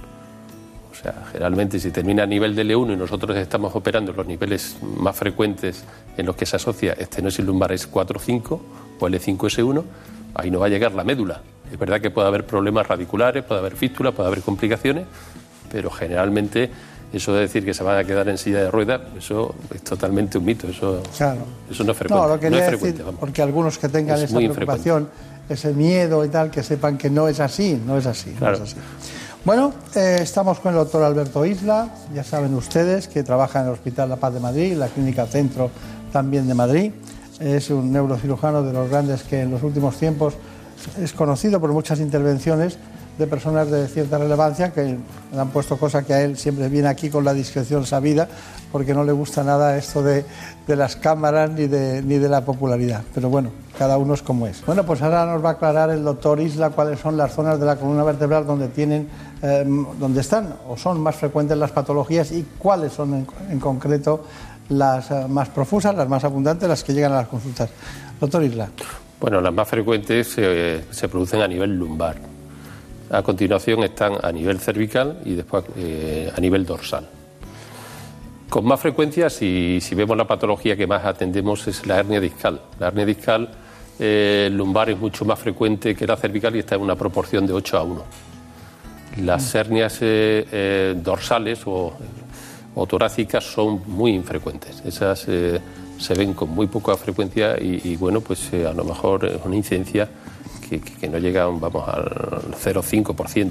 K: O sea, generalmente si termina a nivel de L1 y nosotros estamos operando los niveles más frecuentes en los que se asocia estenosis lumbar es 4-5 o L5-S1, ahí no va a llegar la médula. Es verdad que puede haber problemas radiculares, puede haber fístulas, puede haber complicaciones, pero generalmente eso de decir que se van a quedar en silla de ruedas, eso es totalmente un mito, eso no es frecuente.
B: No, lo quería decir, porque algunos que tengan esa preocupación, ese miedo y tal, que sepan que no es así, no es así. Claro. No es así. Bueno, estamos con el doctor Alberto Isla, ya saben ustedes que trabaja en el Hospital La Paz de Madrid, la Clínica Centro también de Madrid. Es un neurocirujano de los grandes que en los últimos tiempos es conocido por muchas intervenciones de personas de cierta relevancia que le han puesto cosas que a él siempre viene aquí con la discreción sabida porque no le gusta nada esto de las cámaras ni de la popularidad. Pero bueno, cada uno es como es. Bueno, pues ahora nos va a aclarar el doctor Isla cuáles son las zonas de la columna vertebral donde están o son más frecuentes las patologías y cuáles son en concreto las más profusas, las más abundantes, las que llegan a las consultas. Doctor Isla.
K: Bueno, las más frecuentes se producen a nivel lumbar. A continuación están a nivel cervical y después a nivel dorsal. Con más frecuencia, si vemos la patología que más atendemos, es la hernia discal. La hernia discal lumbar es mucho más frecuente que la cervical y está en una proporción de 8-1. Las hernias dorsales o torácicas son muy infrecuentes. Esas se ven con muy poca frecuencia y bueno, pues a lo mejor es una incidencia que no llega, vamos, al 0,5%.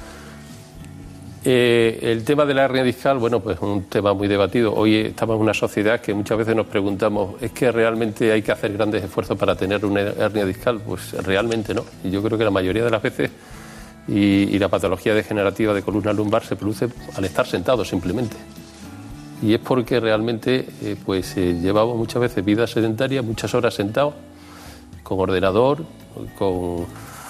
K: El tema de la hernia discal, bueno, pues es un tema muy debatido. Hoy estamos en una sociedad que muchas veces nos preguntamos, ¿es que realmente hay que hacer grandes esfuerzos para tener una hernia discal? Pues realmente no. Y yo creo que la mayoría de las veces y la patología degenerativa de columna lumbar se produce al estar sentado simplemente. Y es porque realmente llevamos muchas veces vida sedentaria, muchas horas sentados, con ordenador, con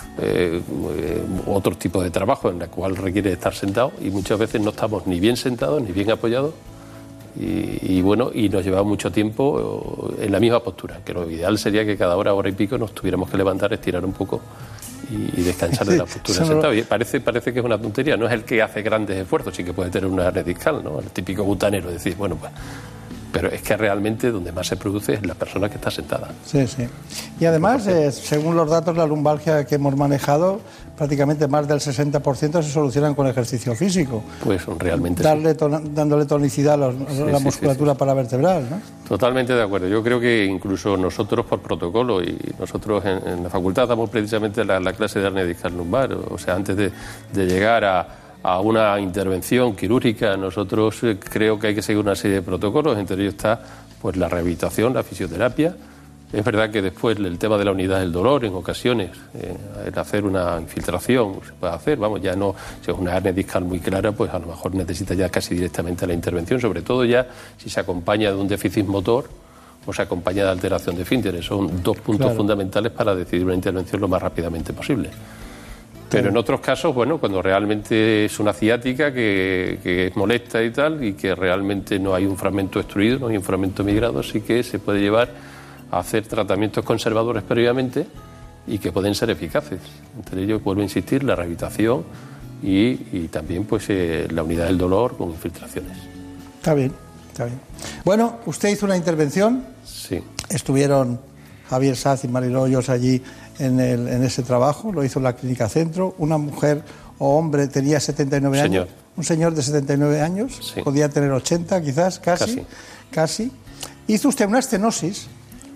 K: otro tipo de trabajo en el cual requiere estar sentado y muchas veces no estamos ni bien sentados ni bien apoyados y nos lleva mucho tiempo en la misma postura, que lo ideal sería que cada hora y pico nos tuviéramos que levantar, estirar un poco y descansar de la postura sentado. Y parece que es una tontería, no es el que hace grandes esfuerzos, sí que puede tener una hernia discal, ¿no? El típico butanero, decir, bueno, pues... Pero es que realmente donde más se produce es la persona que está sentada.
B: Sí, sí. Y además, según los datos, la lumbalgia que hemos manejado, prácticamente más del 60% se solucionan con ejercicio físico.
K: Pues realmente
B: dándole tonicidad a la musculatura paravertebral, ¿no?
K: Totalmente de acuerdo. Yo creo que incluso nosotros por protocolo y nosotros en la facultad damos precisamente la clase de hernia discal lumbar. O sea, antes de llegar a una intervención quirúrgica, nosotros creo que hay que seguir una serie de protocolos, entre ellos está pues la rehabilitación, la fisioterapia. Es verdad que después el tema de la unidad del dolor, en ocasiones, el hacer una infiltración se puede hacer, vamos, ya no, si es una hernia discal muy clara, pues a lo mejor necesita ya casi directamente la intervención, sobre todo ya si se acompaña de un déficit motor o se acompaña de alteración de esfínteres. Son dos puntos fundamentales para decidir una intervención lo más rápidamente posible. Pero en otros casos, bueno, cuando realmente es una ciática que es molesta y tal, y que realmente no hay un fragmento extruido, no hay un fragmento migrado, sí que se puede llevar a hacer tratamientos conservadores previamente y que pueden ser eficaces. Entre ellos, vuelvo a insistir, la rehabilitación y también pues la unidad del dolor con infiltraciones.
B: Está bien, está bien. Bueno, usted hizo una intervención.
K: Sí.
B: Estuvieron Javier Saz y Mariló Hoyos allí en ese trabajo, lo hizo en la Clínica Centro. Una mujer o hombre tenía 79 años. Un señor de 79 años, sí. Podía tener 80 quizás, casi. Hizo usted una estenosis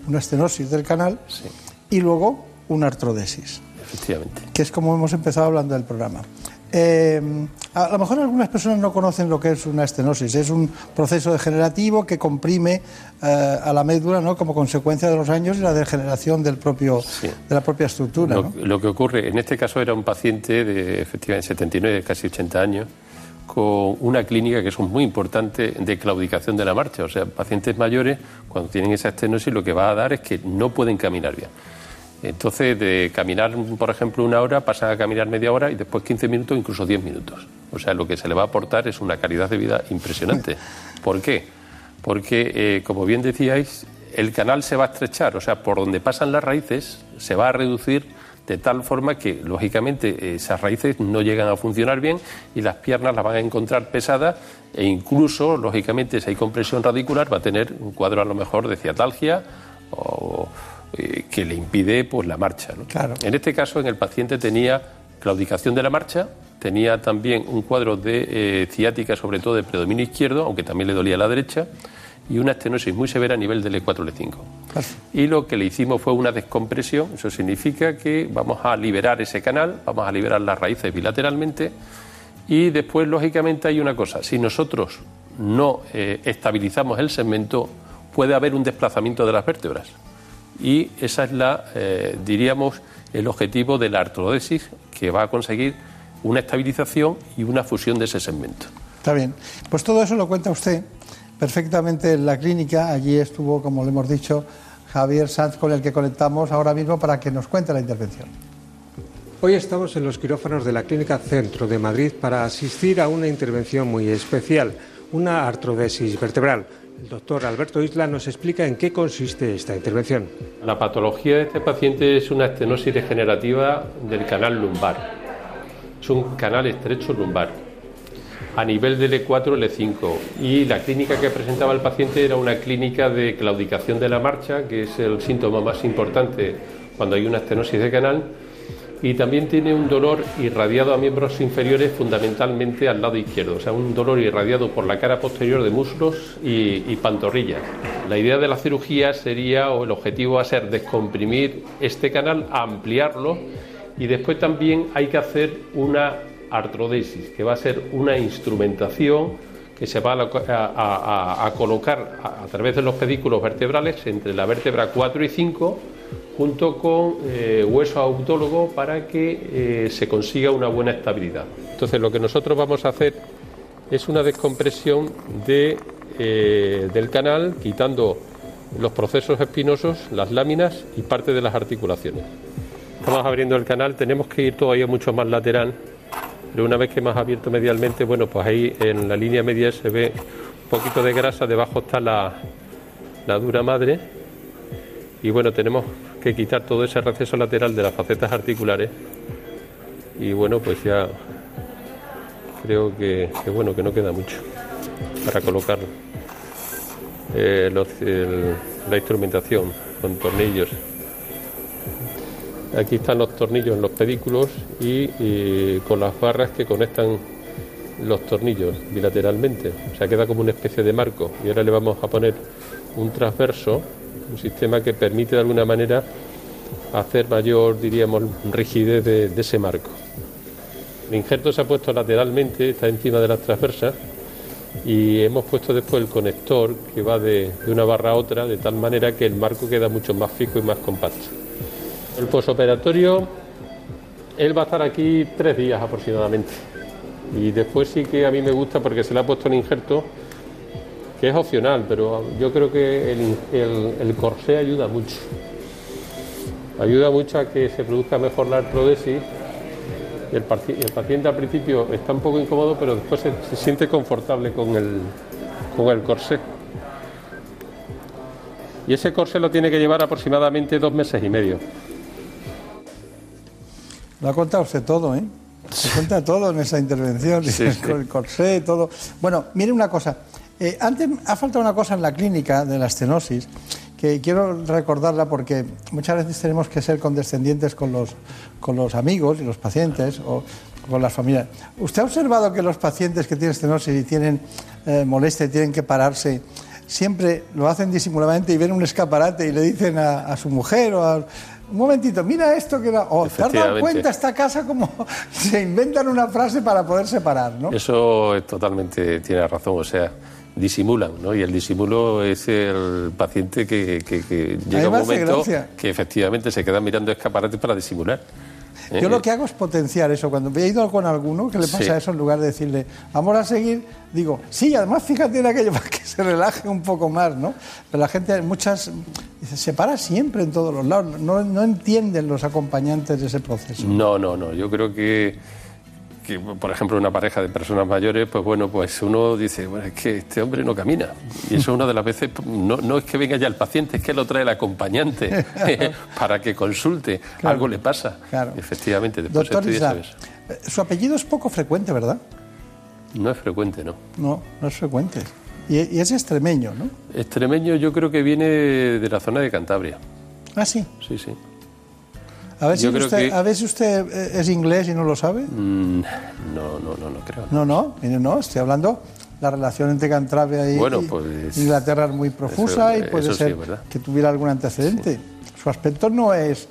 B: una estenosis del canal y luego una artrodesis.
K: Efectivamente.
B: Que es como hemos empezado hablando del programa. A lo mejor algunas personas no conocen lo que es una estenosis. Es un proceso degenerativo que comprime a la médula, ¿no?, como consecuencia de los años y la degeneración de la propia estructura.
K: Lo que ocurre, en este caso era un paciente de efectivamente 79, casi 80 años, con una clínica que es muy importante de claudicación de la marcha. O sea, pacientes mayores, cuando tienen esa estenosis, lo que va a dar es que no pueden caminar bien. Entonces, de caminar, por ejemplo, 1 hora, pasan a caminar media hora y después 15 minutos, incluso 10 minutos. O sea, lo que se le va a aportar es una calidad de vida impresionante. ¿Por qué? Porque, como bien decíais, el canal se va a estrechar. O sea, por donde pasan las raíces se va a reducir de tal forma que, lógicamente, esas raíces no llegan a funcionar bien y las piernas las van a encontrar pesadas e incluso, lógicamente, si hay compresión radicular, va a tener un cuadro a lo mejor de ciatalgia o que le impide pues la marcha, ¿no?
B: Claro.
K: En este caso, en el paciente tenía claudicación de la marcha, tenía también un cuadro de ciática, sobre todo de predominio izquierdo, aunque también le dolía la derecha, y una estenosis muy severa a nivel del E4, L5. Claro. Y lo que le hicimos fue una descompresión. Eso significa que vamos a liberar ese canal, vamos a liberar las raíces bilateralmente, y después, lógicamente, hay una cosa: si nosotros no estabilizamos el segmento, puede haber un desplazamiento de las vértebras. Y esa es diríamos, el objetivo de la artrodesis, que va a conseguir una estabilización y una fusión de ese segmento.
B: Está bien. Pues todo eso lo cuenta usted perfectamente en la clínica. Allí estuvo, como le hemos dicho, Javier Sanz, con el que conectamos ahora mismo para que nos cuente la intervención.
E: Hoy estamos en los quirófanos de la Clínica Centro de Madrid para asistir a una intervención muy especial, una artrodesis vertebral. El doctor Alberto Isla nos explica en qué consiste esta intervención.
K: La patología de este paciente es una estenosis degenerativa del canal lumbar. Es un canal estrecho lumbar a nivel del E4, L5, y la clínica que presentaba el paciente era una clínica de claudicación de la marcha, que es el síntoma más importante cuando hay una estenosis de canal, y también tiene un dolor irradiado a miembros inferiores, fundamentalmente al lado izquierdo, o sea, un dolor irradiado por la cara posterior de muslos y pantorrillas. La idea de la cirugía sería, o el objetivo va a ser, descomprimir este canal, ampliarlo, y después también hay que hacer una artrodesis, que va a ser una instrumentación que se va a colocar a través de los pedículos vertebrales entre la vértebra 4 y 5, junto con hueso autólogo, para que se consiga una buena estabilidad. Entonces, lo que nosotros vamos a hacer es una descompresión del canal, quitando los procesos espinosos, las láminas y parte de las articulaciones. Estamos abriendo el canal, tenemos que ir todavía mucho más lateral, pero una vez que hemos abierto medialmente, bueno, pues ahí en la línea media se ve un poquito de grasa, debajo está la dura madre, y bueno, tenemos que quitar todo ese receso lateral de las facetas articulares, y bueno, pues ya creo que bueno, que no queda mucho para colocar la instrumentación con tornillos. Aquí están los tornillos en los pedículos y con las barras que conectan los tornillos bilateralmente. O sea, queda como una especie de marco. Y ahora le vamos a poner un transverso, un sistema que permite de alguna manera hacer mayor, diríamos, rigidez de ese marco. El injerto se ha puesto lateralmente, está encima de las transversas, y hemos puesto después el conector que va de una barra a otra, de tal manera que el marco queda mucho más fijo y más compacto. El posoperatorio, él va a estar aquí 3 días aproximadamente, y después sí que a mí me gusta, porque se le ha puesto el injerto, que es opcional, pero yo creo que el corsé ayuda mucho a que se produzca mejor la artrodesis. El paciente al principio está un poco incómodo, pero después se siente confortable con el corsé. Y ese corsé lo tiene que llevar aproximadamente 2 meses y medio.
B: Lo ha contado usted todo, ¿eh? Se cuenta todo en esa intervención, sí. Con el corsé, todo. Bueno, mire una cosa. Antes ha faltado una cosa en la clínica de la estenosis, que quiero recordarla porque muchas veces tenemos que ser condescendientes con los amigos y los pacientes o con las familias. ¿Usted ha observado que los pacientes que tienen estenosis y tienen molestia y tienen que pararse, siempre lo hacen disimuladamente y ven un escaparate y le dicen a su mujer o a... Un momentito, mira esto que era... ¿Te has dado cuenta esta casa como se inventan una frase para poder separar, ¿no?
K: Eso totalmente tiene razón, o sea, disimulan, ¿no? Y el disimulo es el paciente que llega un momento que efectivamente se queda mirando escaparates para disimular.
B: Yo lo que hago es potenciar eso. Cuando he ido con alguno que le pasa eso, en lugar de decirle, vamos a seguir, digo, sí, además fíjate en aquello para que se relaje un poco más, ¿no? Pero la gente, se para siempre en todos los lados. No entienden los acompañantes de ese proceso.
K: No. Yo creo que, por ejemplo, una pareja de personas mayores, pues bueno, pues uno dice, bueno, es que este hombre no camina. Y eso una de las veces, no es que venga ya el paciente, es que lo trae el acompañante para que consulte. Claro. Algo le pasa. Claro. Efectivamente, después
B: Doctor Isla, su apellido es poco frecuente, ¿verdad?
K: No es frecuente, ¿no?
B: No es frecuente. Y es extremeño, ¿no?
K: Extremeño yo creo que viene de la zona de Cantabria.
B: ¿Ah, sí?
K: Sí.
B: A ver si usted es inglés y no lo sabe.
K: No creo.
B: No, estoy hablando la relación entre Cantabria y Inglaterra es muy profusa y puede ser que tuviera algún antecedente. Sí. Su aspecto no es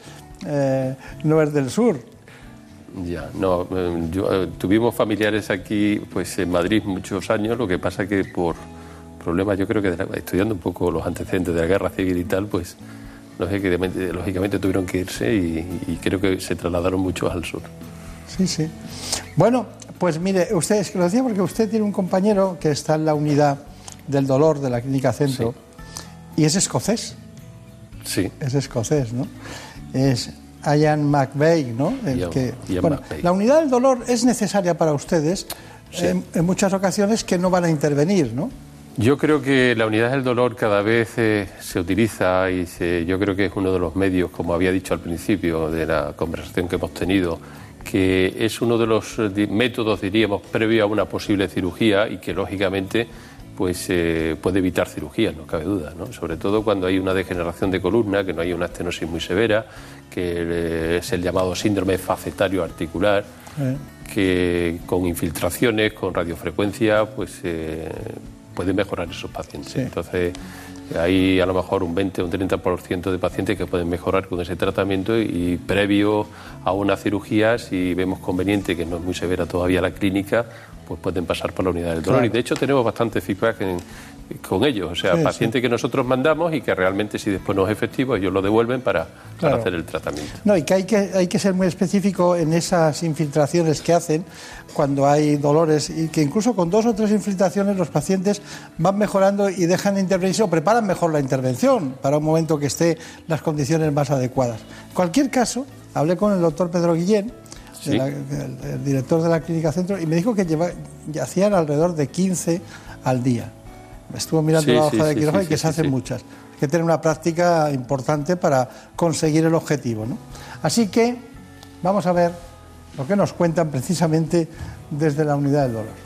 B: del sur.
K: Ya, no. Tuvimos familiares aquí, pues en Madrid muchos años. Lo que pasa que por problemas, yo creo que estudiando un poco los antecedentes de la guerra civil y tal, pues lógicamente tuvieron que irse y creo que se trasladaron muchos al sur.
B: Sí. Bueno, pues mire, usted, es que lo decía porque usted tiene un compañero que está en la unidad del dolor de la Clínica Centro y es escocés.
K: Sí.
B: Es escocés, ¿no? Es Ian McVeigh, ¿no? La unidad del dolor es necesaria para ustedes en muchas ocasiones que no van a intervenir, ¿no?
K: Yo creo que la unidad del dolor cada vez se utiliza y yo creo que es uno de los medios, como había dicho al principio de la conversación que hemos tenido, que es uno de los métodos, diríamos, previo a una posible cirugía y que lógicamente pues puede evitar cirugía, no cabe duda, ¿no? Sobre todo cuando hay una degeneración de columna, que no hay una estenosis muy severa, que es el llamado síndrome facetario articular, que con infiltraciones, con radiofrecuencia, pues pueden mejorar esos pacientes. Sí. Entonces, hay a lo mejor un 20 o un 30% de pacientes que pueden mejorar con ese tratamiento y previo a una cirugía, si vemos conveniente, que no es muy severa todavía la clínica, pues pueden pasar por la unidad del dolor. Claro. Y de hecho tenemos bastante feedback con ellos, o sea, pacientes que nosotros mandamos y que realmente si después no es efectivo, ellos lo devuelven para hacer el tratamiento.
B: No, y que hay que ser muy específico en esas infiltraciones que hacen cuando hay dolores y que incluso con 2 o 3 infiltraciones los pacientes van mejorando y dejan de intervenir o preparan mejor la intervención para un momento que esté las condiciones más adecuadas. En cualquier caso, hablé con el doctor Pedro Guillén, el director de la Clínica Centro, y me dijo que hacían alrededor de 15 al día. Estuvo mirando la hoja de quirófano y que se hacen muchas. Hay que tener una práctica importante para conseguir el objetivo, ¿no? Así que vamos a ver lo que nos cuentan precisamente desde la unidad del dolor.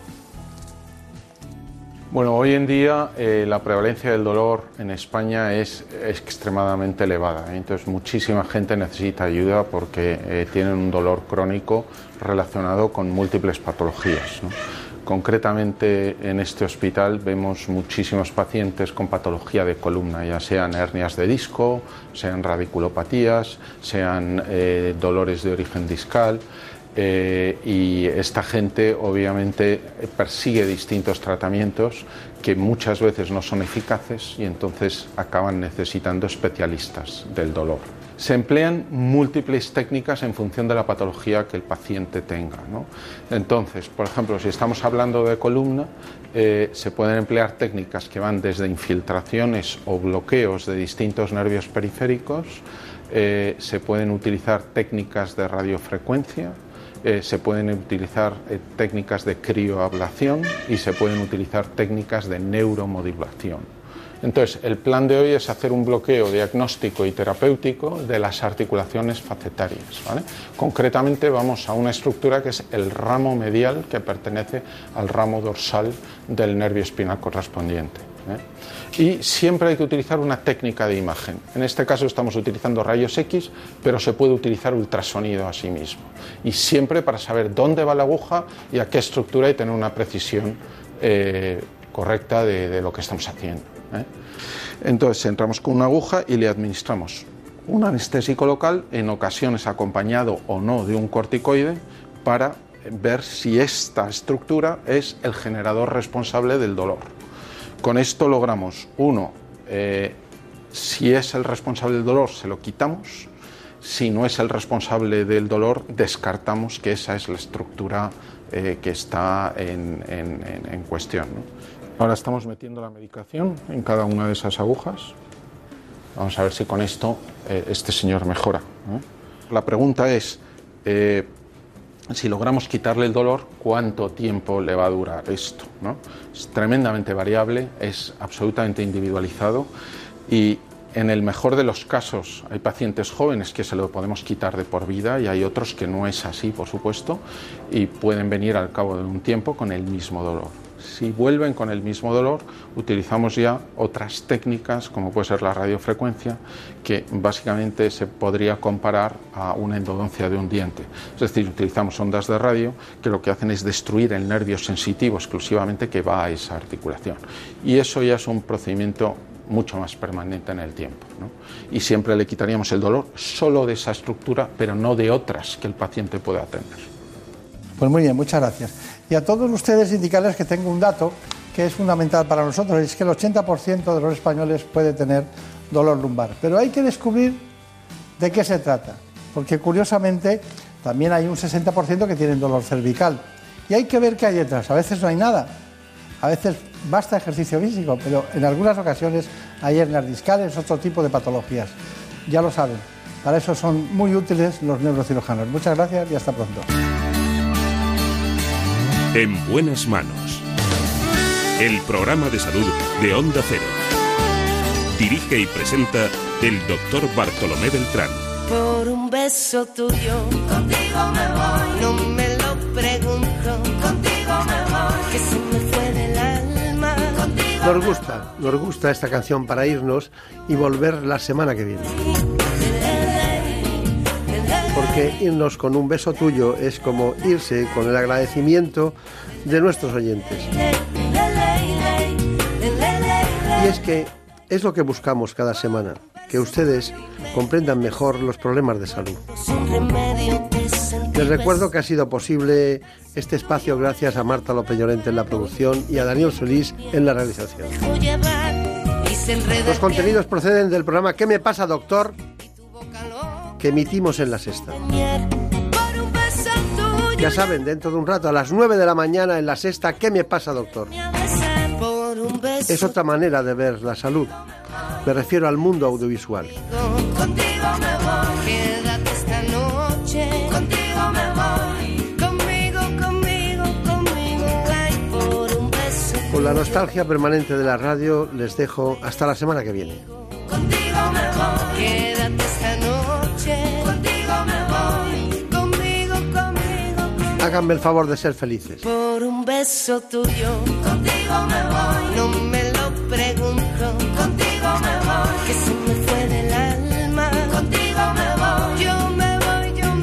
I: Bueno, hoy en día la prevalencia del dolor en España es extremadamente elevada. Entonces, muchísima gente necesita ayuda porque tienen un dolor crónico relacionado con múltiples patologías, ¿no? Concretamente, en este hospital vemos muchísimos pacientes con patología de columna, ya sean hernias de disco, sean radiculopatías, sean dolores de origen discal. Y esta gente obviamente persigue distintos tratamientos que muchas veces no son eficaces y entonces acaban necesitando especialistas del dolor. Se emplean múltiples técnicas en función de la patología que el paciente tenga, ¿no? Entonces, por ejemplo, si estamos hablando de columna, se pueden emplear técnicas que van desde infiltraciones o bloqueos de distintos nervios periféricos, se pueden utilizar técnicas de radiofrecuencia, se pueden utilizar técnicas de crioablación y se pueden utilizar técnicas de neuromodulación. Entonces, el plan de hoy es hacer un bloqueo diagnóstico y terapéutico de las articulaciones facetarias, ¿vale? Concretamente vamos a una estructura que es el ramo medial que pertenece al ramo dorsal del nervio espinal correspondiente, ¿eh? Y siempre hay que utilizar una técnica de imagen. En este caso estamos utilizando rayos X, pero se puede utilizar ultrasonido asimismo. Y siempre para saber dónde va la aguja y a qué estructura y tener una precisión correcta de lo que estamos haciendo, ¿eh? Entonces entramos con una aguja y le administramos un anestésico local, en ocasiones acompañado o no de un corticoide, para ver si esta estructura es el generador responsable del dolor. Con esto logramos, si es el responsable del dolor, se lo quitamos. Si no es el responsable del dolor, descartamos que esa es la estructura que está en cuestión, ¿no? Ahora estamos metiendo la medicación en cada una de esas agujas. Vamos a ver si con esto este señor mejora, ¿no? La pregunta es, si logramos quitarle el dolor, ¿cuánto tiempo le va a durar esto, ¿no? Es tremendamente variable, es absolutamente individualizado y en el mejor de los casos hay pacientes jóvenes que se lo podemos quitar de por vida y hay otros que no es así, por supuesto, y pueden venir al cabo de un tiempo con el mismo dolor. Si vuelven con el mismo dolor, utilizamos ya otras técnicas, como puede ser la radiofrecuencia, que básicamente se podría comparar a una endodoncia de un diente. Es decir, utilizamos ondas de radio que lo que hacen es destruir el nervio sensitivo exclusivamente que va a esa articulación. Y eso ya es un procedimiento mucho más permanente en el tiempo, ¿no? Y siempre le quitaríamos el dolor solo de esa estructura, pero no de otras que el paciente pueda tener.
B: Pues muy bien, muchas gracias. Y a todos ustedes indicarles que tengo un dato que es fundamental para nosotros, es que el 80% de los españoles puede tener dolor lumbar. Pero hay que descubrir de qué se trata, porque curiosamente también hay un 60% que tienen dolor cervical. Y hay que ver qué hay detrás. A veces no hay nada, a veces basta ejercicio físico, pero en algunas ocasiones hay hernias discales, otro tipo de patologías. Ya lo saben, para eso son muy útiles los neurocirujanos. Muchas gracias y hasta pronto.
A: En buenas manos. El programa de salud de Onda Cero. Dirige y presenta el doctor Bartolomé Beltrán.
L: Por un beso tuyo, contigo me voy. No me lo pregunto, contigo me voy. Que se me fue del alma.
N: Nos gusta esta canción para irnos y volver la semana que viene. Porque irnos con un beso tuyo es como irse con el agradecimiento de nuestros oyentes. Y es que es lo que buscamos cada semana, que ustedes comprendan mejor los problemas de salud. Les recuerdo que ha sido posible este espacio gracias a Marta López Llorente en la producción y a Daniel Solís en la realización. Los contenidos proceden del programa ¿Qué me pasa, doctor?, que emitimos en La Sexta. Ya saben, dentro de un rato a las 9 de la mañana en La Sexta, ¿Qué me pasa, doctor? Es otra manera de ver la salud. Me refiero al mundo audiovisual.
L: Contigo me voy, quédate esta noche. Contigo me voy, conmigo, ay, por un beso.
N: Con la nostalgia permanente de la radio les dejo hasta la semana que viene.
L: Contigo me voy, quédate esta noche. Contigo me voy, conmigo.
N: Háganme el favor de ser felices.
L: Por un beso tuyo, contigo me voy. No me lo pregunto, contigo me voy. Que se me fue del alma, contigo me voy. Yo me voy.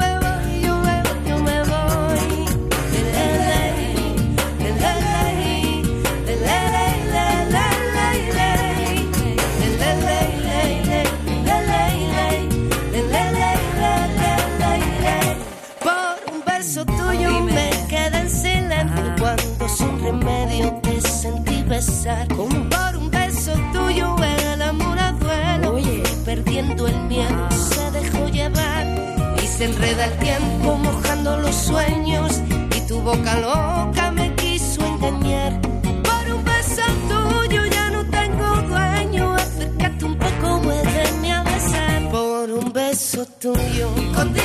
L: Por un beso tuyo me quedé en silencio cuando sin remedio te sentí besar. Por un beso tuyo el amor a duelo, perdiendo el miedo se dejó llevar y se enreda el tiempo mojando los sueños y tu boca loca me quiso engañar. Por un beso tuyo ya no tengo dueño, acércate un poco, muéveme a besar. Por un beso tuyo contigo